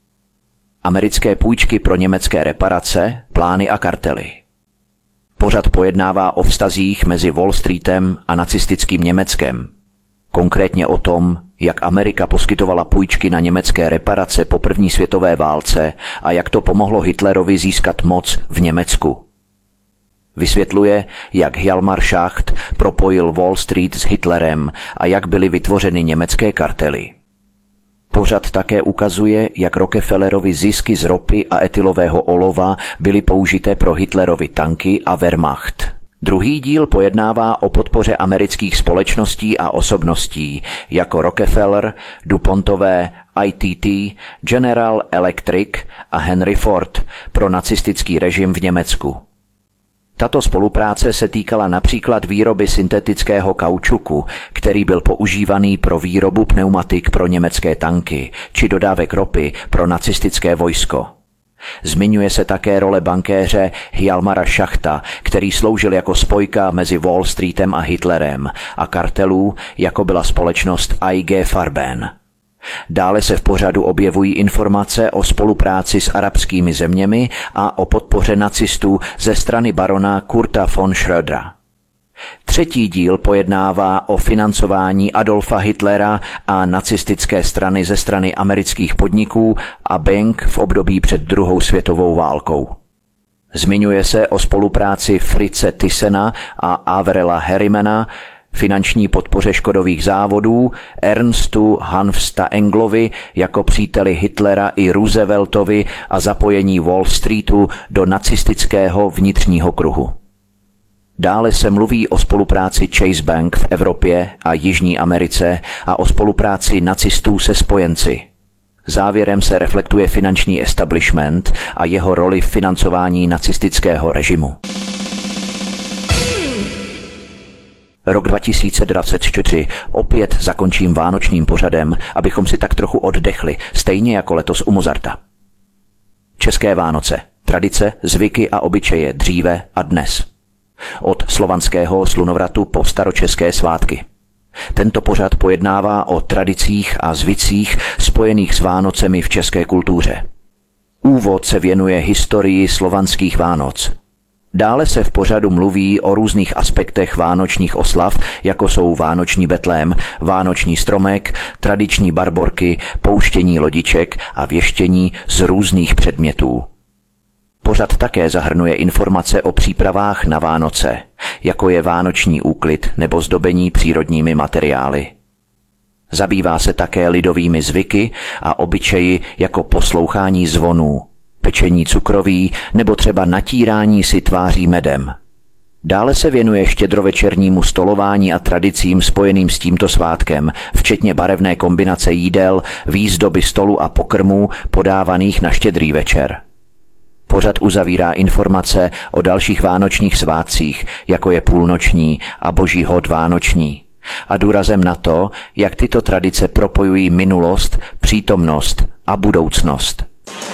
Americké půjčky pro německé reparace, plány a kartely. Pořad pojednává o vztazích mezi Wall Streetem a nacistickým Německem. Konkrétně o tom, jak Amerika poskytovala půjčky na německé reparace po první světové válce a jak to pomohlo Hitlerovi získat moc v Německu. Vysvětluje, jak Hjalmar Schacht propojil Wall Street s Hitlerem a jak byly vytvořeny německé kartely. Pořad také ukazuje, jak Rockefellerovi zisky z ropy a etylového olova byly použité pro Hitlerovy tanky a Wehrmacht. Druhý díl pojednává o podpoře amerických společností a osobností jako Rockefeller, DuPontové, I T T, General Electric a Henry Ford pro nacistický režim v Německu. Tato spolupráce se týkala například výroby syntetického kaučuku, který byl používaný pro výrobu pneumatik pro německé tanky, či dodávek ropy pro nacistické vojsko. Zmiňuje se také role bankéře Hjalmara Schachta, který sloužil jako spojka mezi Wall Streetem a Hitlerem, a kartelů, jako byla společnost I G Farben. Dále se v pořadu objevují informace o spolupráci s arabskými zeměmi a o podpoře nacistů ze strany barona Kurta von Schrödera. Třetí díl pojednává o financování Adolfa Hitlera a nacistické strany ze strany amerických podniků a bank v období před druhou světovou válkou. Zmiňuje se o spolupráci Fritze Thysena a Averela Harrimana, finanční podpoře škodových závodů, Ernstu Hanfsta Englovi jako příteli Hitlera i Rooseveltovi a zapojení Wall Streetu do nacistického vnitřního kruhu. Dále se mluví o spolupráci Chase Bank v Evropě a Jižní Americe a o spolupráci nacistů se spojenci. Závěrem se reflektuje finanční establishment a jeho roli v financování nacistického režimu. Rok dva tisíce dvacet čtyři opět zakončím vánočním pořadem, abychom si tak trochu oddechli, stejně jako letos u Mozarta. České Vánoce. Tradice, zvyky a obyčeje dříve a dnes. Od slovanského slunovratu po staročeské svátky. Tento pořad pojednává o tradicích a zvycích spojených s Vánocemi v české kultuře. Úvod se věnuje historii slovanských Vánoc. Dále se v pořadu mluví o různých aspektech vánočních oslav, jako jsou vánoční betlém, vánoční stromek, tradiční barborky, pouštění lodiček a věštění z různých předmětů. Pořad také zahrnuje informace o přípravách na Vánoce, jako je vánoční úklid nebo zdobení přírodními materiály. Zabývá se také lidovými zvyky a obyčeji jako poslouchání zvonů, pečení cukroví nebo třeba natírání si tváří medem. Dále se věnuje štědrovečernímu stolování a tradicím spojeným s tímto svátkem, včetně barevné kombinace jídel, výzdoby stolu a pokrmů podávaných na štědrý večer. Pořad uzavírá informace o dalších vánočních svátcích, jako je půlnoční a Boží hod vánoční, a důrazem na to, jak tyto tradice propojují minulost, přítomnost a budoucnost.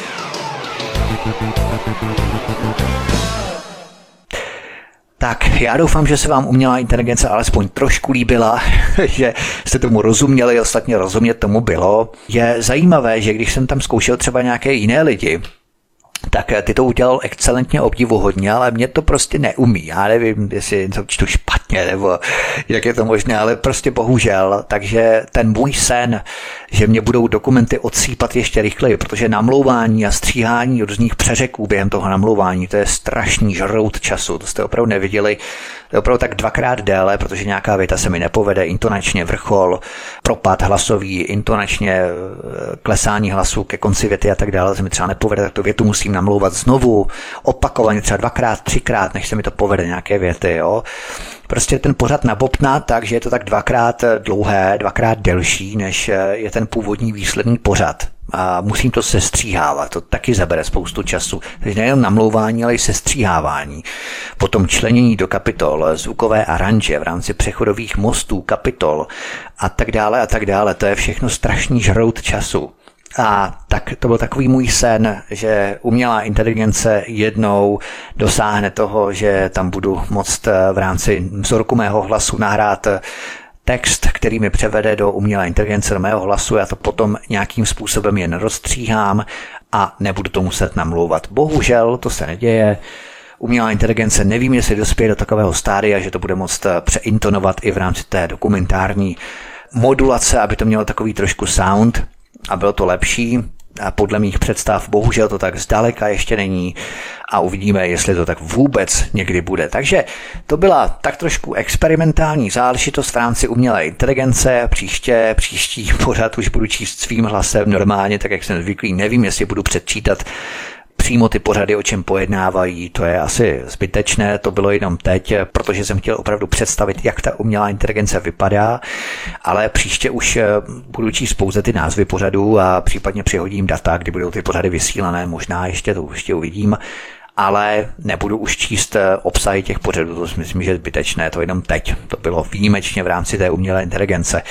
Tak, já doufám, že se vám umělá inteligence alespoň trošku líbila, že jste tomu rozuměli, ostatně rozumět tomu bylo. Je zajímavé, že když jsem tam zkoušel třeba nějaké jiné lidi, tak ty to udělal excelentně, obdivuhodně, ale mě to prostě neumí. Já nevím, jestli to čtu špatně, nebo jak je to možné, ale prostě bohužel. Takže ten můj sen, že mě budou dokumenty odsýpat ještě rychleji, protože namlouvání a stříhání různých přeřeků během toho namlouvání, to je strašný žrout času, to jste opravdu neviděli. To je opravdu tak dvakrát déle, protože nějaká věta se mi nepovede, intonačně vrchol, propad hlasový, intonačně klesání hlasu ke konci věty a tak dále, se mi třeba nepovede, tak tu větu musím namlouvat znovu, opakovaně třeba dvakrát, třikrát, než se mi to povede nějaké věty, jo. Prostě ten pořad nabobtná tak, že je to tak dvakrát dlouhé, dvakrát delší, než je ten původní výsledný pořad. a musím to sestříhávat. To taky zabere spoustu času. Takže nejen namlouvání, ale i sestříhávání. Potom členění do kapitol, zvukové aranže v rámci přechodových mostů, kapitol a tak dále a tak dále. To je všechno strašný žrout času. A tak to byl takový můj sen, že umělá inteligence jednou dosáhne toho, že tam budu moct v rámci vzorku mého hlasu nahrát text, který mi převede do umělé inteligence, do mého hlasu, já to potom nějakým způsobem jen rozstříhám a nebudu to muset namlouvat. Bohužel to se neděje. Umělá inteligence nevím, jestli dospěje do takového stádia, že to bude moct přeintonovat i v rámci té dokumentární modulace, aby to mělo takový trošku sound a bylo to lepší. A podle mých představ bohužel to tak zdaleka ještě není a uvidíme, jestli to tak vůbec někdy bude. Takže to byla tak trošku experimentální záležitost v rámci umělé inteligence. Příště, příští pořad už budu číst svým hlasem normálně, tak jak jsem zvyklý. Nevím, jestli budu předčítat přímo ty pořady, o čem pojednávají, to je asi zbytečné, to bylo jenom teď, protože jsem chtěl opravdu představit, jak ta umělá inteligence vypadá, ale příště už budu číst pouze ty názvy pořadů a případně přihodím data, kdy budou ty pořady vysílané, možná ještě to ještě uvidím, ale nebudu už číst obsahy těch pořadů, to si myslím, že je zbytečné, to jenom teď, to bylo výjimečně v rámci té umělé inteligence.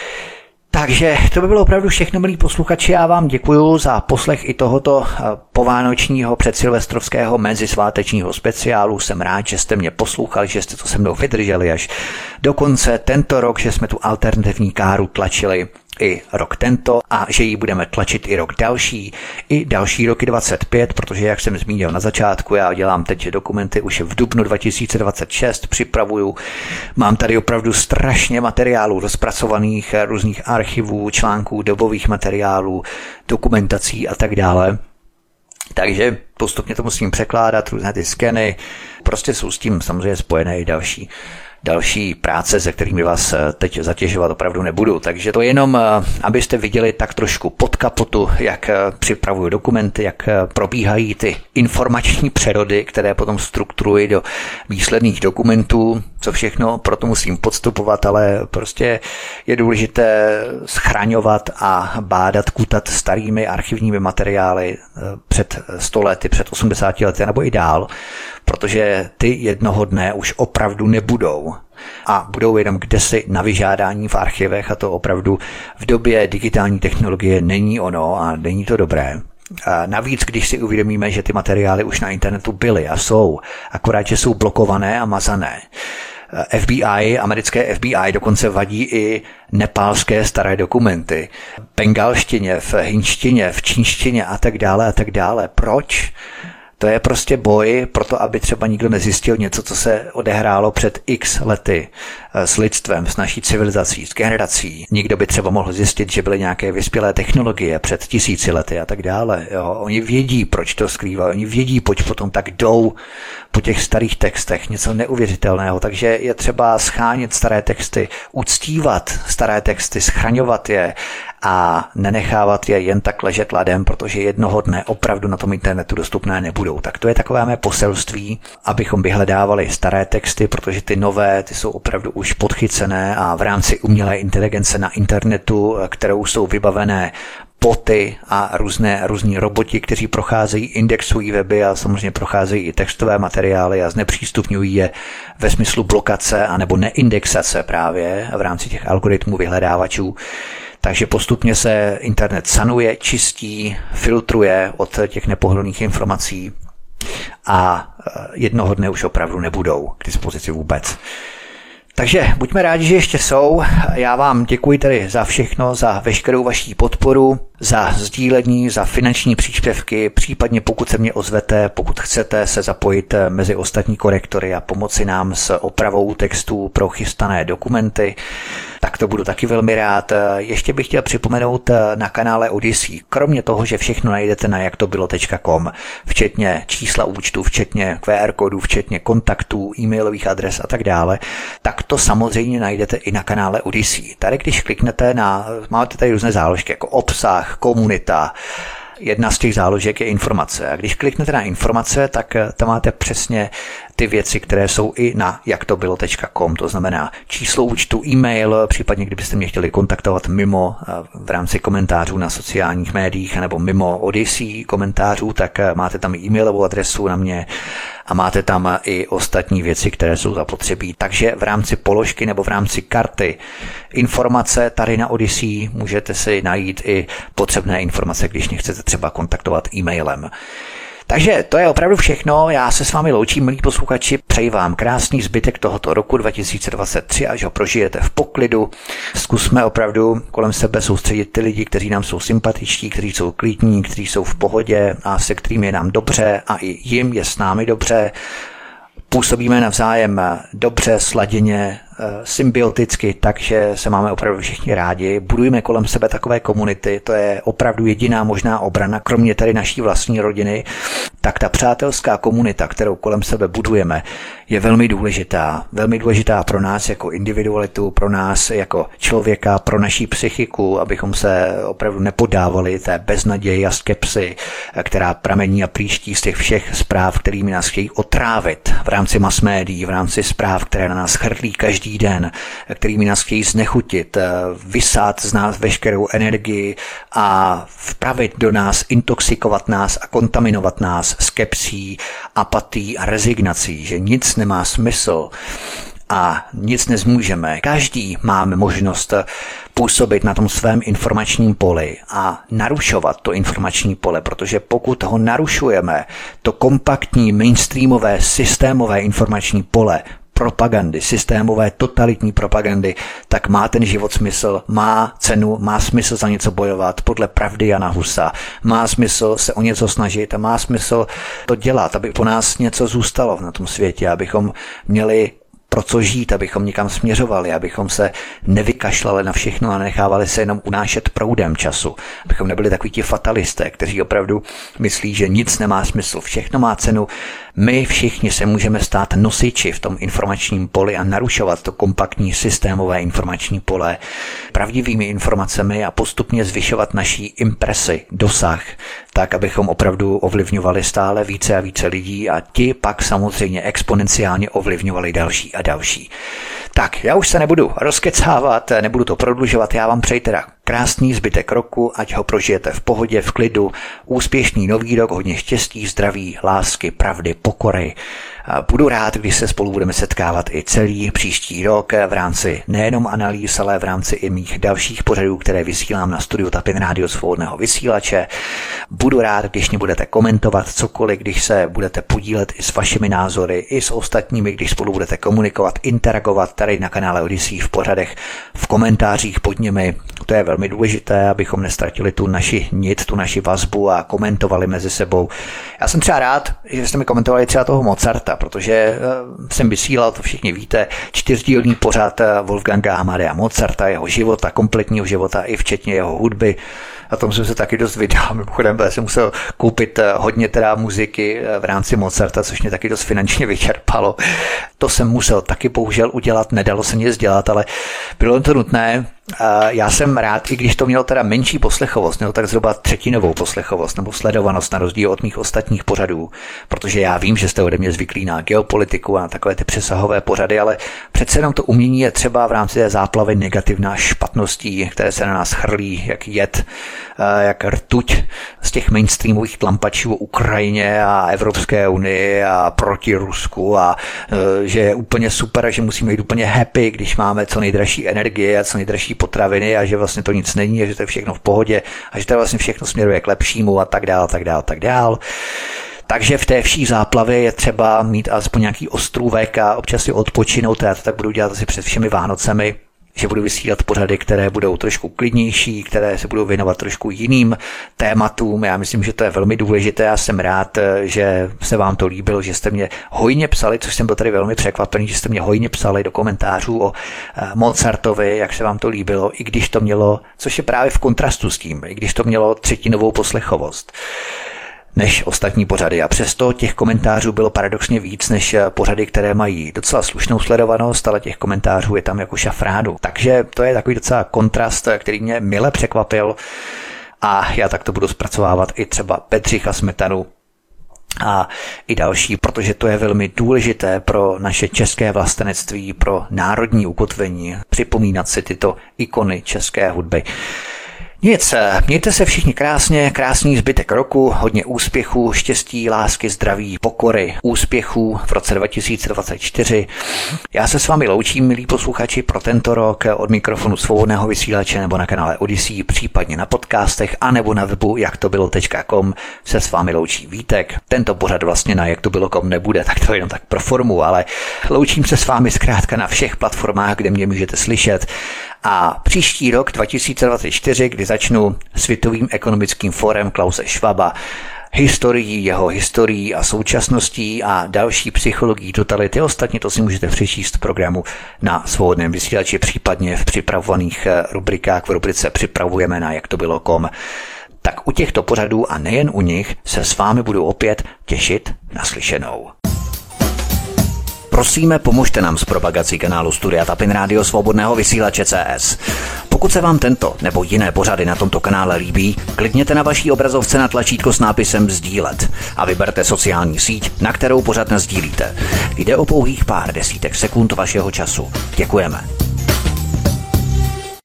Takže to by bylo opravdu všechno, milí posluchači, já vám děkuju za poslech i tohoto povánočního předsilvestrovského mezisvátečního speciálu. Jsem rád, že jste mě poslouchali, že jste to se mnou vydrželi až do konce tento rok, že jsme tu alternativní káru tlačili i rok tento a že ji budeme tlačit i rok další, i další roky dvacet pět, protože jak jsem zmínil na začátku, já dělám teď dokumenty už v dubnu dva tisíce dvacet šest, připravuju, mám tady opravdu strašně materiálů rozpracovaných, různých archivů, článků, dobových materiálů, dokumentací a tak dále. Takže postupně to musím překládat, různé ty skeny, prostě jsou s tím samozřejmě spojené i další Další práce, se kterými vás teď zatěžovat opravdu nebudu. Takže to jenom, abyste viděli tak trošku pod kapotu, jak připravuju dokumenty, jak probíhají ty informační přerody, které potom strukturuji do výsledných dokumentů, co všechno proto musím podstupovat, ale prostě je důležité schraňovat a bádat, kutat starými archivními materiály před sto lety, před osmdesáti lety nebo i dál, protože ty jednoho dne už opravdu nebudou a budou jenom kdesi na vyžádání v archivech a to opravdu v době digitální technologie není ono a není to dobré. A navíc, když si uvědomíme, že ty materiály už na internetu byly a jsou, akorát, že jsou blokované a mazané. F B I, americké F B I dokonce vadí i nepálské staré dokumenty. V bengalštině, v hindštině, v čínštině a tak dále a tak dále. Proč? To je prostě boj pro to, aby třeba nikdo nezjistil něco, co se odehrálo před x lety s lidstvem, s naší civilizací, s generací. Nikdo by třeba mohl zjistit, že byly nějaké vyspělé technologie před tisíci lety a tak dále. Jo. Oni vědí, proč to skrývají, oni vědí, proč potom tak jdou po těch starých textech, něco neuvěřitelného. Takže je třeba schánět staré texty, uctívat staré texty, schraňovat je a nenechávat je jen tak ležet ladem, protože jednoho dne opravdu na tom internetu dostupné nebudou. Tak to je takové mé poselství, abychom vyhledávali staré texty, protože ty nové, ty jsou opravdu už podchycené a v rámci umělé inteligence na internetu, kterou jsou vybavené boty a různé, různí roboti, kteří procházejí, indexují weby a samozřejmě procházejí i textové materiály a znepřístupňují je ve smyslu blokace anebo neindexace právě v rámci těch algoritmů vyhledávačů. Takže postupně se internet sanuje, čistí, filtruje od těch nepohodlných informací a jednoho dne už opravdu nebudou k dispozici vůbec. Takže buďme rádi, že ještě jsou. Já vám děkuji tedy za všechno, za veškerou vaší podporu, za sdílení, za finanční příspěvky, případně pokud se mě ozvete, pokud chcete se zapojit mezi ostatní korektory a pomoci nám s opravou textů pro chystané dokumenty, tak to budu taky velmi rád. Ještě bych chtěl připomenout na kanále Odyssey, kromě toho, že všechno najdete na jaktobylo tečka com, včetně čísla účtu, včetně Q R kódů, včetně kontaktů, e-mailových adres a tak dále, tak to samozřejmě najdete i na kanále Odyssey. Tady když kliknete na, máte tady různé záložky jako obsah, komunita, jedna z těch záložek je informace. A když kliknete na informace, tak tam máte přesně ty věci, které jsou i na jaktobylo tečka com, to znamená číslo účtu, e-mail, případně kdybyste mě chtěli kontaktovat mimo v rámci komentářů na sociálních médiích nebo mimo Odyssey komentářů, tak máte tam e-mailovou adresu na mě a máte tam i ostatní věci, které jsou zapotřebí. Takže v rámci položky nebo v rámci karty informace tady na Odyssey můžete si najít i potřebné informace, když mě chcete třeba kontaktovat e-mailem. Takže to je opravdu všechno, já se s vámi loučím, milí posluchači, přeji vám krásný zbytek tohoto roku dva tisíce dvacet tři, až ho prožijete v poklidu. Zkusme opravdu kolem sebe soustředit ty lidi, kteří nám jsou sympatičtí, kteří jsou klidní, kteří jsou v pohodě a se kterými je nám dobře a i jim je s námi dobře. Působíme navzájem dobře, sladěně, symbioticky, takže se máme opravdu všichni rádi. Budujeme kolem sebe takové komunity, to je opravdu jediná možná obrana, kromě tady naší vlastní rodiny, tak ta přátelská komunita, kterou kolem sebe budujeme, je velmi důležitá. Velmi důležitá pro nás jako individualitu, pro nás jako člověka, pro naší psychiku, abychom se opravdu nepodávali té beznaději a skepsy, která pramení a příští z těch všech zpráv, kterými nás chtějí otrávit v rámci mass médií, v rámci zpráv, které na nás chrlí každý den, kterými nás chtějí znechutit, vysát z nás veškerou energii a vpravit do nás, intoxikovat nás a kontaminovat nás skepsí, apatí a rezignací, že nic nemá smysl a nic nezmůžeme. Každý máme možnost působit na tom svém informačním poli a narušovat to informační pole, protože pokud ho narušujeme, to kompaktní, mainstreamové, systémové informační pole, propagandy, systémové, totalitní propagandy, tak má ten život smysl, má cenu, má smysl za něco bojovat podle pravdy Jana Husa, má smysl se o něco snažit a má smysl to dělat, aby po nás něco zůstalo na tom světě, abychom měli pro co žít, abychom někam směřovali, abychom se nevykašlali na všechno a nechávali se jenom unášet proudem času, abychom nebyli takoví ti fatalisté, kteří opravdu myslí, že nic nemá smysl, všechno má cenu. My všichni se můžeme stát nosiči v tom informačním poli a narušovat to kompaktní systémové informační pole pravdivými informacemi a postupně zvyšovat naší impresi, dosah, tak, abychom opravdu ovlivňovali stále více a více lidí a ti pak samozřejmě exponenciálně ovlivňovali další a další. Tak, já už se nebudu rozkecávat, nebudu to prodlužovat, já vám přeji teda krásný zbytek roku, ať ho prožijete v pohodě, v klidu, úspěšný nový rok, hodně štěstí, zdraví, lásky, pravdy, pokory. Budu rád, když se spolu budeme setkávat i celý příští rok v rámci nejenom analýz, ale v rámci i mých dalších pořadů, které vysílám na studiu Tapin Rádio Svobodného vysílače. Budu rád, když mě budete komentovat cokoliv, když se budete podílet i s vašimi názory, i s ostatními, když spolu budete komunikovat, interagovat tady na kanále Odyssey v pořadech, v komentářích pod nimi. To je velmi důležité, abychom nestratili tu naši nit, tu naši vazbu a komentovali mezi sebou. Já jsem třeba rád, že jste mi komentovali třeba toho Mozarta, protože jsem vysílal, to všichni víte, čtyřdílný pořad Wolfganga Amadea Mozarta, jeho života, kompletního života, i včetně jeho hudby. Na tom jsem se taky dost vydal, mimochodem, protože jsem musel koupit hodně teda muziky v rámci Mozarta, což mě taky dost finančně vyčerpalo. To jsem musel taky bohužel udělat, nedalo se nic dělat, ale bylo to nutné. Já jsem rád, i když to mělo teda menší poslechovost, mělo tak zhruba třetinovou poslechovost nebo sledovanost na rozdíl od mých ostatních pořadů, protože já vím, že jste ode mě zvyklí na geopolitiku a na takové ty přesahové pořady, ale přece jenom to umění je třeba v rámci té záplavy negativná špatností, které se na nás chrlí, jak jed, jak rtuť z těch mainstreamových tlampačů o Ukrajině a Evropské unii a proti Rusku a že je úplně super, že musíme být úplně happy, když máme co nejdražší energie a co nejdražší potraviny a že vlastně to nic není a že to je všechno v pohodě a že to vlastně všechno směruje k lepšímu a tak dál, tak dál, tak dál. Takže v té vší záplavě je třeba mít alespoň nějaký ostrůvek a občas si odpočinout. Já to tak budu dělat asi před všemi Vánocemi, že budu vysílat pořady, které budou trošku klidnější, které se budou věnovat trošku jiným tématům. Já myslím, že to je velmi důležité. Já jsem rád, že se vám to líbilo, že jste mě hojně psali, což jsem byl tady velmi překvapený, že jste mě hojně psali do komentářů o Mozartovi, jak se vám to líbilo, i když to mělo, což je právě v kontrastu s tím, i když to mělo třetinovou poslechovost než ostatní pořady. A přesto těch komentářů bylo paradoxně víc než pořady, které mají docela slušnou sledovanost, ale těch komentářů je tam jako šafránu. Takže to je takový docela kontrast, který mě mile překvapil a já tak to budu zpracovávat i třeba Bedřicha Smetanu, a i další, protože to je velmi důležité pro naše české vlastenectví, pro národní ukotvení, připomínat si tyto ikony české hudby. Nic, mějte se všichni krásně, krásný zbytek roku, hodně úspěchů, štěstí, lásky, zdraví, pokory, úspěchů v roce dva tisíce dvacet čtyři. Já se s vámi loučím, milí posluchači, pro tento rok od mikrofonu Svobodného vysílače nebo na kanále Odyssey, případně na podcastech a nebo na webu jaktobylo tečka com se s vámi loučí Vítek. Tento pořad vlastně na jaktobylo tečka com nebude, tak to jenom tak pro formu, ale loučím se s vámi zkrátka na všech platformách, kde mě můžete slyšet. A příští rok dva tisíce dvacet čtyři, kdy začnu Světovým ekonomickým fórem Klause Schwaba, historií, jeho historií a současností a další psychologií totality. Ostatně to si můžete přečíst v programu na Svobodném vysílači, případně v připravovaných rubrikách v rubrice Připravujeme na jaktobylo tečka com. Tak u těchto pořadů a nejen u nich se s vámi budu opět těšit naslyšenou. Prosíme, pomožte nám s propagací kanálu Studia Tapin Rádio Svobodného vysílače C S. Pokud se vám tento nebo jiné pořady na tomto kanále líbí, klikněte na vaší obrazovce na tlačítko s nápisem sdílet a vyberte sociální síť, na kterou pořad nasdílíte. Jde o pouhých pár desítek sekund vašeho času. Děkujeme.